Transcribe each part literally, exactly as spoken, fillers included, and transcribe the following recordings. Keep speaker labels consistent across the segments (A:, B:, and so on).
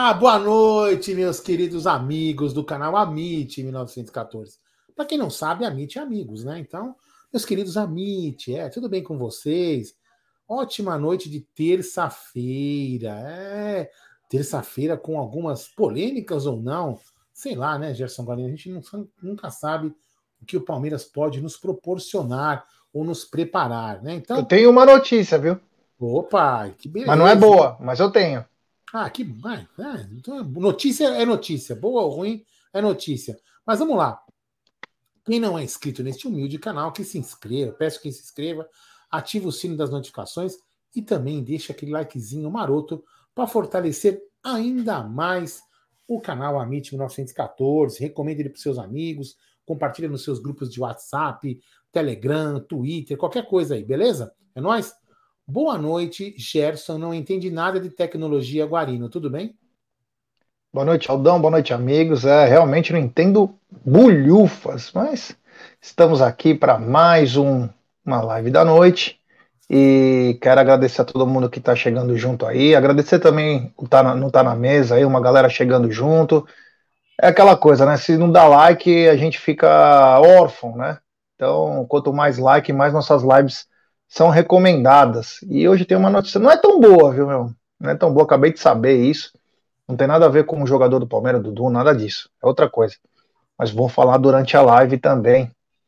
A: Olá, boa noite, meus queridos amigos do canal Amit mil novecentos e quatorze. Para quem não sabe, Amit é amigos, né? Então, meus queridos Amit, é, tudo bem com vocês? Ótima noite de terça-feira, é, terça-feira com algumas polêmicas ou não, sei lá, né, Gerson Guarino? A gente não, nunca sabe o que o Palmeiras pode nos proporcionar ou nos preparar, né?
B: Eu
A: Então,
B: tenho uma notícia, viu?
A: opa, que
B: Mas não é
A: beleza, hein?
B: boa, mas eu tenho.
A: Ah, que. Ah, é, então, notícia é notícia. Boa ou ruim é notícia. Mas vamos lá. Quem não é inscrito neste humilde canal, que se inscreva. Peço que se inscreva, ative o sino das notificações e também deixe aquele likezinho maroto para fortalecer ainda mais o canal Amit mil novecentos e quatorze. Recomende ele para seus amigos, compartilha nos seus grupos de WhatsApp, Telegram, Twitter, qualquer coisa aí, beleza? É nóis? Boa noite, Gerson. Não entendi nada de tecnologia, Guarino. Tudo bem?
B: Boa noite, Aldão. Boa noite, amigos. É, realmente não entendo bulhufas, mas estamos aqui para mais um, uma live da noite. E quero agradecer a todo mundo que está chegando junto aí. Agradecer também o tá na, não tá na mesa aí, uma galera chegando junto. É aquela coisa, né? Se não dá like, a gente fica órfão, né? Então, quanto mais like, mais nossas lives são recomendadas. E hoje tem uma notícia, não é tão boa, viu, meu? Não é tão boa, acabei de saber isso. Não tem nada a ver com o jogador do Palmeiras, Dudu, nada disso. É outra coisa. Mas vou falar durante a live também.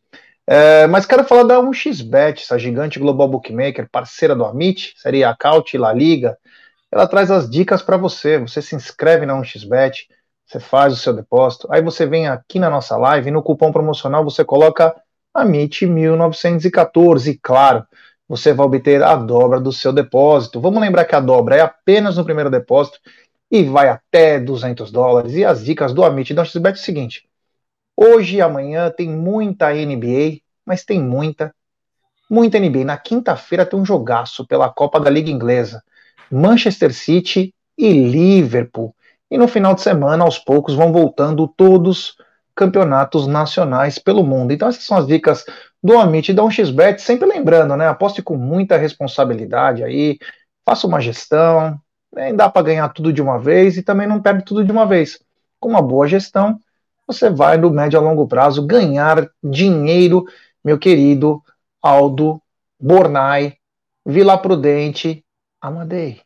B: É, mas quero falar da um x bet, essa gigante global bookmaker, parceira do Amit, seria a Caut La Liga. Ela traz as dicas para você. Você se inscreve na um x bet, você faz o seu depósito, aí você vem aqui na nossa live e no cupom promocional você coloca Amit mil novecentos e quatorze e claro, você vai obter a dobra do seu depósito. Vamos lembrar que a dobra é apenas no primeiro depósito e vai até duzentos dólares. E as dicas do Amit da um x bet é o seguinte: hoje e amanhã tem muita N B A, mas tem muita, muita N B A. Na quinta-feira tem um jogaço pela Copa da Liga Inglesa. Manchester City e Liverpool. E no final de semana, aos poucos, vão voltando todos campeonatos nacionais pelo mundo. Então essas são as dicas do Amit e da um x bet, sempre lembrando, né? Aposte com muita responsabilidade aí, faça uma gestão, nem dá para ganhar tudo de uma vez e também não perde tudo de uma vez. Com uma boa gestão, você vai no médio a longo prazo ganhar dinheiro, meu querido Aldo Bornai, Vila Prudente, Amadei.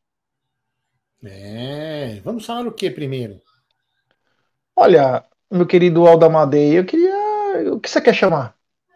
A: É. Vamos falar o que primeiro?
B: Olha, meu querido Aldo Amadei, eu queria. O que você quer chamar?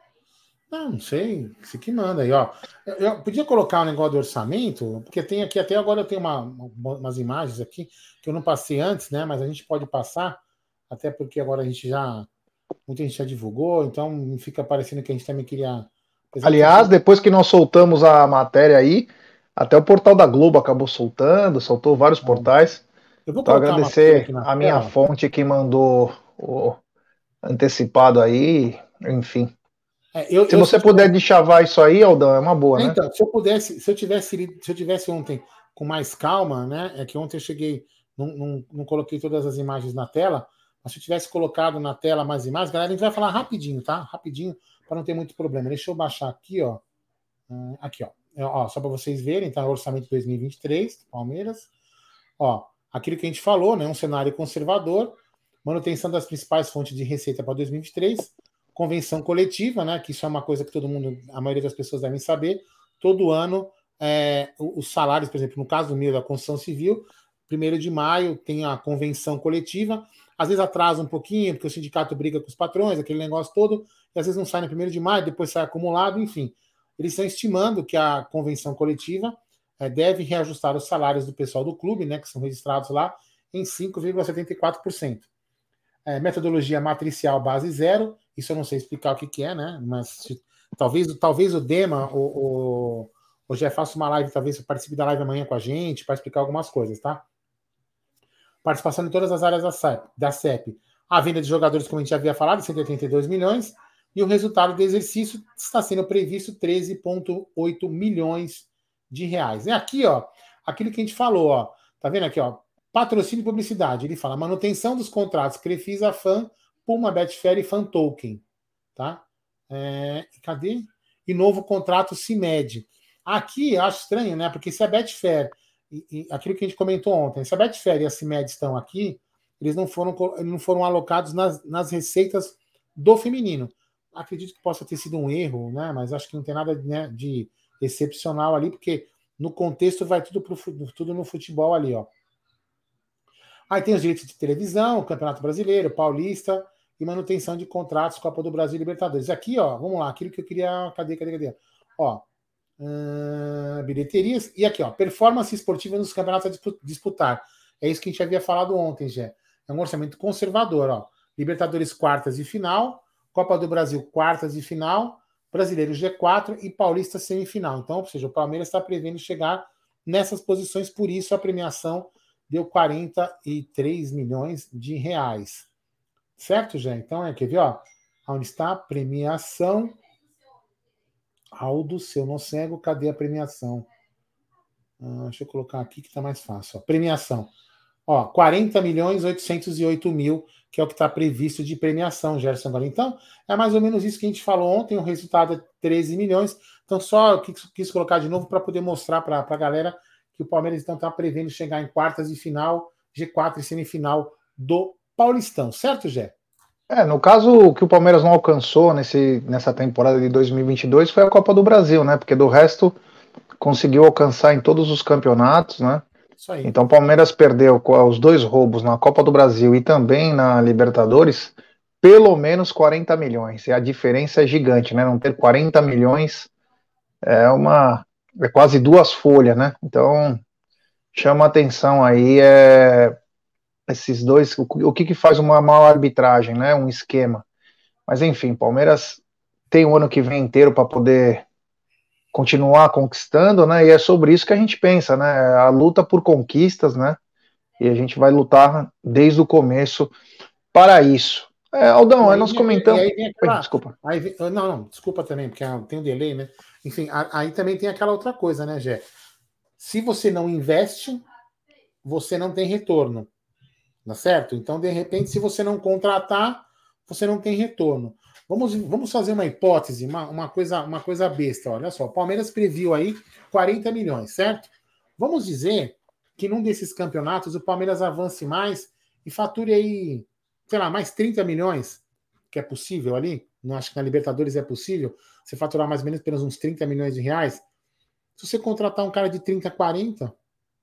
A: Não, não sei. Você que manda aí, ó. Eu, eu podia colocar um negócio do orçamento, porque tem aqui, até agora eu tenho uma, uma- umas imagens aqui que eu não passei antes, né? Mas a gente pode passar, até porque agora a gente já. Muita gente já divulgou, então fica parecendo que a gente também queria. Apesar que
B: Aliás,
A: aqui.
B: depois que nós soltamos a matéria aí, até o portal da Globo acabou soltando, soltou vários portais.
A: Eu vou
B: Então,
A: colocar uma matéria
B: agradecer
A: aqui na
B: a minha
A: tela.
B: fonte que mandou o antecipado aí, enfim.
A: É, eu,
B: Se
A: eu, se
B: você
A: eu
B: puder
A: tivesse.
B: deschavar isso aí, Aldão, é uma boa,
A: É,
B: né?
A: então, se eu pudesse, se eu tivesse, lido- se eu tivesse ontem com mais calma, né? É que ontem eu cheguei, não, não, não coloquei todas as imagens na tela, mas se eu tivesse colocado na tela mais imagens, galera, a gente vai falar rapidinho, tá? Rapidinho, para não ter muito problema. Deixa eu baixar aqui, ó. Hum, Aqui, ó. É, ó, só para vocês verem, tá? Orçamento dois mil e vinte e três, do Palmeiras. Ó, aquilo que a gente falou, né? Um cenário conservador, manutenção das principais fontes de receita para dois mil e vinte e três, convenção coletiva, né? Que isso é uma coisa que todo mundo, a maioria das pessoas devem saber. Todo ano, é, os salários, por exemplo, no caso do meu da construção civil, primeiro de maio tem a convenção coletiva. Às vezes atrasa um pouquinho, porque o sindicato briga com os patrões, aquele negócio todo, e às vezes não sai no primeiro de maio, depois sai acumulado, enfim. Eles estão estimando que a convenção coletiva é, deve reajustar os salários do pessoal do clube, né, que são registrados lá, em cinco vírgula setenta e quatro por cento. É, metodologia matricial base zero, isso eu não sei explicar o que, que é, né? Mas se, talvez, talvez o Dema, o, o, o Jeff faça uma live, talvez participe da live amanhã com a gente, para explicar algumas coisas, tá? Participação em todas as áreas da C E P, da C E P. A venda de jogadores, como a gente já havia falado, cento e oitenta e dois milhões, e o resultado do exercício está sendo previsto treze vírgula oito milhões de reais. É aqui, ó, aquilo que a gente falou, ó. Tá vendo aqui, ó? Patrocínio e publicidade. Ele fala manutenção dos contratos Crefisa, Fan, Puma, Betfair e Fan Token. Tá? É, cadê? E novo contrato CIMED. Aqui eu acho estranho, né? Porque se a Betfair e, e aquilo que a gente comentou ontem, se a Betfair e a CIMED estão aqui, eles não foram, não foram alocados nas, nas receitas do feminino. Acredito que possa ter sido um erro, né? Mas acho que não tem nada, né, de excepcional ali, porque no contexto vai tudo, pro, tudo no futebol ali, ó. Aí tem os direitos de televisão, o Campeonato Brasileiro, Paulista e manutenção de contratos, Copa do Brasil e Libertadores. Aqui, ó, vamos lá, aquilo que eu queria. Cadê, cadê, cadê? Ó, uh, bilheterias. E aqui, ó, performance esportiva nos campeonatos a disputar. É isso que a gente havia falado ontem, Gé. É um orçamento conservador, ó. Libertadores quartas e final, Copa do Brasil quartas e final, Brasileiro G quatro e Paulista semifinal. Então, ou seja, o Palmeiras está prevendo chegar nessas posições, por isso a premiação deu quarenta e três milhões de reais. Certo, Gé? Então, é, quer ver, ó? Onde está a premiação? Aldo, seu não cego, cadê a premiação? Ah, deixa eu colocar aqui que está mais fácil. Ó, premiação. Ó, quarenta milhões oitocentos e oito mil, que é o que está previsto de premiação, Gerson agora. Então, é mais ou menos isso que a gente falou ontem, o resultado é treze milhões. Então, só eu quis, quis colocar de novo para poder mostrar para a galera que o Palmeiras então está prevendo chegar em quartas de final, G quatro e semifinal do Paulistão, certo, Gé?
B: É, no caso, o que o Palmeiras não alcançou nesse, nessa temporada de dois mil e vinte e dois foi a Copa do Brasil, né? Porque do resto conseguiu alcançar em todos os campeonatos, né?
A: Isso aí.
B: Então o Palmeiras perdeu os dois roubos na Copa do Brasil e também na Libertadores, pelo menos quarenta milhões. E a diferença é gigante, né? Não ter quarenta milhões é uma é quase duas folhas, né? Então chama atenção aí é, esses dois, o, o que que faz uma mal arbitragem, né? Um esquema. Mas enfim, Palmeiras tem o ano que vem inteiro para poder continuar conquistando, né? E é sobre isso que a gente pensa, né? A luta por conquistas, né? E a gente vai lutar desde o começo para isso. É, Aldão,
A: E
B: aí
A: aí,
B: nós
A: e
B: comentamos.
A: aí vem
B: Oi,
A: aquela.
B: desculpa.
A: Aí vem, não, não, desculpa também, porque tem um delay, né? Enfim, aí também tem aquela outra coisa, né, Gé? Se você não investe, você não tem retorno. Tá certo? Então, de repente, se você não contratar, você não tem retorno. Vamos, vamos fazer uma hipótese, uma, uma, coisa, uma coisa besta. Olha só, o Palmeiras previu aí quarenta milhões, certo? Vamos dizer que num desses campeonatos o Palmeiras avance mais e fature aí, sei lá, mais trinta milhões, que é possível ali. Não acho que na Libertadores é possível você faturar mais ou menos apenas uns trinta milhões de reais. Se você contratar um cara de trinta, quarenta,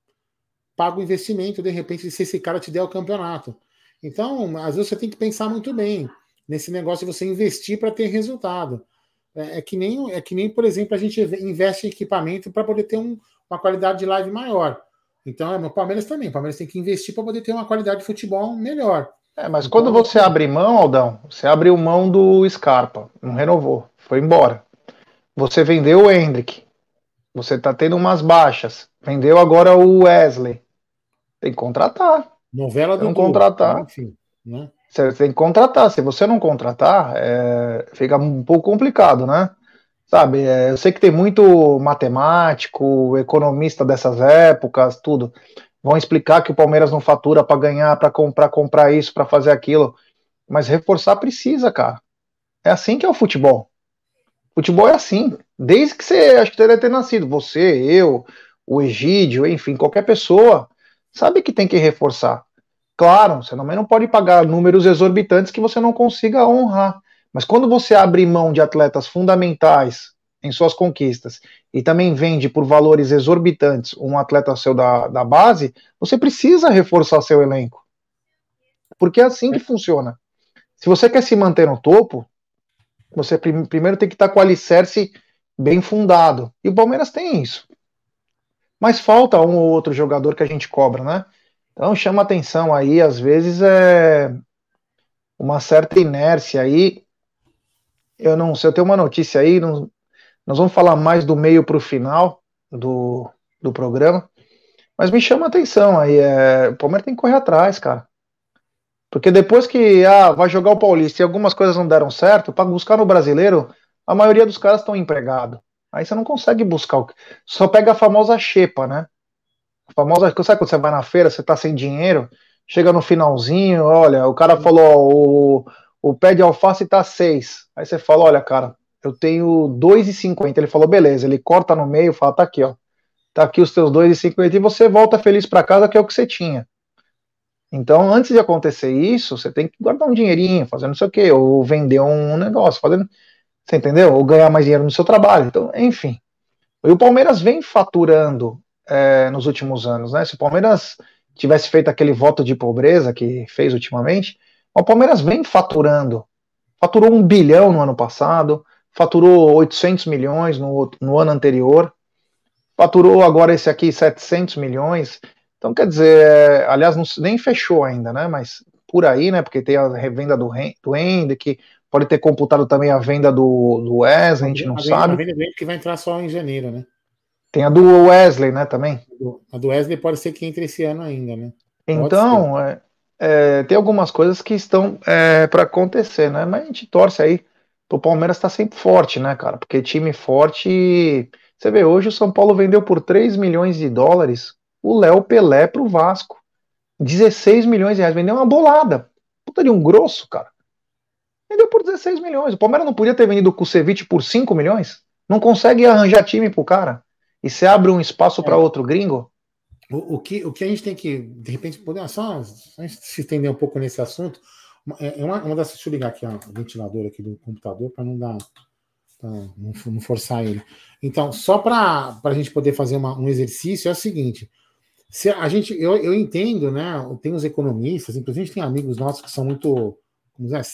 A: paga o investimento, de repente, se esse cara te der o campeonato. Então, às vezes você tem que pensar muito bem nesse negócio de você investir para ter resultado. É, é, que nem, é que nem, por exemplo, a gente investe em equipamento para poder ter um, uma qualidade de live maior. Então, é no Palmeiras também. O Palmeiras tem que investir para poder ter uma qualidade de futebol melhor.
B: É, mas
A: então,
B: quando você abre mão, Aldão, você abriu mão do Scarpa, não renovou, foi embora. Você vendeu o Hendrick, você tá tendo umas baixas, vendeu agora o Wesley. Tem que contratar.
A: Novela
B: Se
A: do
B: não
A: Gol,
B: contratar,
A: enfim, né?
B: você tem que contratar. Se você não contratar, é, fica um pouco complicado, né? Sabe, é, eu sei que tem muito matemático, economista dessas épocas, tudo. Vão explicar que o Palmeiras não fatura para ganhar, para comprar, comprar isso, para fazer aquilo. Mas reforçar precisa, cara. É assim que é o futebol. Futebol é assim. Desde que você, acho que você deve ter nascido. Você, eu, o Egídio, enfim, qualquer pessoa, sabe que tem que reforçar. Claro, você também não pode pagar números exorbitantes que você não consiga honrar. Mas quando você abre mão de atletas fundamentais em suas conquistas e também vende por valores exorbitantes um atleta seu da, da base, você precisa reforçar seu elenco. Porque é assim que funciona. Se você quer se manter no topo, você prim- primeiro tem que estar com o alicerce bem fundado. E o Palmeiras tem isso. Mas falta um ou outro jogador que a gente cobra, né? Então chama atenção aí, às vezes é uma certa inércia aí. Eu não sei, eu tenho uma notícia aí, não, nós vamos falar mais do meio para o final do, do programa, mas me chama atenção aí, é, o Palmeiras tem que correr atrás, cara. Porque depois que ah, vai jogar o Paulista e algumas coisas não deram certo, para buscar no brasileiro, a maioria dos caras estão empregados. Aí você não consegue buscar, o... só pega a famosa xepa, né? A famosa, sabe quando você vai na feira, você tá sem dinheiro, chega no finalzinho, olha, o cara falou, ó, o, o pé de alface tá seis. Aí você fala, olha, cara, eu tenho dois e cinquenta. Ele falou, beleza, ele corta no meio, fala, tá aqui, ó, tá aqui os teus dois e cinquenta e você volta feliz para casa, que é o que você tinha. Então, antes de acontecer isso, você tem que guardar um dinheirinho, fazer não sei o quê, ou vender um negócio, fazendo, você entendeu? Ou ganhar mais dinheiro no seu trabalho. Então, enfim. E o Palmeiras vem faturando é, nos últimos anos, né? Se o Palmeiras tivesse feito aquele voto de pobreza que fez ultimamente, o Palmeiras vem faturando. Faturou um bilhão no ano passado, faturou oitocentos milhões no, no ano anterior, faturou agora esse aqui setecentos milhões. Então, quer dizer, aliás, não, nem fechou ainda, né? Mas por aí, né? Porque tem a revenda do, do Ender, que pode ter computado também a venda do, do Wesley, a gente não
A: A
B: sabe.
A: A venda dele que vai entrar só em janeiro, né?
B: Tem a do Wesley, né, também.
A: A do Wesley pode ser que entre esse ano ainda, né?
B: Então, é, é, tem algumas coisas que estão é, para acontecer, né? Mas a gente torce aí pro Palmeiras estar tá sempre forte, né, cara? Porque time forte. Você vê, hoje o São Paulo vendeu por três milhões de dólares o Léo Pelé pro Vasco. dezesseis milhões de reais. Vendeu uma bolada. Puta de um grosso, cara. Vendeu por dezesseis milhões. O Palmeiras não podia ter vendido o Kusevich por cinco milhões? Não consegue arranjar time pro cara. E você abre um espaço para
A: É.
B: outro gringo?
A: O, o, que, o que a gente tem que, de repente, poder só a gente se estender um pouco nesse assunto. É uma, uma das. Deixa eu ligar aqui ó, o ventilador aqui do computador para não dar. Pra não, não forçar ele. Então, só para a gente poder fazer uma, um exercício, é o seguinte. Se a gente, eu, eu entendo, né? Tem os economistas, inclusive a gente tem amigos nossos que são muito, vamos dizer,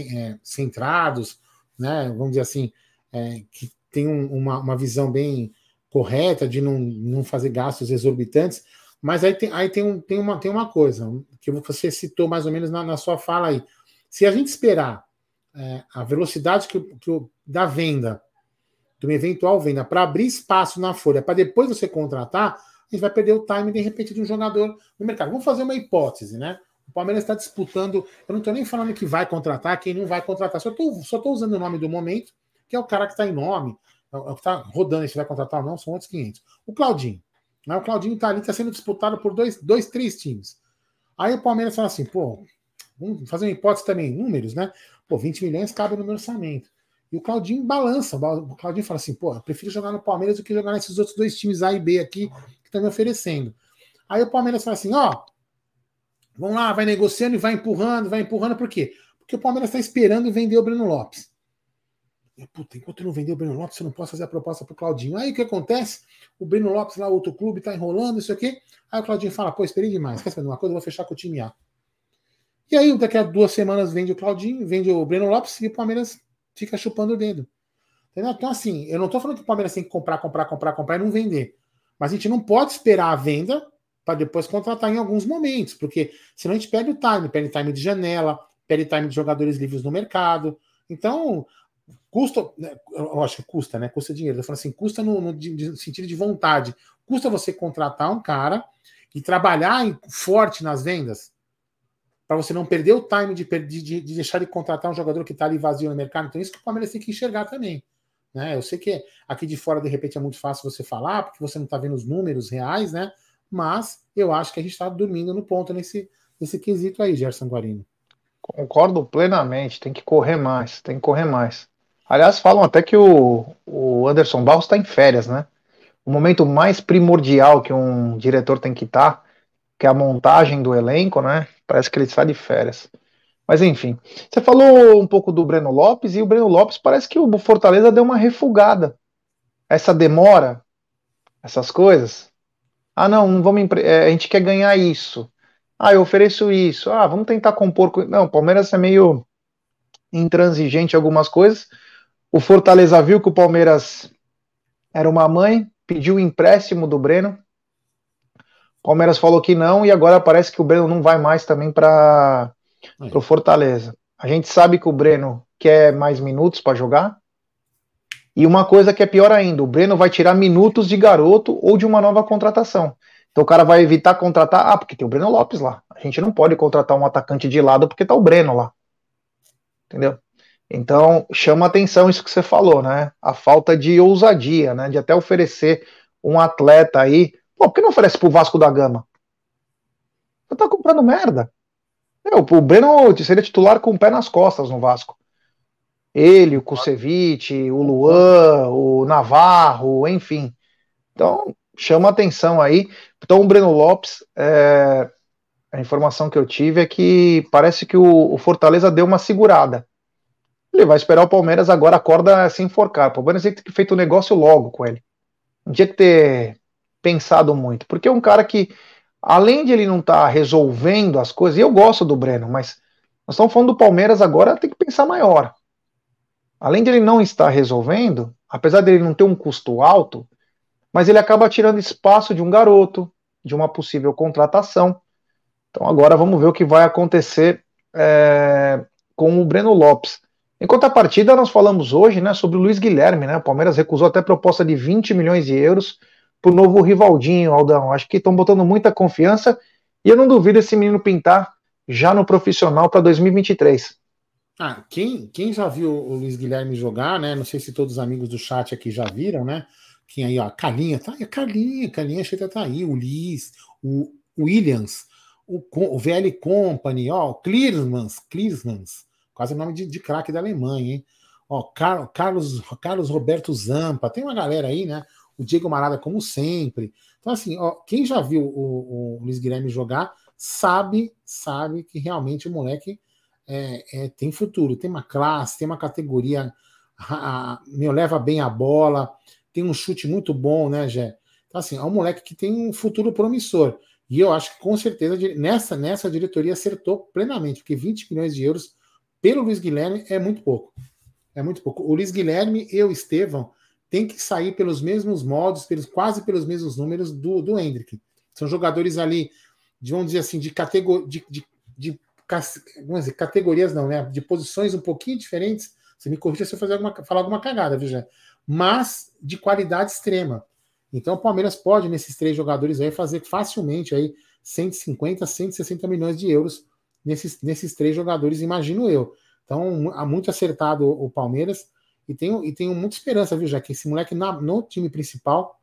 A: centrados, né? Vamos dizer assim, é, que tem um, uma, uma visão bem correta de não, não fazer gastos exorbitantes, mas aí tem, aí tem, um, tem, uma, tem uma coisa que você citou mais ou menos na, na sua fala aí. Se a gente esperar é, a velocidade que, que, da venda, de uma eventual venda, para abrir espaço na folha, para depois você contratar, a gente vai perder o time, de repente, de um jogador no mercado. Vamos fazer uma hipótese, né? O Palmeiras está disputando, eu não estou nem falando que vai contratar, quem não vai contratar, só estou só tô usando o nome do momento, que é o cara que está em nome, é o que está rodando, se vai contratar ou não, são outros quinhentos. O Claudinho. Né? O Claudinho está ali, está sendo disputado por dois, dois, três times. Aí o Palmeiras fala assim, pô, vamos fazer uma hipótese também, números, né? Pô, vinte milhões cabe no meu orçamento. E o Claudinho balança, o Claudinho fala assim, pô, eu prefiro jogar no Palmeiras do que jogar nesses outros dois times A e B aqui, que estão me oferecendo. Aí o Palmeiras fala assim, ó, vamos lá, vai negociando e vai empurrando, vai empurrando, por quê? Porque o Palmeiras está esperando vender o Breno Lopes. E, puta, enquanto eu não vender o Breno Lopes, eu não posso fazer a proposta pro Claudinho. Aí o que acontece? O Breno Lopes lá, outro clube, tá enrolando, isso aqui. Aí o Claudinho fala, pô, esperei demais, quer saber de uma coisa? Eu vou fechar com o time A. E aí, daqui a duas semanas, vende o Claudinho, vende o Breno Lopes e o Palmeiras fica chupando o dedo. Entendeu? Então, assim, eu não tô falando que o Palmeiras tem que comprar, comprar, comprar, comprar e não vender. Mas a gente não pode esperar a venda para depois contratar em alguns momentos, porque senão a gente perde o time, perde time de janela, perde time de jogadores livres no mercado. Então, custa, eu acho que custa, né? Custa dinheiro. Eu falo assim, custa no, no, no sentido de vontade. Custa você contratar um cara e trabalhar em, forte nas vendas para você não perder o time de, de, de deixar de contratar um jogador que está ali vazio no mercado. Então, isso que o Palmeiras tem que enxergar também. Né? Eu sei que aqui de fora, de repente, é muito fácil você falar, porque você não está vendo os números reais, né? Mas eu acho que a gente está dormindo no ponto nesse, nesse quesito aí, Gerson Guarino.
B: Concordo plenamente, tem que correr mais, tem que correr mais. Aliás, falam até que o, o Anderson Barros está em férias, né? O momento mais primordial que um diretor tem que estar, tá, que é a montagem do elenco, né? Parece que ele está de férias. Mas enfim, você falou um pouco do Breno Lopes, e o Breno Lopes parece que o Fortaleza deu uma refugada. Essa demora, essas coisas. Ah, não, não vamos empre... é, a gente quer ganhar isso. Ah, eu ofereço isso. Ah, vamos tentar compor. Com... Não, o Palmeiras é meio intransigente em algumas coisas. O Fortaleza viu que o Palmeiras era uma mãe, pediu o empréstimo do Breno. O Palmeiras falou que não, e agora parece que o Breno não vai mais também para o Fortaleza. A gente sabe que o Breno quer mais minutos para jogar. E uma coisa que é pior ainda, o Breno vai tirar minutos de garoto ou de uma nova contratação. Então o cara vai evitar contratar, ah, porque tem o Breno Lopes lá. A gente não pode contratar um atacante de lado porque tá o Breno lá. Entendeu? Então chama atenção isso que você falou, né? A falta de ousadia, né? De até oferecer um atleta aí. Pô, por que não oferece pro Vasco da Gama? Você tá comprando merda. Meu, o Breno seria titular com o pé nas costas no Vasco. Ele, o Kusevich, o Luan, o Navarro, enfim. Então, chama atenção aí. Então o Breno Lopes, é, a informação que eu tive é que parece que o, o Fortaleza deu uma segurada. Ele vai esperar o Palmeiras agora, a corda se enforcar. O Palmeiras tem que ter feito o negócio logo com ele. Não tinha que ter pensado muito. Porque é um cara que, além de ele não estar tá resolvendo as coisas, e eu gosto do Breno, mas nós estamos falando do Palmeiras agora, tem que pensar maior. Além de ele não estar resolvendo, apesar dele não ter um custo alto, mas ele acaba tirando espaço de um garoto, de uma possível contratação. Então agora vamos ver o que vai acontecer é, com o Breno Lopes. Em contrapartida, nós falamos hoje, né, sobre o Luiz Guilherme, né? O Palmeiras recusou até proposta de vinte milhões de euros para o novo Rivaldinho, Aldão. Acho que estão botando muita confiança e eu não duvido esse menino pintar já no profissional para dois mil e vinte e três.
A: Ah, quem, quem já viu o Luiz Guilherme jogar, né? Não sei se todos os amigos do chat aqui já viram, né? Quem aí, ó, Carlinha, tá aí, Carlinha, Carlinha chega tá aí, o Liz, o Williams, o, o V L Company, ó, o Clearsmans, Clearsmans, quase o nome de, de craque da Alemanha, hein? Ó, Car, Carlos, Carlos Roberto Zampa, tem uma galera aí, né? O Diego Marada, como sempre. Então, assim, ó, quem já viu o, o Luiz Guilherme jogar sabe, sabe que realmente o moleque é, é, tem futuro, tem uma classe, tem uma categoria, a, a, meu, leva bem a bola, tem um chute muito bom, né, Gé? Então, assim, é um moleque que tem um futuro promissor. E eu acho que com certeza nessa, nessa diretoria acertou plenamente, porque vinte milhões de euros pelo Luiz Guilherme é muito pouco. É muito pouco. O Luiz Guilherme e o Estevão tem que sair pelos mesmos moldes, pelos, quase pelos mesmos números do, do Hendrick. São jogadores ali, de, vamos dizer assim, de, categor, de, de, de vamos dizer, categorias não, né? De posições um pouquinho diferentes. Você me corrija se eu fazer alguma, falar alguma cagada, viu, Jé? Mas de qualidade extrema. Então o Palmeiras pode, nesses três jogadores aí, fazer facilmente aí cento e cinquenta, cento e sessenta milhões de euros nesses, nesses três jogadores, imagino eu. Então, há muito acertado o Palmeiras e tenho, e tenho muita esperança, viu, já que esse moleque na, no time principal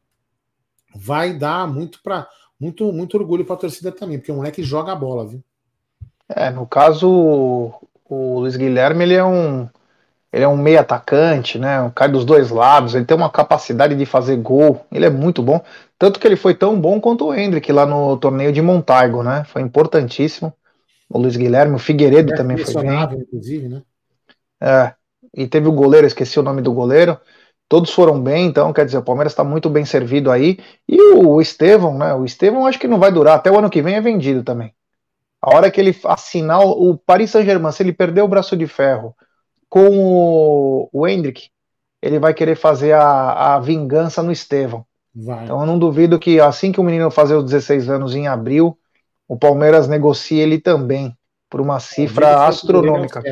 A: vai dar muito para muito, muito orgulho para a torcida também, porque o moleque joga a bola, viu?
B: É, no caso, o, o Luiz Guilherme, ele é um ele é um meio atacante, né? Um cara dos dois lados, ele tem uma capacidade de fazer gol, ele é muito bom, tanto que ele foi tão bom quanto o Hendrick lá no torneio de Montaigo, né? Foi importantíssimo. O Luiz Guilherme, o Figueiredo também foi bem.
A: Inclusive, né?
B: É, e teve o goleiro, esqueci o nome do goleiro. Todos foram bem, então, quer dizer, o Palmeiras está muito bem servido aí. E o Estevão, né? O Estevão acho que não vai durar, até o ano que vem é vendido também. A hora que ele assinar o Paris Saint-Germain, se ele perder o braço de ferro com o, o Hendrick, ele vai querer fazer a, a vingança no Estevão.
A: Vai.
B: Então eu não duvido que assim que o menino fazer os dezesseis anos em abril, o Palmeiras negocie ele também por uma cifra astronômica.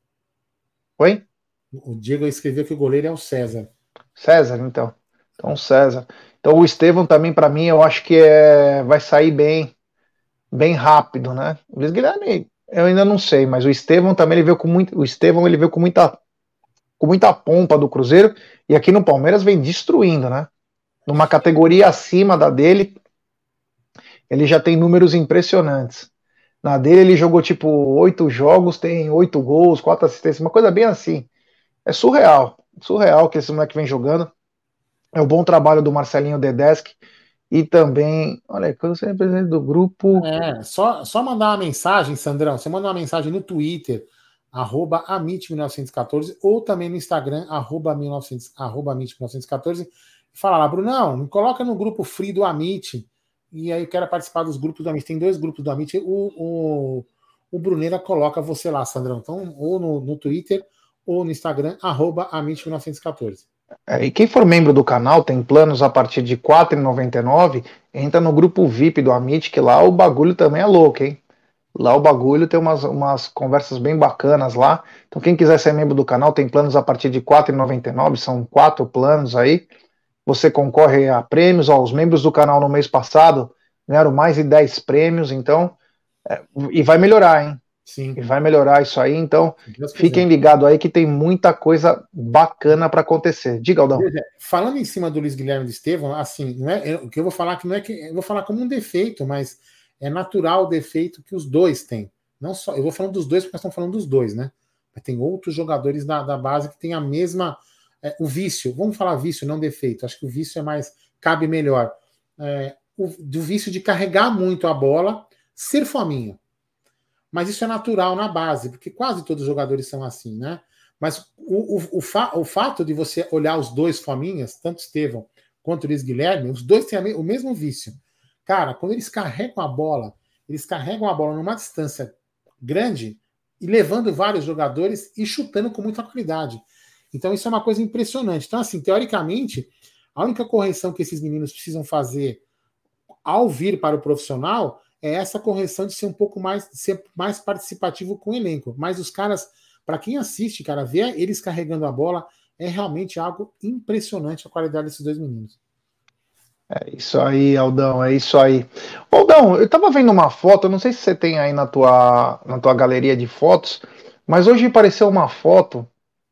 B: Oi?
A: O Diego escreveu que o goleiro é o César.
B: César, então. Então, César. Então, o Estevão também, para mim, eu acho que é, vai sair bem, bem rápido, né? O Luiz Guilherme, eu ainda não sei, mas o Estevão também, ele veio com muito, o Estevão, ele veio com muita, com muita pompa do Cruzeiro, e aqui no Palmeiras vem destruindo, né? Numa categoria acima da dele, ele já tem números impressionantes. Na dele, ele jogou, tipo, oito jogos, tem oito gols, quatro assistências, uma coisa bem assim. É surreal, surreal que esse moleque vem jogando. É o bom trabalho do Marcelinho Dedeschi e também, olha, quando você é presidente do grupo.
A: É, só, só mandar uma mensagem, Sandrão. Você manda uma mensagem no Twitter, arroba amit mil novecentos e quatorze, ou também no Instagram, arroba, mil e novecentos, arroba amit mil novecentos e quatorze, e fala lá, Brunão, me coloca no grupo free do Amit, e aí eu quero participar dos grupos do Amit. Tem dois grupos do Amit, o, o, o Bruneira coloca você lá, Sandrão. Então, ou no, no Twitter, ou no Instagram, arroba amit mil novecentos e quatorze.
B: É, e quem for membro do canal tem planos a partir de quatro reais e noventa e nove centavos, entra no grupo V I P do Amit, que lá o bagulho também é louco, hein? Lá o bagulho tem umas, umas conversas bem bacanas lá. Então quem quiser ser membro do canal tem planos a partir de quatro reais e noventa e nove centavos, são quatro planos aí. Você concorre a prêmios, ó, os membros do canal no mês passado ganharam mais de dez prêmios, então, é, e vai melhorar, hein?
A: Sim.
B: E vai melhorar isso aí, então fiquem ligados aí que tem muita coisa bacana para acontecer. Diga, Aldão.
A: Falando em cima do Luiz Guilherme de Estevão, assim, não é, o que eu vou falar que não é que eu vou falar como um defeito, mas é natural o defeito que os dois têm. Não só, eu vou falando dos dois porque nós estamos falando dos dois, né? Mas tem outros jogadores da, da base que têm a mesma, é, o vício. Vamos falar vício, não defeito. Acho que o vício é mais cabe melhor. é, o, do vício de carregar muito a bola, ser fominha. Mas isso é natural na base, porque quase todos os jogadores são assim, né? Mas o, o, o, fa, o fato de você olhar os dois fominhas, tanto Estevão quanto o Luiz Guilherme, os dois têm o mesmo vício. Cara, quando eles carregam a bola, eles carregam a bola numa distância grande e levando vários jogadores e chutando com muita qualidade. Então isso é uma coisa impressionante. Então, assim, teoricamente, a única correção que esses meninos precisam fazer ao vir para o profissional é essa correção de ser um pouco mais, de ser mais participativo com o elenco. Mas os caras, para quem assiste, cara, ver eles carregando a bola é realmente algo impressionante a qualidade desses dois meninos.
B: É isso aí, Aldão, é isso aí. Aldão, eu tava vendo uma foto, eu não sei se você tem aí na tua, na tua galeria de fotos, mas hoje apareceu uma foto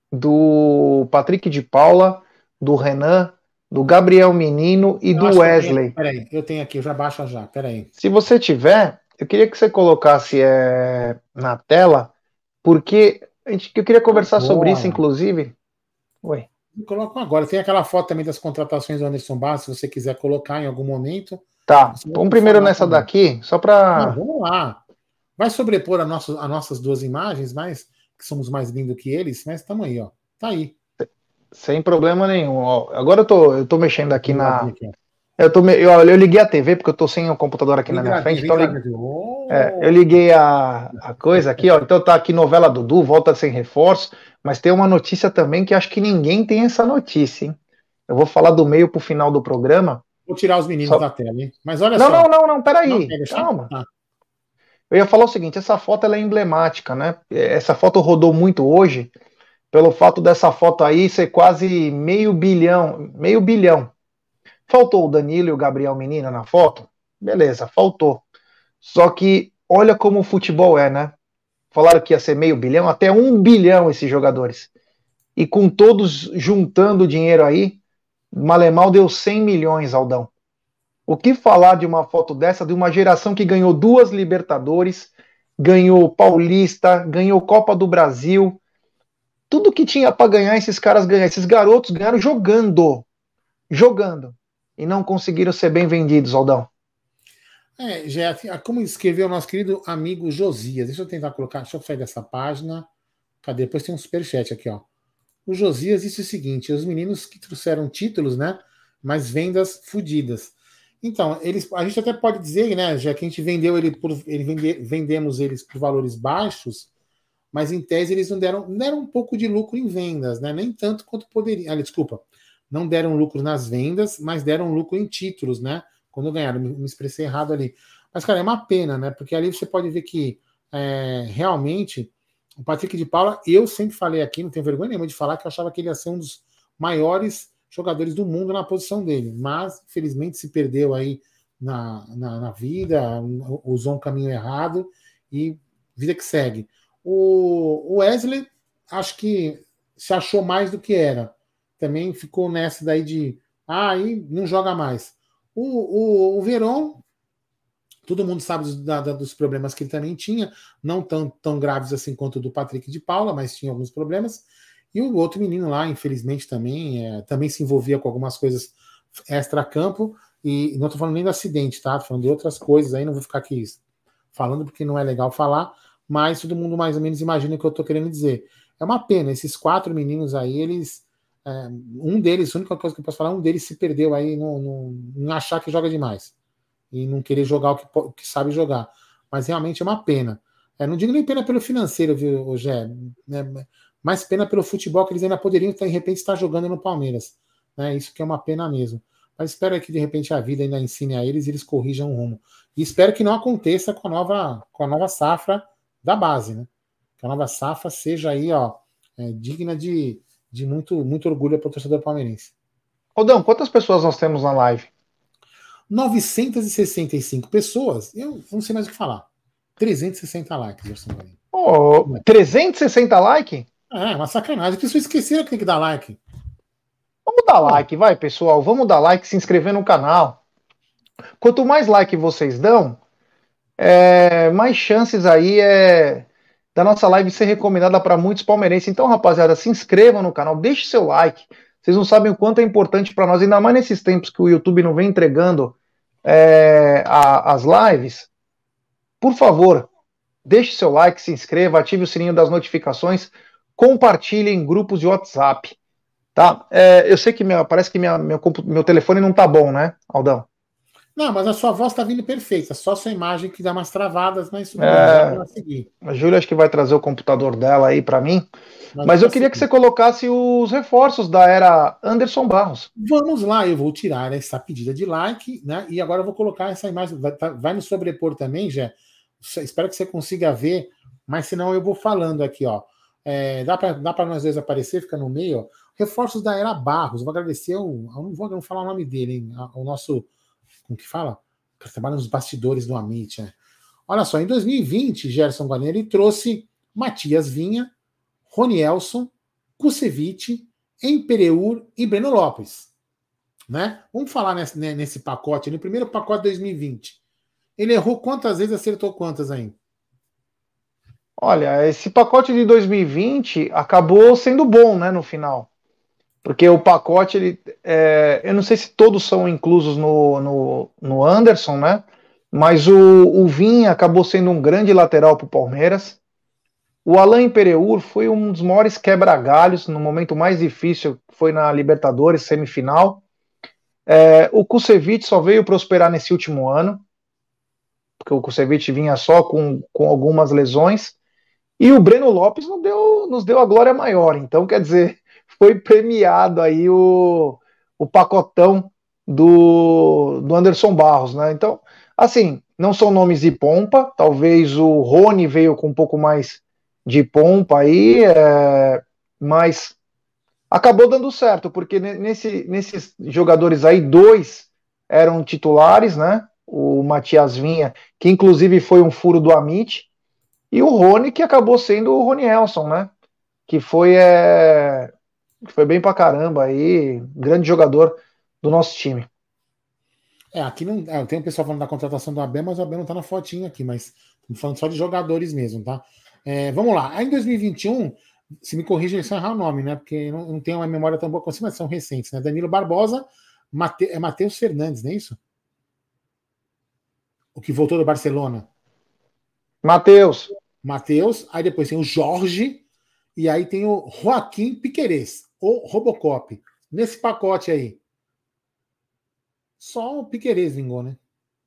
B: do Patrick de Paula, do Renan, do Gabriel Menino e
A: eu
B: do Wesley.
A: Aqui, peraí, eu tenho aqui, eu já baixo já, peraí.
B: Se você tiver, eu queria que você colocasse é, na tela, porque a gente, eu queria conversar
A: Boa.
B: sobre isso, inclusive. Oi.
A: Coloco agora. Tem aquela foto também das contratações do Anderson Barros, se você quiser colocar em algum momento.
B: Tá, vamos primeiro nessa também. Daqui, só para...
A: Vamos lá. Vai sobrepor a nossa, as nossas duas imagens, mas que somos mais lindos que eles, mas estamos aí, ó. Tá aí.
B: Sem problema nenhum. Ó, agora eu tô, eu tô mexendo aqui
A: Vamos
B: na...
A: Aqui,
B: eu, tô, eu, eu liguei a T V, porque eu tô sem o computador aqui na minha frente. Então eu, liguei,
A: oh.
B: é, eu liguei a, a coisa aqui, ó. Então tá aqui novela Dudu, volta sem reforço. Mas tem uma notícia também que acho que ninguém tem essa notícia, hein? Eu vou falar do meio pro final do programa.
A: Vou tirar os meninos só... da tela, hein? Mas olha
B: não,
A: só.
B: Não, não, não, peraí. Não, calma. Ah. Eu ia falar o seguinte, essa foto ela é emblemática, né? Essa foto rodou muito hoje, pelo fato dessa foto aí ser quase meio bilhão, meio bilhão. Faltou o Danilo e o Gabriel Menino na foto? Beleza, faltou. Só que olha como o futebol é, né? Falaram que ia ser meio bilhão, até um bilhão esses jogadores. E com todos juntando dinheiro aí, Malemal deu cem milhões, Aldão. O que falar de uma foto dessa, de uma geração que ganhou duas Libertadores, ganhou Paulista, ganhou Copa do Brasil, tudo que tinha para ganhar, esses caras ganharam, esses garotos ganharam jogando, jogando, e não conseguiram ser bem vendidos, Aldão.
A: É, Jeff, como escreveu o nosso querido amigo Josias, deixa eu tentar colocar, deixa eu sair dessa página, cadê? Depois tem um superchat aqui, ó. O Josias disse o seguinte, os meninos que trouxeram títulos, né, mas vendas fodidas. Então, eles, a gente até pode dizer, né, já que a gente vendeu ele por, ele vende, vendemos eles por valores baixos, mas em tese eles não deram, deram um pouco de lucro em vendas, né, nem tanto quanto poderiam. Ah, desculpa, não deram lucro nas vendas, mas deram lucro em títulos, né, quando ganharam, me, me expressei errado ali. Mas, cara, é uma pena, né, porque ali você pode ver que é, realmente o Patrick de Paula, eu sempre falei aqui, não tenho vergonha nenhuma de falar que eu achava que ele ia ser um dos maiores jogadores do mundo na posição dele, mas infelizmente se perdeu aí na, na, na vida, usou um caminho errado e vida que segue. O, o Wesley, acho que se achou mais do que era, também ficou nessa daí de ah, aí não joga mais. O, o, o Verón, todo mundo sabe dos, da, dos problemas que ele também tinha, não tão, tão graves assim quanto o do Patrick de Paula, mas tinha alguns problemas. E o outro menino lá, infelizmente, também, é, também se envolvia com algumas coisas extra-campo, e não estou falando nem do acidente, tá? Estou falando de outras coisas aí, não vou ficar aqui falando porque não é legal falar, mas todo mundo mais ou menos imagina o que eu estou querendo dizer. É uma pena, esses quatro meninos aí, eles. É, um deles, a única coisa que eu posso falar, um deles se perdeu aí no, no, em achar que joga demais. E não querer jogar o que, o que sabe jogar. Mas realmente é uma pena. É, não digo nem pena pelo financeiro, viu, Gé? É, mais pena pelo futebol que eles ainda poderiam, de repente, estar jogando no Palmeiras. Né? Isso que é uma pena mesmo. Mas espero que, de repente, a vida ainda ensine a eles e eles corrijam o rumo. E espero que não aconteça com a nova, com a nova safra da base. Né? Que a nova safra seja aí, ó, é, digna de, de muito, muito orgulho para o torcedor palmeirense.
B: Aldão, quantas pessoas nós temos na live?
A: novecentas e sessenta e cinco pessoas. Eu não sei mais o que falar. trezentos e sessenta likes, Gerson Guarino.
B: Oh, trezentos e sessenta likes?
A: É, uma sacanagem. As pessoas esqueceram que tem que dar like.
B: Vamos dar like, vai, pessoal. Vamos dar like, se inscrever no canal. Quanto mais like vocês dão, é, mais chances aí é da nossa live ser recomendada para muitos palmeirenses. Então, rapaziada, se inscrevam no canal, deixe seu like. Vocês não sabem o quanto é importante para nós, ainda mais nesses tempos que o YouTube não vem entregando é, a, as lives, por favor, deixe seu like, se inscreva, ative o sininho das notificações, compartilhe em grupos de WhatsApp, tá? É, eu sei que minha, parece que minha, meu, meu telefone não tá bom, né, Aldão?
A: Não, mas a sua voz tá vindo perfeita, só a sua imagem que dá umas travadas, mas tudo bem, já
B: É,
A: para seguir.
B: a Júlia acho que vai trazer o computador dela aí para mim,
A: Mas dá
B: mas eu
A: para
B: queria que
A: seguir.
B: você colocasse os reforços da era Anderson Barros.
A: Vamos lá, eu vou tirar essa pedida de like, né? E agora eu vou colocar essa imagem. Vai, tá, vai me sobrepor também, já. Espero que você consiga ver, mas senão eu vou falando aqui, ó. É, dá para dá nós dois aparecer, fica no meio, ó. Reforços da era Barros. Eu vou agradecer, ao, eu não vou não falar o nome dele, hein? O nosso. Como que fala? Que trabalha nos bastidores do Amit, né? Olha só, em dois mil e vinte, Gerson Guarani trouxe Matias Vinha, Ronielson, Kusevich, Empereur e Breno Lopes. Né? Vamos falar nesse, nesse pacote, no primeiro pacote de dois mil e vinte. Ele errou quantas vezes, acertou quantas aí?
B: Olha, esse pacote de dois mil e vinte acabou sendo bom, né, no final. Porque o pacote, ele, é, eu não sei se todos são inclusos no, no, no Anderson, né? Mas o, o Vinha acabou sendo um grande lateral para o Palmeiras. O Alain Pereur foi um dos maiores quebra-galhos no momento mais difícil, foi na Libertadores, semifinal. É, o Kusevich só veio prosperar nesse último ano, porque o Kusevich vinha só com, com algumas lesões. E o Breno Lopes nos deu, nos deu a glória maior. Então, quer dizer, foi premiado aí o, o pacotão do, do Anderson Barros, né? Então, assim, não são nomes de pompa. Talvez o Rony veio com um pouco mais de pompa aí, é, mas acabou dando certo, porque nesse, nesses jogadores aí, dois eram titulares, né? O Matias Vinha, que inclusive foi um furo do Amit, e o Rony, que acabou sendo o Ronielson, né? Que foi, é... foi bem pra caramba aí, grande jogador do nosso time.
A: É, aqui não. É, tem um pessoal falando da contratação do Abel, mas o Abel não tá na fotinha aqui, mas estamos falando só de jogadores mesmo, tá? É, vamos lá. Aí em dois mil e vinte e um, se me corrija se eu errar o nome, né? Porque não, não tenho uma memória tão boa quanto mas são recentes, né? Danilo Barbosa, Mate, é Matheus Fernandes, não é isso? O que voltou do Barcelona.
B: Matheus.
A: Matheus, aí depois tem o Jorge, e aí tem o Joaquim Piquerez, o Robocop. Nesse pacote aí, só o Piquerez vingou, né?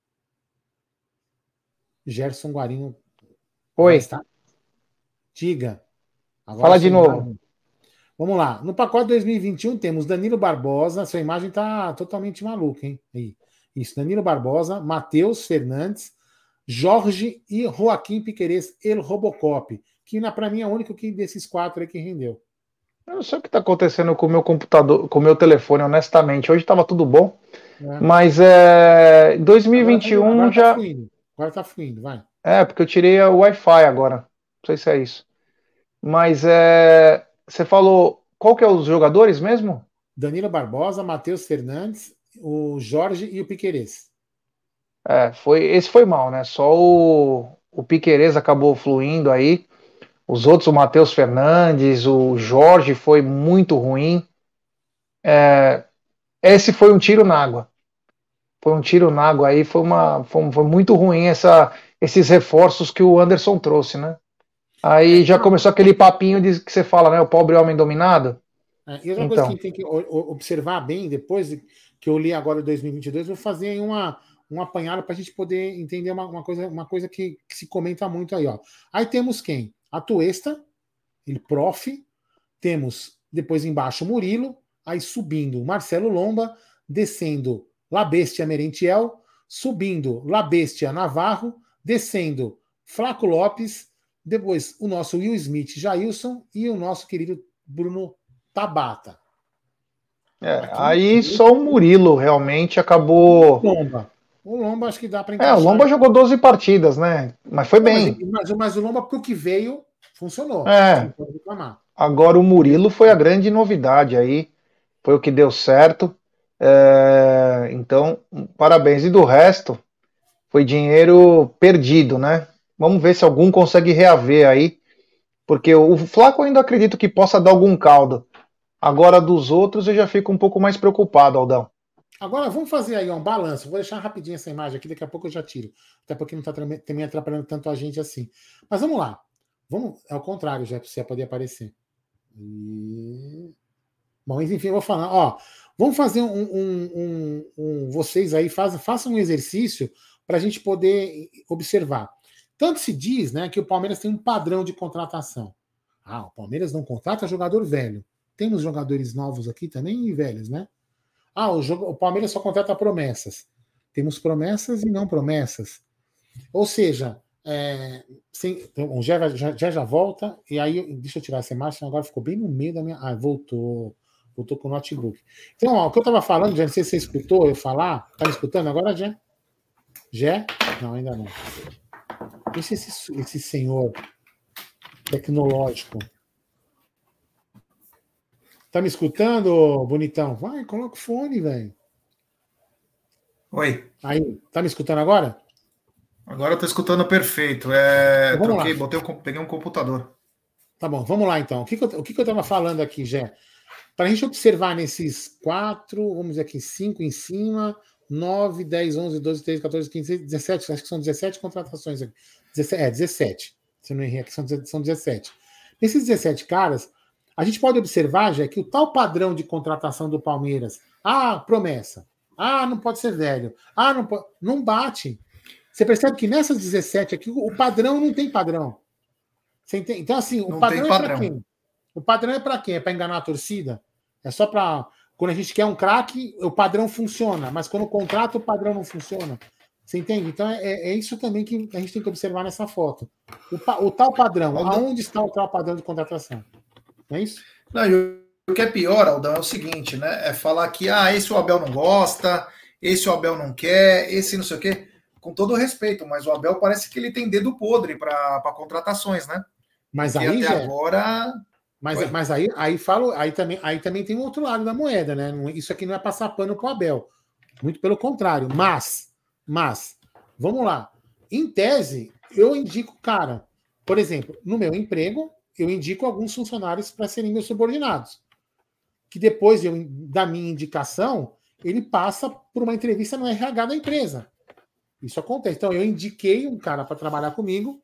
A: Gerson Guarino vai
B: Oi.
A: estar. Diga. Agora
B: Fala de
A: sua
B: novo.
A: imagem. Vamos lá. No pacote dois mil e vinte e um temos Danilo Barbosa. Sua imagem tá totalmente maluca, hein? Aí. Isso. Danilo Barbosa, Matheus Fernandes, Jorge e Joaquim Piquerez, El Robocop. Que para mim é o único que desses quatro aí que rendeu.
B: Eu não sei o que está acontecendo com o meu computador, com o meu telefone, honestamente. Hoje estava tudo bom,
A: É.
B: mas é,
A: Agora, tá,
B: dois mil e vinte e um
A: agora tá
B: já.
A: fluindo. Agora tá fluindo, vai.
B: É, porque eu tirei o Wi-Fi agora. Não sei se é isso. Mas é, você falou. Qual que é os jogadores mesmo?
A: Danilo Barbosa, Matheus Fernandes, o Jorge e o Piquerez.
B: É, foi, esse foi mal, né? Só o, o Piquerez acabou fluindo aí. Os outros, o Matheus Fernandes, o Jorge foi muito ruim. É, esse foi um tiro na água. Foi um tiro na água aí, foi, uma, foi, foi muito ruim essa, esses reforços que o Anderson trouxe, né?
A: É,
B: Aí
A: e
B: já
A: uma,
B: começou aquele papinho de, que você fala, né? O pobre homem dominado.
A: é, e outra coisa que a
B: Então,
A: gente tem que observar bem, depois que eu li agora em dois mil e vinte e dois, vou fazer aí uma, um apanhado para a gente poder entender uma, uma coisa, uma coisa que, que se comenta muito aí. Ó. Aí temos quem? A Tuesta, ele prof, temos depois embaixo Murilo, aí subindo Marcelo Lomba, descendo La Bestia Merentiel, subindo La Bestia Navarro, descendo Flaco Lopes, depois o nosso Will Smith Jailson e o nosso querido Bruno Tabata.
B: é,
A: Aqui
B: aí só o Murilo realmente acabou.
A: Lomba. O Lomba acho que dá para
B: É, o
A: encaixar.
B: Lomba jogou doze partidas, né? Mas foi
A: Não, mas,
B: bem.
A: mas, mas o Lomba, para o que veio, funcionou. Você não
B: É,
A: pode reclamar.
B: agora o Murilo foi a grande novidade aí. Foi o que deu certo. É, então, parabéns. E do resto, foi dinheiro perdido, né? Vamos ver se algum consegue reaver aí. Porque o Flaco eu ainda acredito que possa dar algum caldo. Agora dos outros eu já fico um pouco mais preocupado, Aldão.
A: Agora vamos fazer aí ó, um balanço. Vou deixar rapidinho essa imagem aqui, daqui a pouco eu já tiro. Até porque não está também atrapalhando tanto a gente assim. Mas vamos lá. Vamos, é o contrário, já para você poder aparecer. E... Bom, enfim, eu vou falar. Ó, vamos fazer um. um, um, um vocês aí façam, façam um exercício para a gente poder observar. Tanto se diz né, que o Palmeiras tem um padrão de contratação. Ah, o Palmeiras não contrata jogador velho. Temos jogadores novos aqui também e velhos, né? Ah, o, jogo, o Palmeiras só contrata promessas. Temos promessas e não promessas. Ou seja, é, sim, então, o Jé já, já, já volta, e aí, deixa eu tirar essa imagem, agora ficou bem no meio da minha. Ah, voltou. Voltou com o notebook. Então, ó, o que eu estava falando, Jé, não sei se você escutou eu falar. Tá me escutando agora, Jé? Jé? Não, ainda não. Deixa esse, esse senhor tecnológico. Tá me escutando, bonitão? Vai, coloca o fone, velho.
C: Oi.
A: Aí, tá me escutando agora?
C: Agora eu tô escutando perfeito. É,
A: então,
C: troquei, botei, peguei um computador.
A: Tá bom, vamos lá então. O que, que eu, o que, que eu tava falando aqui, Jé? Para a gente observar nesses quatro, vamos dizer aqui, cinco em cima, nove, dez, onze, doze, treze, quatorze, quinze, dezessete, acho que são dezessete contratações aqui. dezessete, é, dezessete. Se eu não errei aqui, são, são dezessete. Nesses dezessete caras, a gente pode observar, já que o tal padrão de contratação do Palmeiras, ah, promessa, ah, não pode ser velho, ah, não pode, não bate. Você percebe que nessas dezessete aqui, o padrão não tem padrão. Você entende? Então, assim, o
C: Não
A: padrão,
C: tem
A: é para
C: padrão.
A: quem? O padrão é para quem? É para enganar a torcida? É só para. Quando a gente quer um craque, o padrão funciona, mas quando contrata, o padrão não funciona. Você entende? Então é, é isso também que a gente tem que observar nessa foto. O, o tal padrão, Aldão, aonde está o tal padrão de contratação? Não é isso?
C: Não, e o que é pior, Aldão, é o seguinte, né? É falar que ah, esse o Abel não gosta, esse o Abel não quer, esse não sei o quê. Com todo respeito, mas o Abel parece que ele tem dedo podre para contratações, né?
A: Mas
C: Porque
A: aí
C: até
A: já...
C: agora.
A: Mas, mas aí, aí falo, aí também, aí também tem o outro lado da moeda, né? Isso aqui não é passar pano pro Abel. Muito pelo contrário. Mas, mas, vamos lá. Em tese, eu indico, cara, por exemplo, no meu emprego, eu indico alguns funcionários para serem meus subordinados. Que depois eu, da minha indicação, ele passa por uma entrevista no R H da empresa. Isso acontece. Então, eu indiquei um cara para trabalhar comigo.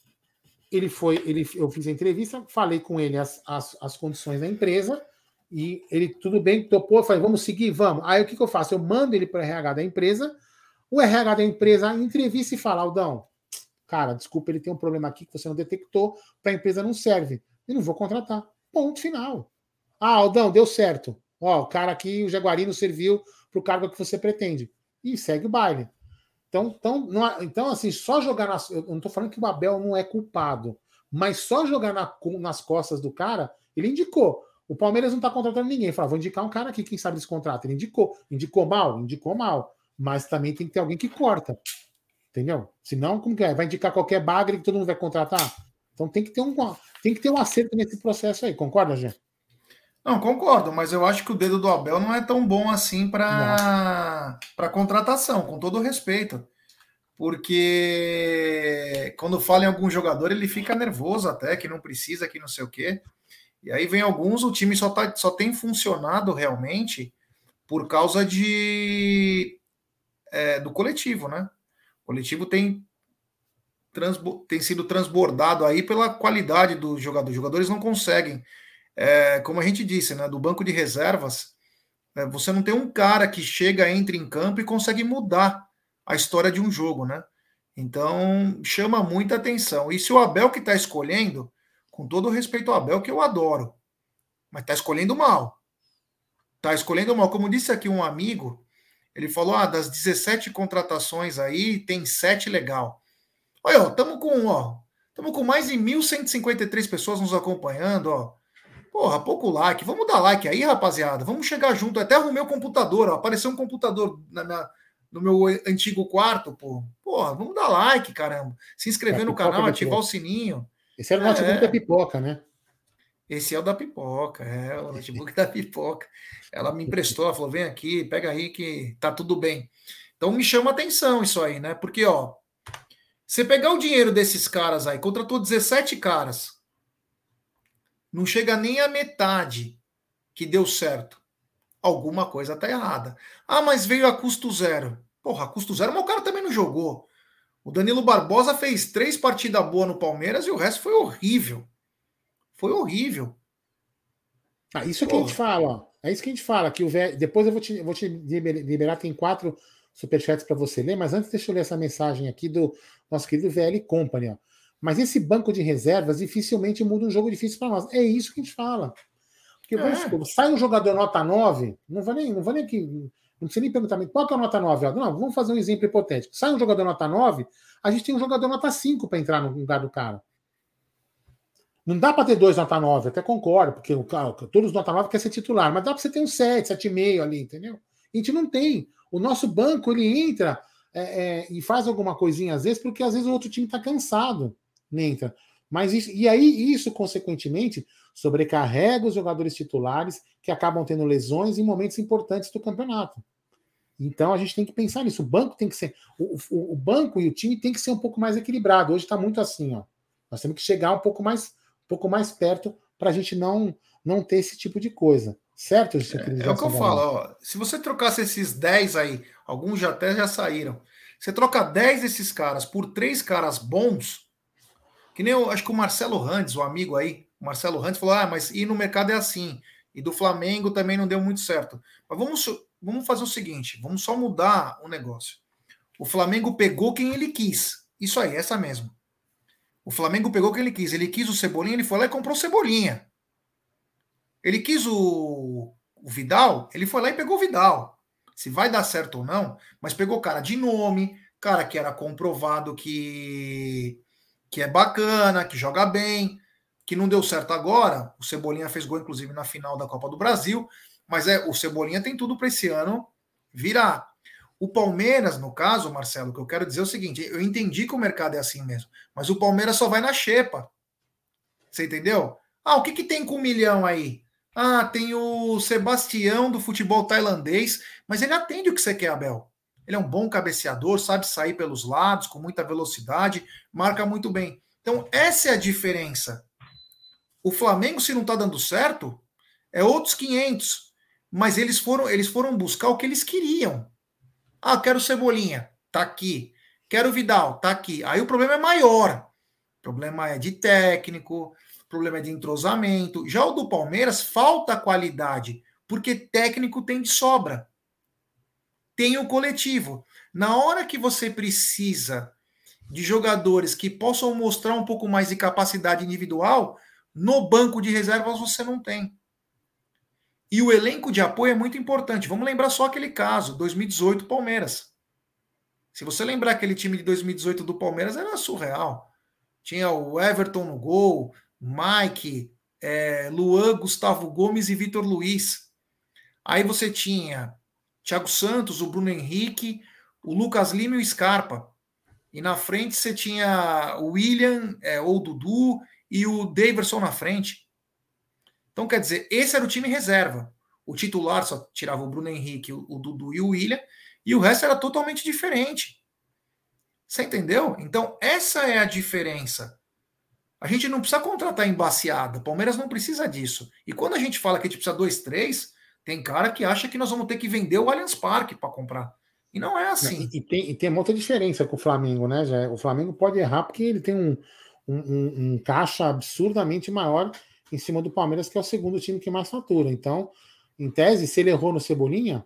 A: Ele foi, ele, eu fiz a entrevista, falei com ele as, as, as condições da empresa e ele, tudo bem, topou, falei, vamos seguir, vamos. Aí o que, que eu faço? Eu mando ele para o R H da empresa, o R H da empresa entrevista e fala, Aldão, cara, desculpa, ele tem um problema aqui que você não detectou, para a empresa não serve. Eu não vou contratar. Ponto final. Ah, Aldão, deu certo. Ó, o cara aqui, o Jaguarino serviu para o cargo que você pretende. E segue o baile. Então, então, não, então, assim, só jogar nas. Eu não estou falando que o Abel não é culpado, mas só jogar na, nas costas do cara, ele indicou. O Palmeiras não está contratando ninguém. Fala, vou indicar um cara aqui, quem sabe descontrata. Ele indicou. Indicou mal? Indicou mal. Mas também tem que ter alguém que corta. Entendeu? Senão, como que é? Vai indicar qualquer bagre que todo mundo vai contratar? Então tem que ter um, tem que ter um acerto nesse processo aí. Concorda, Jean?
C: Não, concordo, mas eu acho que o dedo do Abel não é tão bom assim para contratação, com todo o respeito. Porque quando fala em algum jogador, ele fica nervoso até, que não precisa, que não sei o quê. E aí vem alguns, o time só, tá, só tem funcionado realmente por causa de é, do coletivo, né? O coletivo tem, transbo, tem sido transbordado aí pela qualidade dos jogadores. Os jogadores não conseguem. É, como a gente disse, né, do banco de reservas, é, você não tem um cara que chega, entra em campo e consegue mudar a história de um jogo, né? Então, chama muita atenção. E se o Abel que está escolhendo, com todo o respeito ao Abel, que eu adoro, mas está escolhendo mal. Está escolhendo mal. Como disse aqui um amigo, ele falou, ah, das dezessete contratações aí, tem sete legal. Olha, estamos com, ó, estamos com mais de mil cento e cinquenta e três pessoas nos acompanhando, ó. Porra, pouco like. Vamos dar like aí, rapaziada. Vamos chegar junto. Até arrumei o computador, ó. Apareceu um computador na minha, no meu antigo quarto, pô. Porra, vamos dar like, caramba. Se inscrever no canal, ativar o sininho.
A: Esse era o notebook é. da pipoca, né?
C: Esse é o da pipoca, é o notebook da pipoca. Ela me emprestou, ela falou, vem aqui, pega aí que tá tudo bem. Então me chama atenção isso aí, né? Porque, ó, você pegar o dinheiro desses caras aí, contratou dezessete caras, não chega nem a metade que deu certo. alguma coisa tá errada. Ah, mas veio a custo zero. Porra, a custo zero, mas o cara também não jogou. O Danilo Barbosa fez três partidas boas no Palmeiras e o resto foi horrível. Foi horrível.
A: Ah, isso é que a gente fala, ó. É isso que a gente fala. Que o V... Depois eu vou te, vou te liberar, tem quatro superchats para você ler, mas antes deixa eu ler essa mensagem aqui do nosso querido V L Company. Ó. Mas esse banco de reservas dificilmente muda um jogo difícil para nós. É isso que a gente fala. Porque é. vamos supor, sai um jogador nota nove, não vou nem, não vou nem aqui, não precisa nem perguntar qual que é a nota nove. Ó. Não, vamos fazer um exemplo hipotético. Sai um jogador nota nove, a gente tem um jogador nota cinco para entrar no lugar do cara. Não dá para ter dois nota nove, até concordo, porque o cara, todos os nota nove querem ser titular, mas dá para você ter um sete, sete vírgula cinco ali, entendeu? A gente não tem. O nosso banco, ele entra é, é, e faz alguma coisinha às vezes, porque às vezes o outro time está cansado, nem entra. Mas isso, e aí isso, consequentemente, sobrecarrega os jogadores titulares que acabam tendo lesões em momentos importantes do campeonato. Então a gente tem que pensar nisso. O banco tem que ser. O, o, o banco e o time tem que ser um pouco mais equilibrado. Hoje está muito assim, ó. Nós temos que chegar um pouco mais, um pouco mais perto para a gente não, não ter esse tipo de coisa. Certo?
C: É, é o que eu falo, ó. Se você trocasse esses dez aí, alguns já até já saíram. Você troca dez desses caras por três caras bons, que nem eu acho que o Marcelo Randes, o amigo aí, o Marcelo Randes falou: ah, mas ir no mercado é assim. E do Flamengo também não deu muito certo. Mas vamos, vamos fazer o seguinte: vamos só mudar o negócio. O Flamengo pegou quem ele quis. Isso aí, essa mesmo. O Flamengo pegou quem ele quis. Ele quis o Cebolinha, ele foi lá e comprou o Cebolinha. Ele quis o, o Vidal, ele foi lá e pegou o Vidal. Se vai dar certo ou não, mas pegou cara de nome, cara que era comprovado que, que é bacana, que joga bem, que não deu certo agora. O Cebolinha fez gol, inclusive, na final da Copa do Brasil, mas é o Cebolinha tem tudo para esse ano virar. O Palmeiras, no caso, Marcelo, o que eu quero dizer é o seguinte: eu entendi que o mercado é assim mesmo, mas o Palmeiras só vai na xepa. Você entendeu? Ah, o que, que tem com um milhão aí? Ah, tem o Sebastião do futebol tailandês, mas ele atende o que você quer, Abel. Ele é um bom cabeceador, sabe sair pelos lados, com muita velocidade, marca muito bem. Então, essa é a diferença. O Flamengo, se não está dando certo, é outros quinhentos. Mas eles foram, eles foram buscar o que eles queriam. Ah, quero Cebolinha, tá aqui. Quero Vidal, tá aqui. Aí o problema é maior. O problema é de técnico, o problema é de entrosamento. Já o do Palmeiras, falta qualidade, porque técnico tem de sobra. Tem o coletivo. Na hora que você precisa de jogadores que possam mostrar um pouco mais de capacidade individual, no banco de reservas você não tem. E o elenco de apoio é muito importante. Vamos lembrar só aquele caso, dois mil e dezoito Palmeiras. Se você lembrar aquele time de dois mil e dezoito do Palmeiras, era surreal. Tinha o Everton no gol, Mike, é, Luan, Gustavo Gomes e Vitor Luiz. Aí você tinha Thiago Santos, o Bruno Henrique, o Lucas Lima e o Scarpa. E na frente você tinha o William, é, ou o Dudu, e o Daverson na frente. Então, quer dizer, esse era o time reserva. O titular só tirava o Bruno Henrique, o, o Dudu e o William, e o resto era totalmente diferente. Você entendeu? Então, essa é a diferença. A gente não precisa contratar embaciada. O Palmeiras não precisa disso. E quando a gente fala que a gente precisa dois, três, tem cara que acha que nós vamos ter que vender o Allianz Parque para comprar. E não é assim.
A: E, e, tem, e tem muita diferença com o Flamengo, né, Jé? O Flamengo pode errar porque ele tem um, um, um, um caixa absurdamente maior em cima do Palmeiras, que é o segundo time que mais fatura. Então, em tese, se ele errou no Cebolinha,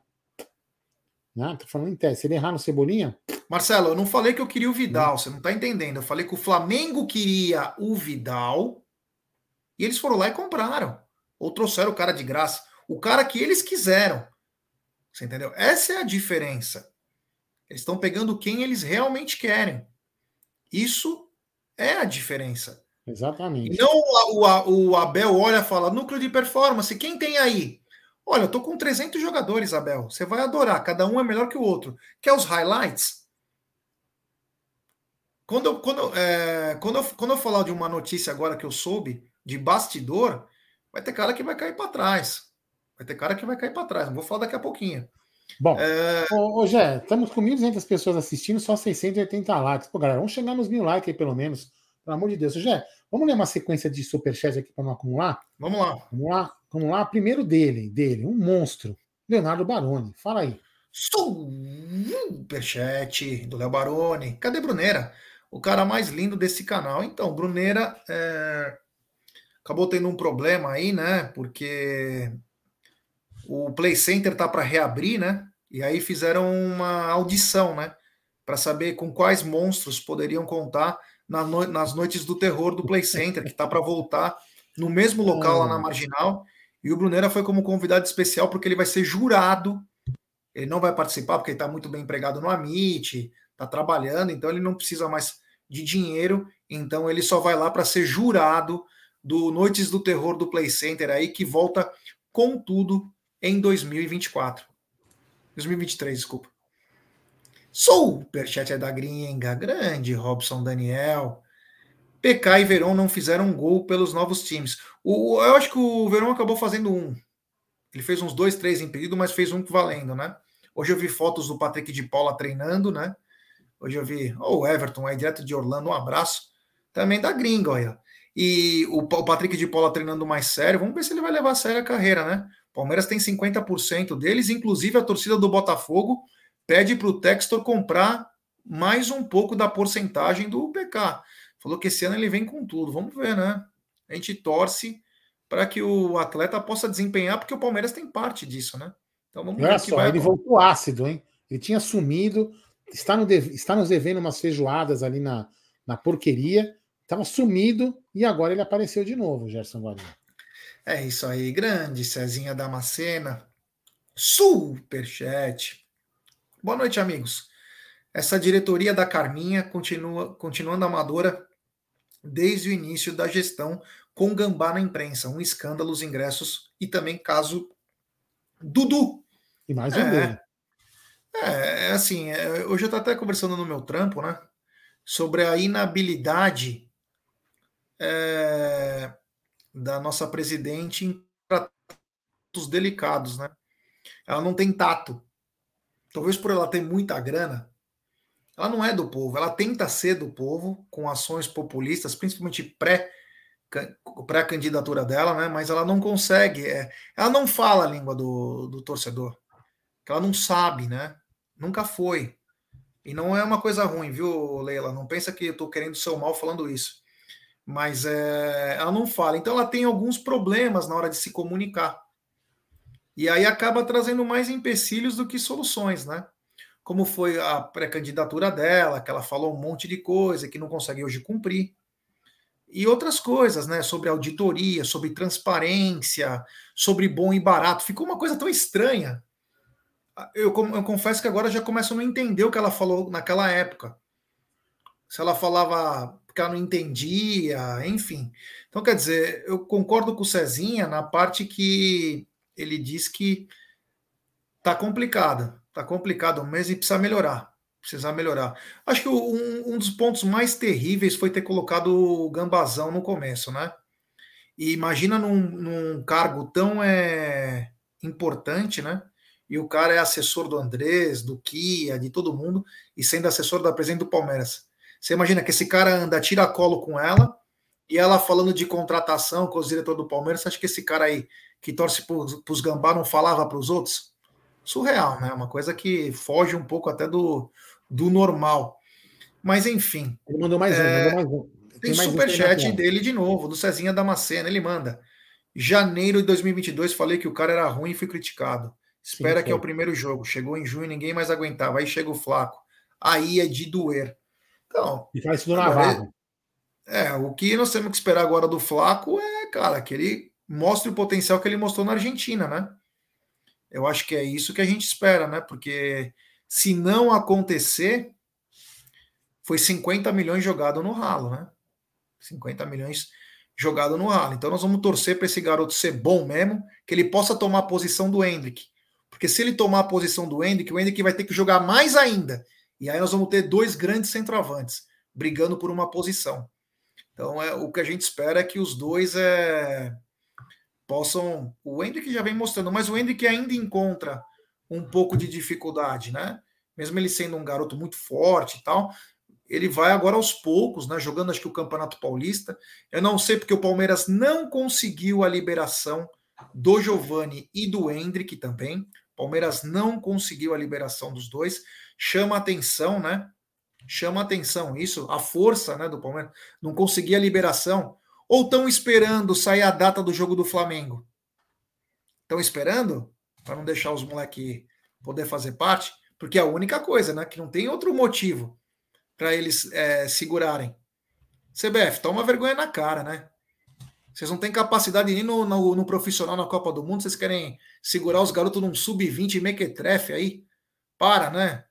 A: né? Tô falando em tese, se ele errar no Cebolinha.
C: Marcelo, eu não falei que eu queria o Vidal, você não tá entendendo. Eu falei que o Flamengo queria o Vidal e eles foram lá e compraram. Ou trouxeram o cara de graça. O cara que eles quiseram. Você entendeu? Essa é a diferença. Eles estão pegando quem eles realmente querem. Isso é a diferença.
A: Exatamente.
C: E não o, o, o Abel olha e fala, núcleo de performance, quem tem aí? Olha, eu tô com trezentos jogadores, Abel. Você vai adorar, cada um é melhor que o outro. Quer os highlights? Quando eu, quando, é, quando, eu, quando eu falar de uma notícia agora que eu soube, de bastidor, vai ter cara que vai cair para trás. Vai ter cara que vai cair para trás. Não vou falar daqui a pouquinho.
A: Bom, é... ô, ô Gé, estamos com mil e duzentas pessoas assistindo, só seiscentos e oitenta likes. Pô, galera, vamos chegar nos mil likes aí, pelo menos. Pelo amor de Deus. Gé, vamos ler uma sequência de superchat aqui para não acumular?
C: Vamos lá.
A: Vamos lá. Vamos lá. Primeiro dele, dele, um monstro. Leonardo Baroni. Fala aí.
C: Superchat do Léo Baroni. Cadê Brunera? O cara mais lindo desse canal. Então, Brunera é, acabou tendo um problema aí, né? Porque o Play Center tá para reabrir, né? E aí fizeram uma audição, né? Para saber com quais monstros poderiam contar na no... nas noites do terror do Play Center, que tá para voltar no mesmo local lá na Marginal. E o Brunera foi como convidado especial porque ele vai ser jurado. Ele não vai participar porque ele está muito bem empregado no Amit, está trabalhando, então ele não precisa mais de dinheiro, então ele só vai lá para ser jurado do Noites do Terror do Play Center aí, que volta com tudo em dois mil e vinte e quatro. dois mil e vinte e três, desculpa. Superchat é da gringa, grande Robson Daniel. P K e Verón não fizeram um gol pelos novos times. O, eu acho que o Verón acabou fazendo um. Ele fez uns dois, três impedidos, mas fez um valendo, né? Hoje eu vi fotos do Patrick de Paula treinando, né? Hoje eu vi oh, o Everton aí, direto de Orlando, um abraço. Também da gringa, olha. E o, o Patrick de Paula treinando mais sério, vamos ver se ele vai levar a sério a carreira, né? O Palmeiras tem cinquenta por cento deles, inclusive a torcida do Botafogo pede para o Textor comprar mais um pouco da porcentagem do P K. Falou que esse ano ele vem com tudo. Vamos ver, né? A gente torce para que o atleta possa desempenhar, porque o Palmeiras tem parte disso, né? Então vamos
A: Olha
C: ver o que
A: só,
C: vai
A: ele
C: acontecer.
A: voltou ácido, hein? Ele tinha sumido, está, no deve, está nos devendo umas feijoadas ali na, na porqueria, estava sumido e agora ele apareceu de novo, Gerson Guarino.
C: É isso aí, grande Cezinha Damascena. Superchat. Boa noite, amigos. Essa diretoria da Carminha continua continuando amadora desde o início da gestão, com gambá na imprensa, um escândalo, os ingressos e também caso Dudu.
A: E mais um
C: é,
A: gol.
C: É, é assim, é, hoje eu estou até conversando no meu trampo, né, sobre a inabilidade é, da nossa presidente em tratos delicados, né? Ela não tem tato. Talvez por ela ter muita grana, ela não é do povo, ela tenta ser do povo com ações populistas, principalmente pré pré-candidatura dela, né? Mas ela não consegue, é, ela não fala a língua do, do torcedor, que ela não sabe, né? Nunca foi. E não é uma coisa ruim, viu, Leila? Não pensa que eu estou querendo seu mal falando isso. Mas é, ela não fala. Então ela tem alguns problemas na hora de se comunicar. E aí acaba trazendo mais empecilhos do que soluções, né? Como foi a pré-candidatura dela, que ela falou um monte de coisa que não consegue hoje cumprir. E outras coisas, né? Sobre auditoria, sobre transparência, sobre bom e barato. Ficou uma coisa tão estranha. Eu, eu confesso que agora já começo a não entender o que ela falou naquela época. Se ela falava porque ela não entendia, enfim. Então, quer dizer, eu concordo com o Cezinha na parte que ele diz que tá complicado. Tá complicado mesmo e precisa melhorar. Precisa melhorar. Acho que um, um dos pontos mais terríveis foi ter colocado o Gambazão no começo, né? E imagina num, num cargo tão é, importante, né? E o cara é assessor do Andrés, do Kia, de todo mundo, e sendo assessor da presidente do Palmeiras. Você imagina que esse cara anda tira colo com ela, e ela falando de contratação com os diretores do Palmeiras, você acha que esse cara aí, que torce para os gambá, não falava para os outros? Surreal, né? Uma coisa que foge um pouco até do, do normal. Mas, enfim.
A: Ele mandou mais
C: é,
A: um, mandou mais um.
C: Tem, tem superchat dele de novo, do Cezinha Damascena. Ele manda. Janeiro de dois mil e vinte e dois, falei que o cara era ruim e fui criticado. Espera Sim, que é o primeiro jogo. Chegou em junho, ninguém mais aguentava. Aí chega o Flaco. Aí é de doer. Então.
A: E faz isso do Navarro.
C: É, o que nós temos que esperar agora do Flaco é, cara, que ele mostre o potencial que ele mostrou na Argentina, né? Eu acho que é isso que a gente espera, né? Porque se não acontecer, foi cinquenta milhões jogado no ralo, né? cinquenta milhões jogado no ralo. Então nós vamos torcer para esse garoto ser bom mesmo, que ele possa tomar a posição do Endrick. Porque se ele tomar a posição do Endrick, o Endrick vai ter que jogar mais ainda. E aí nós vamos ter dois grandes centroavantes brigando por uma posição. Então é, o que a gente espera é que os dois é, possam... O Endrick já vem mostrando, mas o Endrick ainda encontra um pouco de dificuldade, né? Mesmo ele sendo um garoto muito forte e tal, ele vai agora aos poucos, né, jogando acho que o Campeonato Paulista. Eu não sei porque o Palmeiras não conseguiu a liberação do Giovani e do Endrick também. O Palmeiras não conseguiu a liberação dos dois. Chama atenção, né? Chama atenção isso, a força, né, do Palmeiras. Não conseguia a liberação. Ou estão esperando sair a data do jogo do Flamengo? Estão esperando? Para não deixar os moleques poder fazer parte? Porque é a única coisa, né? Que não tem outro motivo para eles é, segurarem. C B F, toma vergonha na cara, né? Vocês não têm capacidade nem no, no, no profissional na Copa do Mundo, vocês querem segurar os garotos num sub vinte mequetrefe aí? Para, né?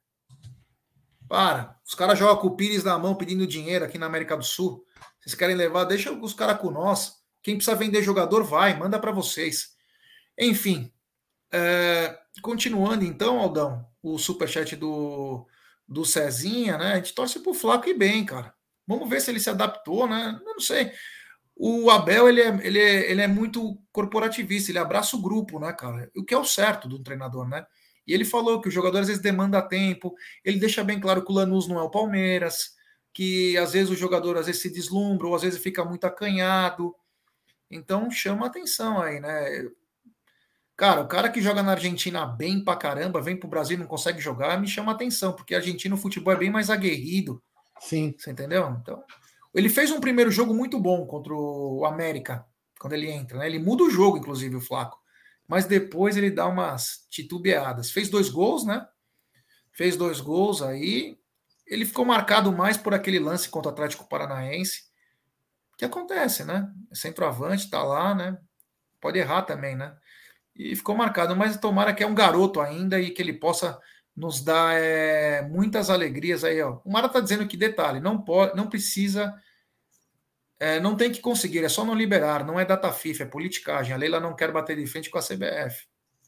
C: Para. Os caras jogam com o Pires na mão pedindo dinheiro aqui na América do Sul. Vocês querem levar, deixa os caras com nós. Quem precisa vender jogador, vai, manda para vocês. Enfim, é, continuando então, Aldão, o superchat do, do Cezinha, né? A gente torce pro Flaco e bem, cara. Vamos ver se ele se adaptou, né? Eu não sei. O Abel, ele é, ele, é, ele é muito corporativista, ele abraça o grupo, né, cara? O que é o certo do treinador, né? E ele falou que o jogador às vezes demanda tempo, ele deixa bem claro que o Lanús não é o Palmeiras, que às vezes o jogador às vezes se deslumbra, ou às vezes fica muito acanhado. Então chama atenção aí, né? Cara, o cara que joga na Argentina bem pra caramba, vem pro Brasil e não consegue jogar, me chama atenção, porque a Argentina, o futebol é bem mais aguerrido.
A: Sim.
C: Você entendeu? Então, ele fez um primeiro jogo muito bom contra o América, quando ele entra, né? Ele muda o jogo, inclusive, o Flaco. Mas depois ele dá umas titubeadas. Fez dois gols, né? Fez dois gols aí. Ele ficou marcado mais por aquele lance contra o Atlético Paranaense. Que acontece, né? Centroavante, tá lá, né? Pode errar também, né? E ficou marcado. Mas tomara que é um garoto ainda e que ele possa nos dar é, muitas alegrias aí, ó. O Mara tá dizendo que, detalhe, não, pode, não precisa... É, não tem que conseguir, é só não liberar, não é data FIFA, é politicagem. A Leila não quer bater de frente com a C B F.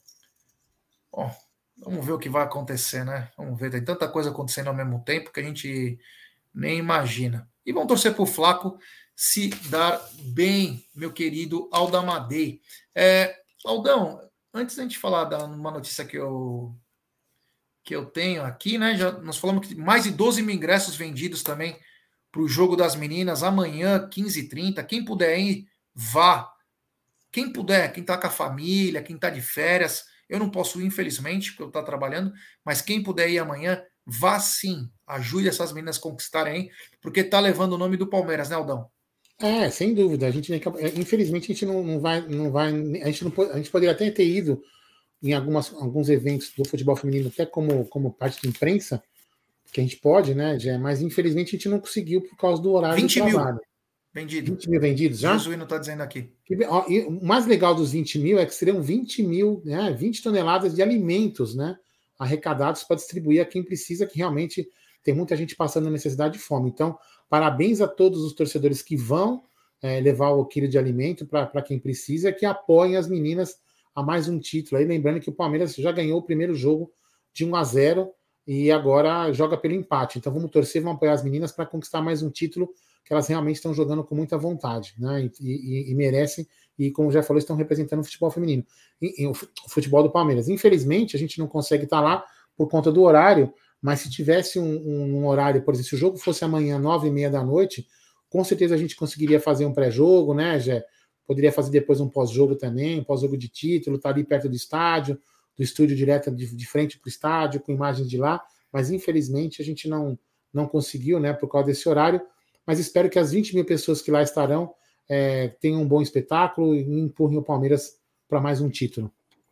C: Bom, vamos ver o que vai acontecer, né? Vamos ver, tem tanta coisa acontecendo ao mesmo tempo que a gente nem imagina. E vamos torcer para o Flaco se dar bem, meu querido Aldamadei. É, Aldão, antes da gente falar de uma notícia que eu, que eu tenho aqui, né? Já, nós falamos que mais de doze mil ingressos vendidos também para o jogo das meninas, amanhã, quinze e trinta. Quem puder ir, vá. Quem puder, quem está com a família, quem está de férias, eu não posso ir, infelizmente, porque eu estou trabalhando, mas quem puder ir amanhã, vá sim. Ajude essas meninas a conquistarem aí, porque está levando o nome do Palmeiras, né, Aldão?
A: É, sem dúvida. A gente, infelizmente, a gente não, não vai. Não vai a, gente não, a gente poderia até ter ido em algumas, alguns eventos do futebol feminino, até como, como parte de imprensa, que a gente pode, né, Jé? Mas infelizmente a gente não conseguiu por causa do horário
C: vinte
A: do trabalho.
C: Mil vendido.
A: vinte mil vendidos já?
C: Jesuíno está dizendo aqui.
A: E o mais legal dos vinte mil é que seriam vinte mil, né, vinte toneladas de alimentos, né, arrecadados para distribuir a quem precisa, que realmente tem muita gente passando necessidade de fome. Então, parabéns a todos os torcedores que vão é, levar o quilo de alimento para quem precisa, que apoiem as meninas a mais um título. Aí, lembrando que o Palmeiras já ganhou o primeiro jogo de um a zero e agora joga pelo empate. Então vamos torcer, vamos apoiar as meninas para conquistar mais um título que elas realmente estão jogando com muita vontade, né? E, e, e merecem, e como já falou, estão representando o futebol feminino, e, e o futebol do Palmeiras. Infelizmente, a gente não consegue estar lá por conta do horário, mas se tivesse um, um horário, por exemplo, se o jogo fosse amanhã, nove e meia da noite, com certeza a gente conseguiria fazer um pré-jogo, né, Gé? Poderia fazer depois um pós-jogo também, um pós-jogo de título, tá ali perto do estádio, do estúdio direto de, de frente para o estádio, com imagens de lá, mas infelizmente a gente não, não conseguiu, né, por causa desse horário, mas espero que as vinte mil pessoas que lá estarão é, tenham um bom espetáculo e empurrem o Palmeiras para mais um título.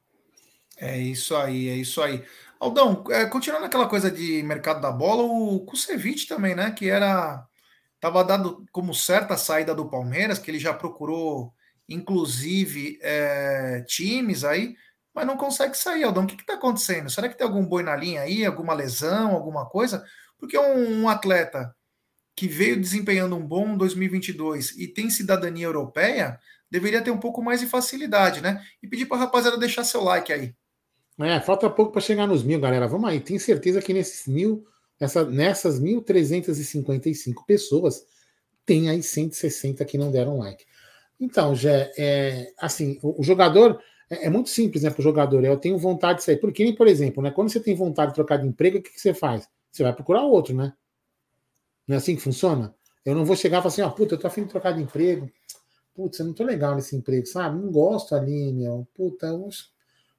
C: É isso aí, é isso aí. Aldão, é, continuando aquela coisa de mercado da bola, o Kusevich também, né, que era, estava dado como certa a saída do Palmeiras, que ele já procurou, inclusive, é, times aí, mas não consegue sair, Aldão. O que está acontecendo? Será que tem algum boi na linha aí, alguma lesão, alguma coisa? Porque um, um atleta que veio desempenhando um bom dois mil e vinte e dois e tem cidadania europeia, deveria ter um pouco mais de facilidade, né? E pedir para a rapaziada deixar seu like aí.
A: É, falta pouco para chegar nos mil, galera. Vamos aí. Tenho certeza que nesses mil, nessa, nessas mil trezentas e cinquenta e cinco pessoas, tem aí cento e sessenta que não deram like. Então, já é assim, o, o jogador é, é muito simples, né? Para o jogador, eu tenho vontade de sair. Porque nem, por exemplo, né? Quando você tem vontade de trocar de emprego, o que, que você faz? Você vai procurar outro, né? Não é assim que funciona? Eu não vou chegar e falar assim, ó, puta, eu tô afim de trocar de emprego. Putz, eu não tô legal nesse emprego, sabe? Não gosto ali, meu. Puta, eu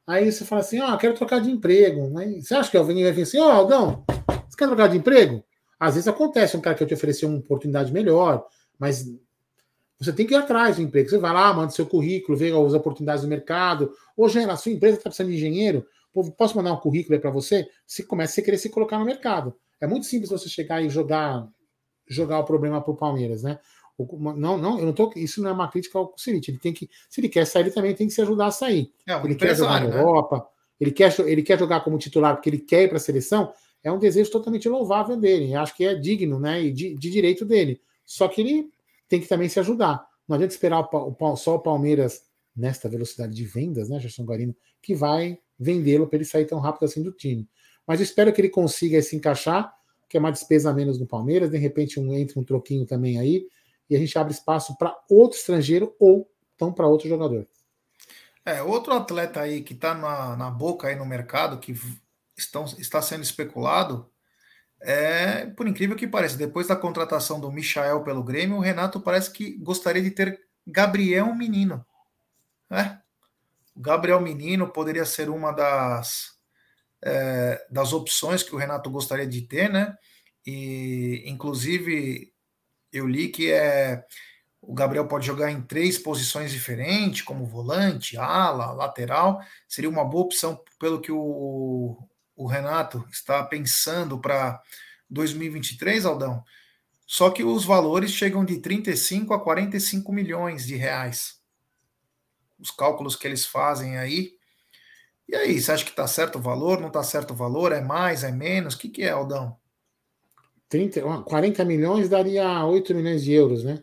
A: Aí você fala assim, ó, oh, quero trocar de emprego. Né? Você acha que alguém vai vir assim, ó, oh, Aldão, você quer trocar de emprego? Às vezes acontece um cara que te oferecer uma oportunidade melhor, mas você tem que ir atrás do emprego. Você vai lá, manda seu currículo, vê as oportunidades do mercado. Ou, Gena, a sua empresa está precisando de engenheiro, posso mandar um currículo aí para você? Você começa a querer se colocar no mercado. É muito simples você chegar e jogar, jogar o problema para o Palmeiras, né? Não, não, eu não tô, isso não é uma crítica ao Kusevich. Ele tem que, se ele quer sair, ele também tem que se ajudar a sair.
C: É um
A: ele quer jogar na
C: né?
A: Europa, ele quer, ele quer jogar como titular porque ele quer ir para a seleção. É um desejo totalmente louvável dele. Acho que é digno, né? E de, de direito dele. Só que ele tem que também se ajudar. Não adianta esperar o, o, só o Palmeiras nesta velocidade de vendas, né, Gerson Guarino, que vai vendê-lo para ele sair tão rápido assim do time. Mas eu espero que ele consiga se encaixar, que é uma despesa a menos no Palmeiras, de repente um, entra um troquinho também aí, e a gente abre espaço para outro estrangeiro ou então para outro jogador.
C: É, outro atleta aí que está na, na boca aí no mercado, que estão, está sendo especulado, é, por incrível que pareça, depois da contratação do Michael pelo Grêmio, o Renato parece que gostaria de ter Gabriel Menino. É, o Gabriel Menino poderia ser uma das, é, das opções que o Renato gostaria de ter, né? E, inclusive, eu li que é, o Gabriel pode jogar em três posições diferentes, como volante, ala, lateral. Seria uma boa opção pelo que o, o Renato está pensando para dois mil e vinte e três, Aldão. Só que os valores chegam de trinta e cinco a quarenta e cinco milhões de reais. Os cálculos que eles fazem aí. E aí, você acha que está certo o valor? Não está certo o valor? É mais? É menos? O que, que é, Aldão?
A: trinta, quarenta milhões daria oito milhões de euros, né?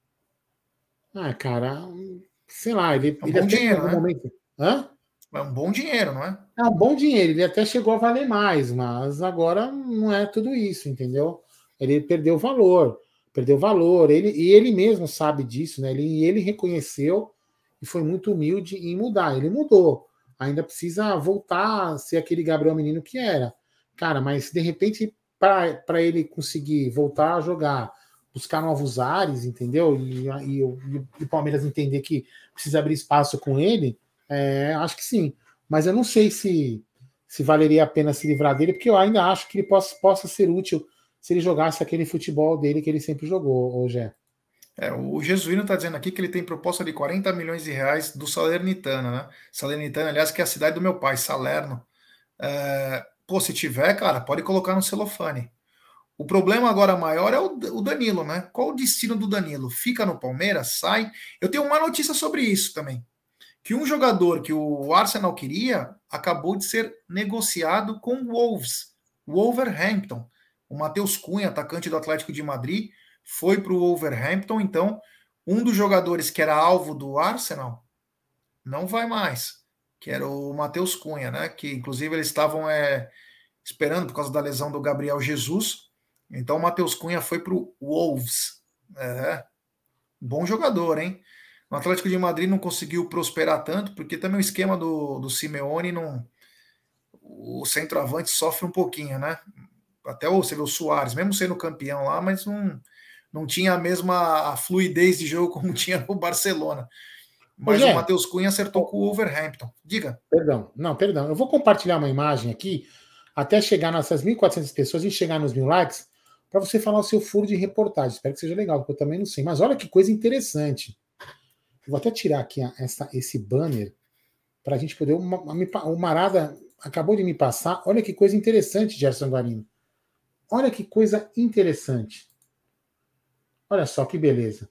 A: Ah, cara, sei lá, ele,
C: É um
A: ele
C: bom
A: até em
C: dinheiro,
A: algum
C: né?
A: momento. Hã?
C: É um bom dinheiro, não é?
A: É um bom dinheiro, ele até chegou a valer mais, mas agora não é tudo isso, entendeu? Ele perdeu valor, perdeu valor, ele, e ele mesmo sabe disso, né? Ele, ele reconheceu e foi muito humilde em mudar. Ele mudou, ainda precisa voltar a ser aquele Gabriel Menino que era. Cara, mas de repente, para ele conseguir voltar a jogar, buscar novos ares, entendeu? E, e, e o Palmeiras entender que precisa abrir espaço com ele, é, acho que sim. Mas eu não sei se, se valeria a pena se livrar dele, porque eu ainda acho que ele possa, possa ser útil se ele jogasse aquele futebol dele que ele sempre jogou, hoje.
C: É, o Jesuíno está dizendo aqui que ele tem proposta de quarenta milhões de reais do Salernitana, né? Salernitana, aliás, que é a cidade do meu pai, Salerno. É, pô, se tiver, cara, pode colocar no celofane. O problema agora maior é o Danilo, né? Qual o destino do Danilo? Fica no Palmeiras? Sai? Eu tenho uma notícia sobre isso também. Que um jogador que o Arsenal queria acabou de ser negociado com o Wolves, Wolverhampton. O Matheus Cunha, atacante do Atlético de Madrid, foi para o Wolverhampton. Então, um dos jogadores que era alvo do Arsenal não vai mais, que era o Matheus Cunha, né? Que inclusive eles estavam é, esperando por causa da lesão do Gabriel Jesus. Então, o Matheus Cunha foi para o Wolves. É, bom jogador, hein? O Atlético de Madrid não conseguiu prosperar tanto, porque também o esquema do, do Simeone, não, o centroavante sofre um pouquinho, né? Até o, você vê o Suárez, mesmo sendo campeão lá, mas não, não tinha a mesma fluidez de jogo como tinha no Barcelona. Mas Ô, o Matheus Cunha acertou com o Wolverhampton. Diga.
A: Perdão, não, perdão. Eu vou compartilhar uma imagem aqui, até chegar nessas mil e quatrocentas pessoas e chegar nos mil likes, para você falar o seu furo de reportagem. Espero que seja legal, porque eu também não sei. Mas olha que coisa interessante. Eu vou até tirar aqui essa, esse banner para a gente poder. Uma, uma, o Marada acabou de me passar. Olha que coisa interessante, Gerson Guarino. Olha que coisa interessante. Olha só que beleza.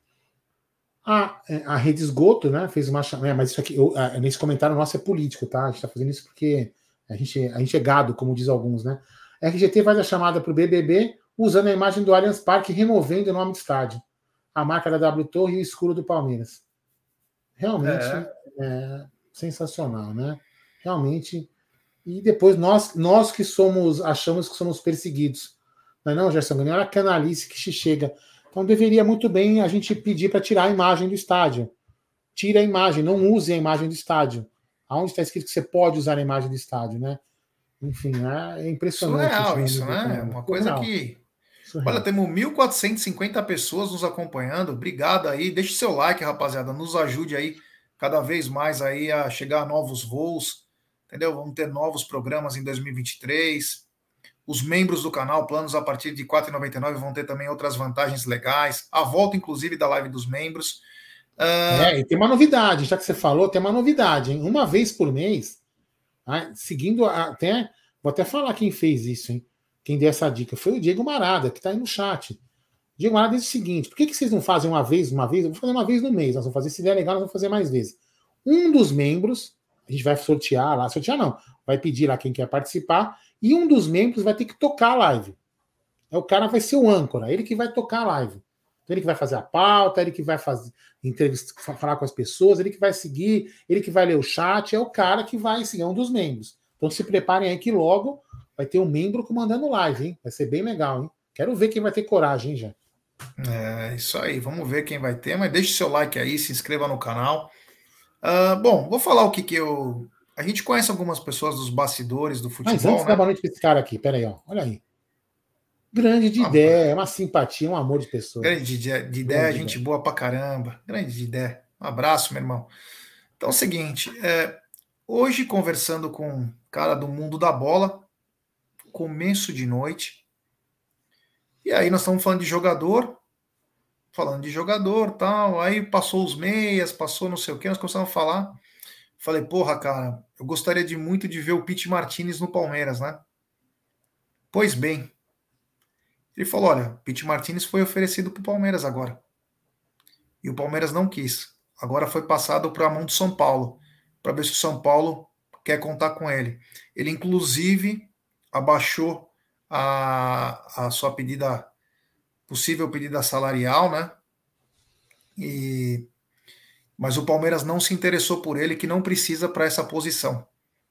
A: A, a Rede Esgoto, né, fez uma chamada. Mas isso aqui, eu, nesse comentário nosso é político, tá? A gente está fazendo isso porque a gente, a gente é gado, como diz alguns, né? A R G T faz a chamada para o B B B usando a imagem do Allianz Parque, removendo o nome do estádio. A marca da W Torre e o escuro do Palmeiras. Realmente é. É sensacional, né? Realmente. E depois nós, nós que somos, achamos que somos perseguidos. Não é não, Gerson? Olha a canalice que chega. Então deveria muito bem a gente pedir para tirar a imagem do estádio. Tire a imagem, não use a imagem do estádio. Aonde está escrito que você pode usar a imagem do estádio, né? Enfim, é impressionante.
C: Surreal isso, né? Uma coisa Surreal. que... Surreal. Olha, temos mil quatrocentas e cinquenta pessoas nos acompanhando. Obrigado aí. Deixe seu like, rapaziada. Nos ajude aí cada vez mais aí a chegar a novos voos. entendeu? Vamos ter novos programas em dois mil e vinte e três. Os membros do canal, planos a partir de quatro reais e noventa e nove centavos, vão ter também outras vantagens legais. A volta, inclusive, da live dos membros.
A: Uh... É, e tem uma novidade, já que você falou, tem uma novidade, hein? Uma vez por mês, ah, seguindo até. Vou até falar quem fez isso, hein? Quem deu essa dica. Foi o Diego Marada, que está aí no chat. Diego Marada diz o seguinte: por que, que vocês não fazem uma vez, uma vez? Eu vou fazer uma vez no mês, nós vamos fazer, se der legal, nós vamos fazer mais vezes. Um dos membros, a gente vai sortear lá, sortear não, vai pedir lá quem quer participar, e um dos membros vai ter que tocar a live. É, o cara vai ser o âncora, ele que vai tocar a live. Então ele que vai fazer a pauta, ele que vai fazer entrevista, falar com as pessoas, ele que vai seguir, ele que vai ler o chat, é o cara que vai seguir, é um dos membros. Então se preparem aí que logo vai ter um membro comandando live, hein? Vai ser bem legal, hein? Quero ver quem vai ter coragem, hein, já.
C: É, isso aí, vamos ver quem vai ter, mas deixe seu like aí, se inscreva no canal. Uh, bom, vou falar o que que eu... A gente conhece algumas pessoas dos bastidores do futebol,
A: mas antes
C: né?
A: da boa noite pra esse cara aqui, peraí, ó, olha aí. Grande de ah, ideia, é uma simpatia, um amor de pessoa.
C: Grande de, de ideia, grande gente ideia. Boa pra caramba. Grande de ideia. Um abraço, meu irmão. Então é o seguinte, é, hoje conversando com um cara do mundo da bola, começo de noite, e aí nós estamos falando de jogador, falando de jogador tal, aí passou os meias, passou não sei o que, nós começamos a falar, falei, porra, cara, eu gostaria de muito de ver o Pity Martinez no Palmeiras, né? Pois bem, ele falou, olha, o Pity Martinez foi oferecido para o Palmeiras agora, e o Palmeiras não quis, agora foi passado para a mão do São Paulo, para ver se o São Paulo quer contar com ele. Ele, inclusive, abaixou a, a sua pedida, possível pedida salarial, né? E, mas o Palmeiras não se interessou por ele, que não precisa para essa posição.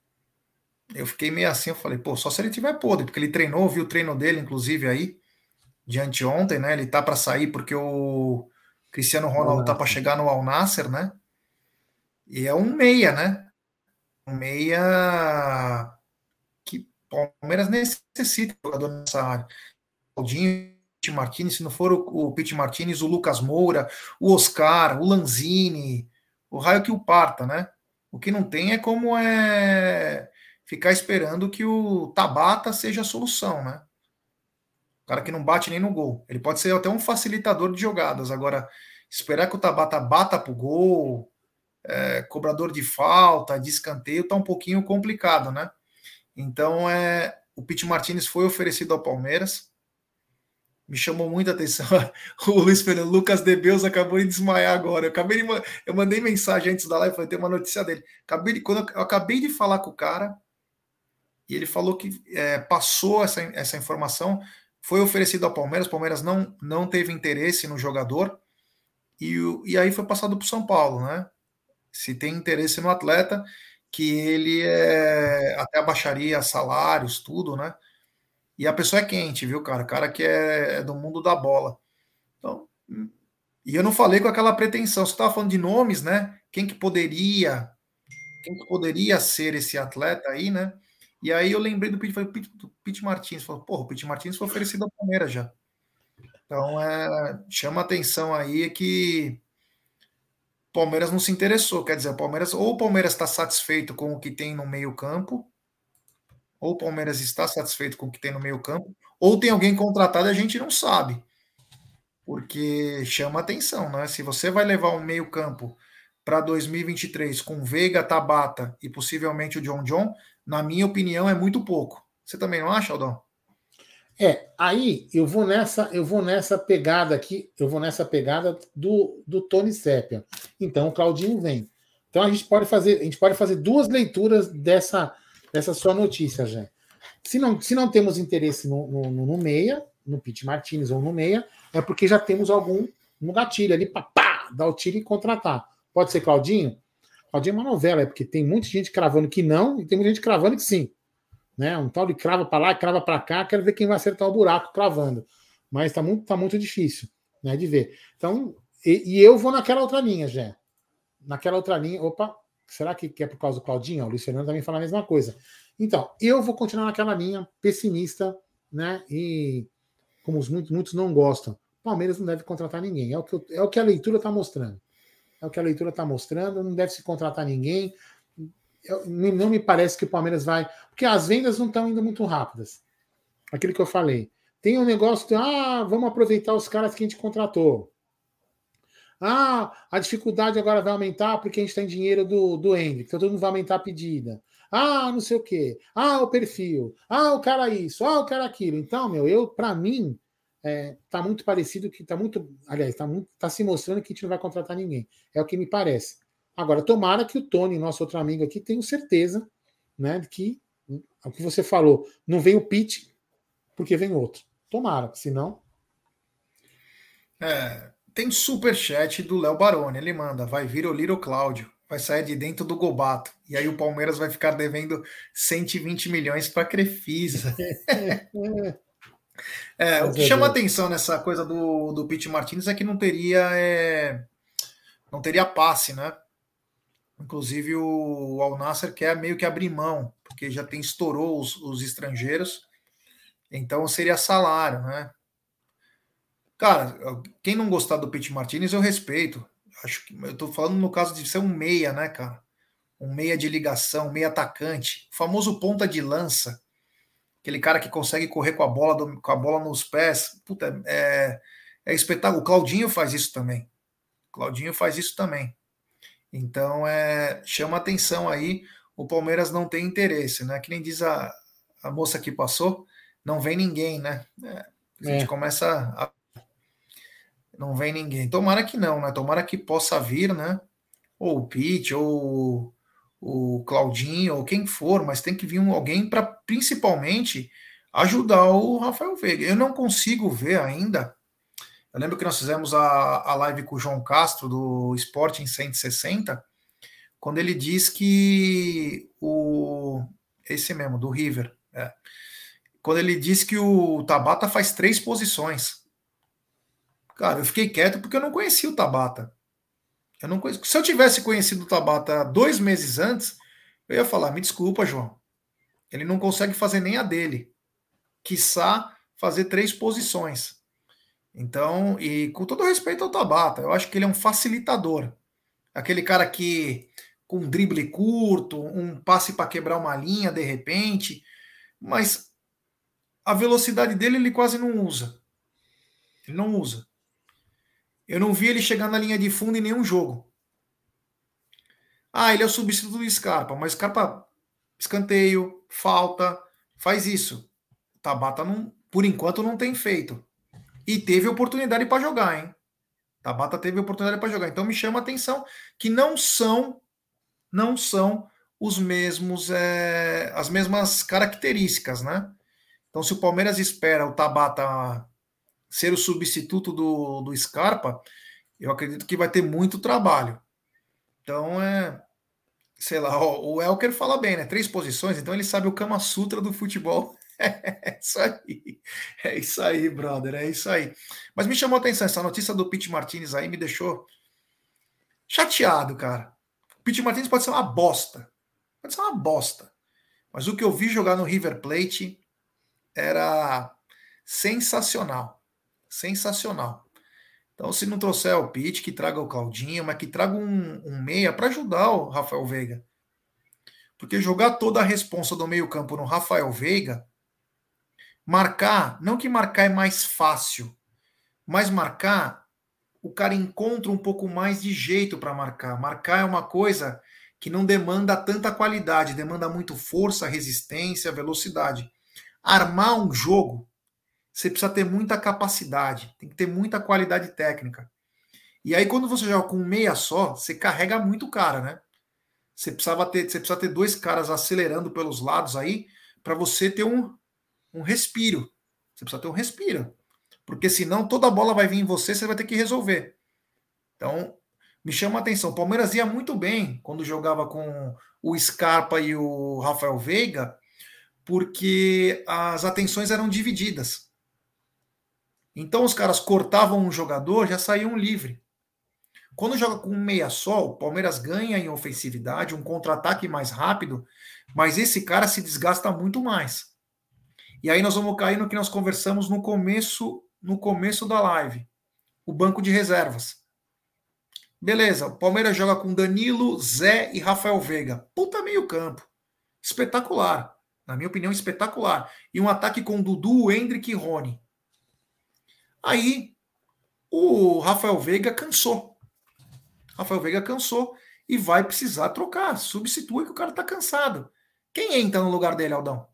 C: Eu fiquei meio assim, eu falei, pô, só se ele tiver podre, porque ele treinou, viu o treino dele, inclusive, aí, de anteontem, né? Ele tá para sair porque o Cristiano Ronaldo tá para chegar no Al Nassr, né? E é um meia, né? Um meia que o Palmeiras necessita de jogador nessa área. O Claudinho, Pity Martinez, se não for o, o Pity Martinez, o Lucas Moura, o Oscar, o Lanzini, o raio que o parta, né? O que não tem é como é ficar esperando que o Tabata seja a solução, né? O cara que não bate nem no gol. Ele pode ser até um facilitador de jogadas. Agora, esperar que o Tabata bata pro gol, é, cobrador de falta, de escanteio, tá um pouquinho complicado, né? Então, é, o Pity Martinez foi oferecido ao Palmeiras. Me chamou muita atenção. O Luiz Fernando, Lucas Debeus acabou de desmaiar agora. Eu, acabei de, eu mandei mensagem antes da live, falei, tem uma notícia dele. Acabei de, quando eu, eu acabei de falar com o cara, e ele falou que é, passou essa, essa informação, foi oferecido ao Palmeiras, o Palmeiras não, não teve interesse no jogador, e, e aí foi passado para o São Paulo, né? Se tem interesse no atleta, que ele é, até abaixaria salários, tudo, né? E a pessoa é quente, viu, cara? O cara que é, é do mundo da bola. Então, e eu não falei com aquela pretensão. Você estava falando de nomes, né? Quem que poderia, quem que poderia ser esse atleta aí, né? E aí eu lembrei do Pity, falei, do Pity Martinez. Falei, porra, o Pity Martinez foi oferecido ao Palmeiras já. Então, é, chama atenção aí que o Palmeiras não se interessou. Quer dizer, o Palmeiras, ou o Palmeiras está satisfeito com o que tem no meio-campo, ou o Palmeiras está satisfeito com o que tem no meio-campo, ou tem alguém contratado e a gente não sabe. Porque chama atenção, né? Se você vai levar um meio-campo para dois mil e vinte e três com Veiga, Tabata e possivelmente o John John, na minha opinião, é muito pouco. Você também não acha, Aldão?
A: É, aí eu vou nessa, eu vou nessa pegada aqui, eu vou nessa pegada do, do Tony Seppia. Então o Claudinho vem. Então a gente pode fazer, a gente pode fazer duas leituras dessa, dessa sua notícia, já. Se não, se não temos interesse no, no, no meia, no Pity Martinez ou no meia, é porque já temos algum no gatilho ali para pá, dar o tiro e contratar. Pode ser Claudinho? Claudinho é uma novela, é porque tem muita gente cravando que não e tem muita gente cravando que sim. Né? Um tal de crava para lá, crava para cá, quero ver quem vai acertar o buraco cravando. Mas está muito, tá muito difícil, né, de ver. Então, e, e eu vou naquela outra linha, já. Naquela outra linha, opa, será que, que é por causa do Claudinho? O Luiz Fernando também fala a mesma coisa. Então, eu vou continuar naquela linha pessimista, né? E como os, muitos, muitos não gostam, o Palmeiras não deve contratar ninguém. É o que, eu, é o que a leitura está mostrando. É o que a leitura está mostrando, não deve se contratar ninguém. eu, não me parece que o Palmeiras vai... Porque as vendas não estão indo muito rápidas. Aquilo que eu falei. Tem um negócio de, ah, vamos aproveitar os caras que a gente contratou. Ah, a dificuldade agora vai aumentar porque a gente tem dinheiro do, do Hendrick, então todo mundo vai aumentar a pedida. Ah, não sei o quê. Ah, o perfil. Ah, o cara isso. Ah, o cara aquilo. Então, meu, eu, para mim, é, tá muito parecido que tá muito, aliás, tá, muito, tá se mostrando que a gente não vai contratar ninguém. É o que me parece. Agora, tomara que o Tony, nosso outro amigo aqui, tenha certeza, né, de que o que você falou, não vem o pitch porque vem outro. Tomara, senão...
C: É... Tem superchat do Léo Baroni. Ele manda: vai vir o Liro Cláudio, vai sair de dentro do Gobato. E aí o Palmeiras vai ficar devendo cento e vinte milhões para a Crefisa. É, o que chama atenção nessa coisa do, do Pete Martins é que não teria é, não teria passe, né? Inclusive o Al Nassr quer meio que abrir mão, porque já tem estourou os, os estrangeiros. Então seria salário, né? Cara, quem não gostar do Pete Martinez, eu respeito. Acho que eu tô falando no caso de ser um meia, né, cara? Um meia de ligação, um meia atacante, o famoso ponta de lança, aquele cara que consegue correr com a bola, do, com a bola nos pés. Puta, é, é espetáculo. O Claudinho faz isso também. O Claudinho faz isso também. Então, é, chama atenção aí. O Palmeiras não tem interesse, né? Que nem diz a, a moça que passou, não vem ninguém, né? É, a gente é. começa a não vem ninguém. Tomara que não, né? Tomara que possa vir, né? Ou o Pete, ou o Claudinho, ou quem for, mas tem que vir um, alguém para principalmente ajudar o Rafael Veiga. Eu não consigo ver ainda. Eu lembro que nós fizemos a, a live com o João Castro do Sporting cento e sessenta, quando ele diz que o. Esse mesmo, do River. É, quando ele diz que o Tabata faz três posições. Cara, eu fiquei quieto porque eu não conhecia o Tabata. Eu não conhecia. Se eu tivesse conhecido o Tabata dois meses antes, eu ia falar: me desculpa, João. Ele não consegue fazer nem a dele. Quiçá fazer três posições. Então, e com todo respeito ao Tabata, eu acho que ele é um facilitador. Aquele cara que, com um drible curto, um passe para quebrar uma linha de repente, mas a velocidade dele ele quase não usa. Ele não usa. Eu não vi ele chegar na linha de fundo em nenhum jogo. Ah, ele é o substituto do Scarpa, mas Scarpa, escanteio, falta, faz isso. O Tabata, não, por enquanto, não tem feito. E teve oportunidade para jogar, hein? Tabata teve oportunidade para jogar. Então me chama a atenção que não são, não são os mesmos, é, as mesmas características, né? Então, se o Palmeiras espera o Tabata ser o substituto do, do Scarpa, eu acredito que vai ter muito trabalho. Então, é, sei lá, ó, o Elker fala bem, né? Três posições, então ele sabe o Kama Sutra do futebol. É isso aí, é isso aí, brother, é isso aí. Mas me chamou a atenção, essa notícia do Pete Martinez aí me deixou chateado, cara. O Pete Martinez pode ser uma bosta, pode ser uma bosta, mas o que eu vi jogar no River Plate era sensacional, sensacional. Então, se não trouxer o Pete, que traga o Claudinho, mas que traga um, um meia para ajudar o Rafael Veiga. Porque jogar toda a responsa do meio campo no Rafael Veiga, marcar, não que marcar é mais fácil, mas marcar, o cara encontra um pouco mais de jeito para marcar. Marcar é uma coisa que não demanda tanta qualidade, demanda muito força, resistência, velocidade. Armar um jogo, você precisa ter muita capacidade, tem que ter muita qualidade técnica. E aí, quando você joga com um meia só, você carrega muito cara, né? Você, precisava ter, você precisa ter dois caras acelerando pelos lados aí para você ter um, um respiro. Você precisa ter um respiro. Porque senão toda a bola vai vir em você, você vai ter que resolver. Então, me chama a atenção. O Palmeiras ia muito bem quando jogava com o Scarpa e o Rafael Veiga, porque as atenções eram divididas. Então os caras cortavam um jogador, já saíam livre. Quando joga com um meia só, o Palmeiras ganha em ofensividade, um contra-ataque mais rápido, mas esse cara se desgasta muito mais. E aí nós vamos cair no que nós conversamos no começo, no começo da live. O banco de reservas. Beleza, o Palmeiras joga com Danilo, Zé e Rafael Veiga. Puta meio campo. Espetacular. Na minha opinião, espetacular. E um ataque com Dudu, Hendrick e Rony. Aí, o Rafael Veiga cansou. Rafael Veiga cansou e vai precisar trocar. Substitui que o cara tá cansado. Quem entra no lugar dele, Aldão?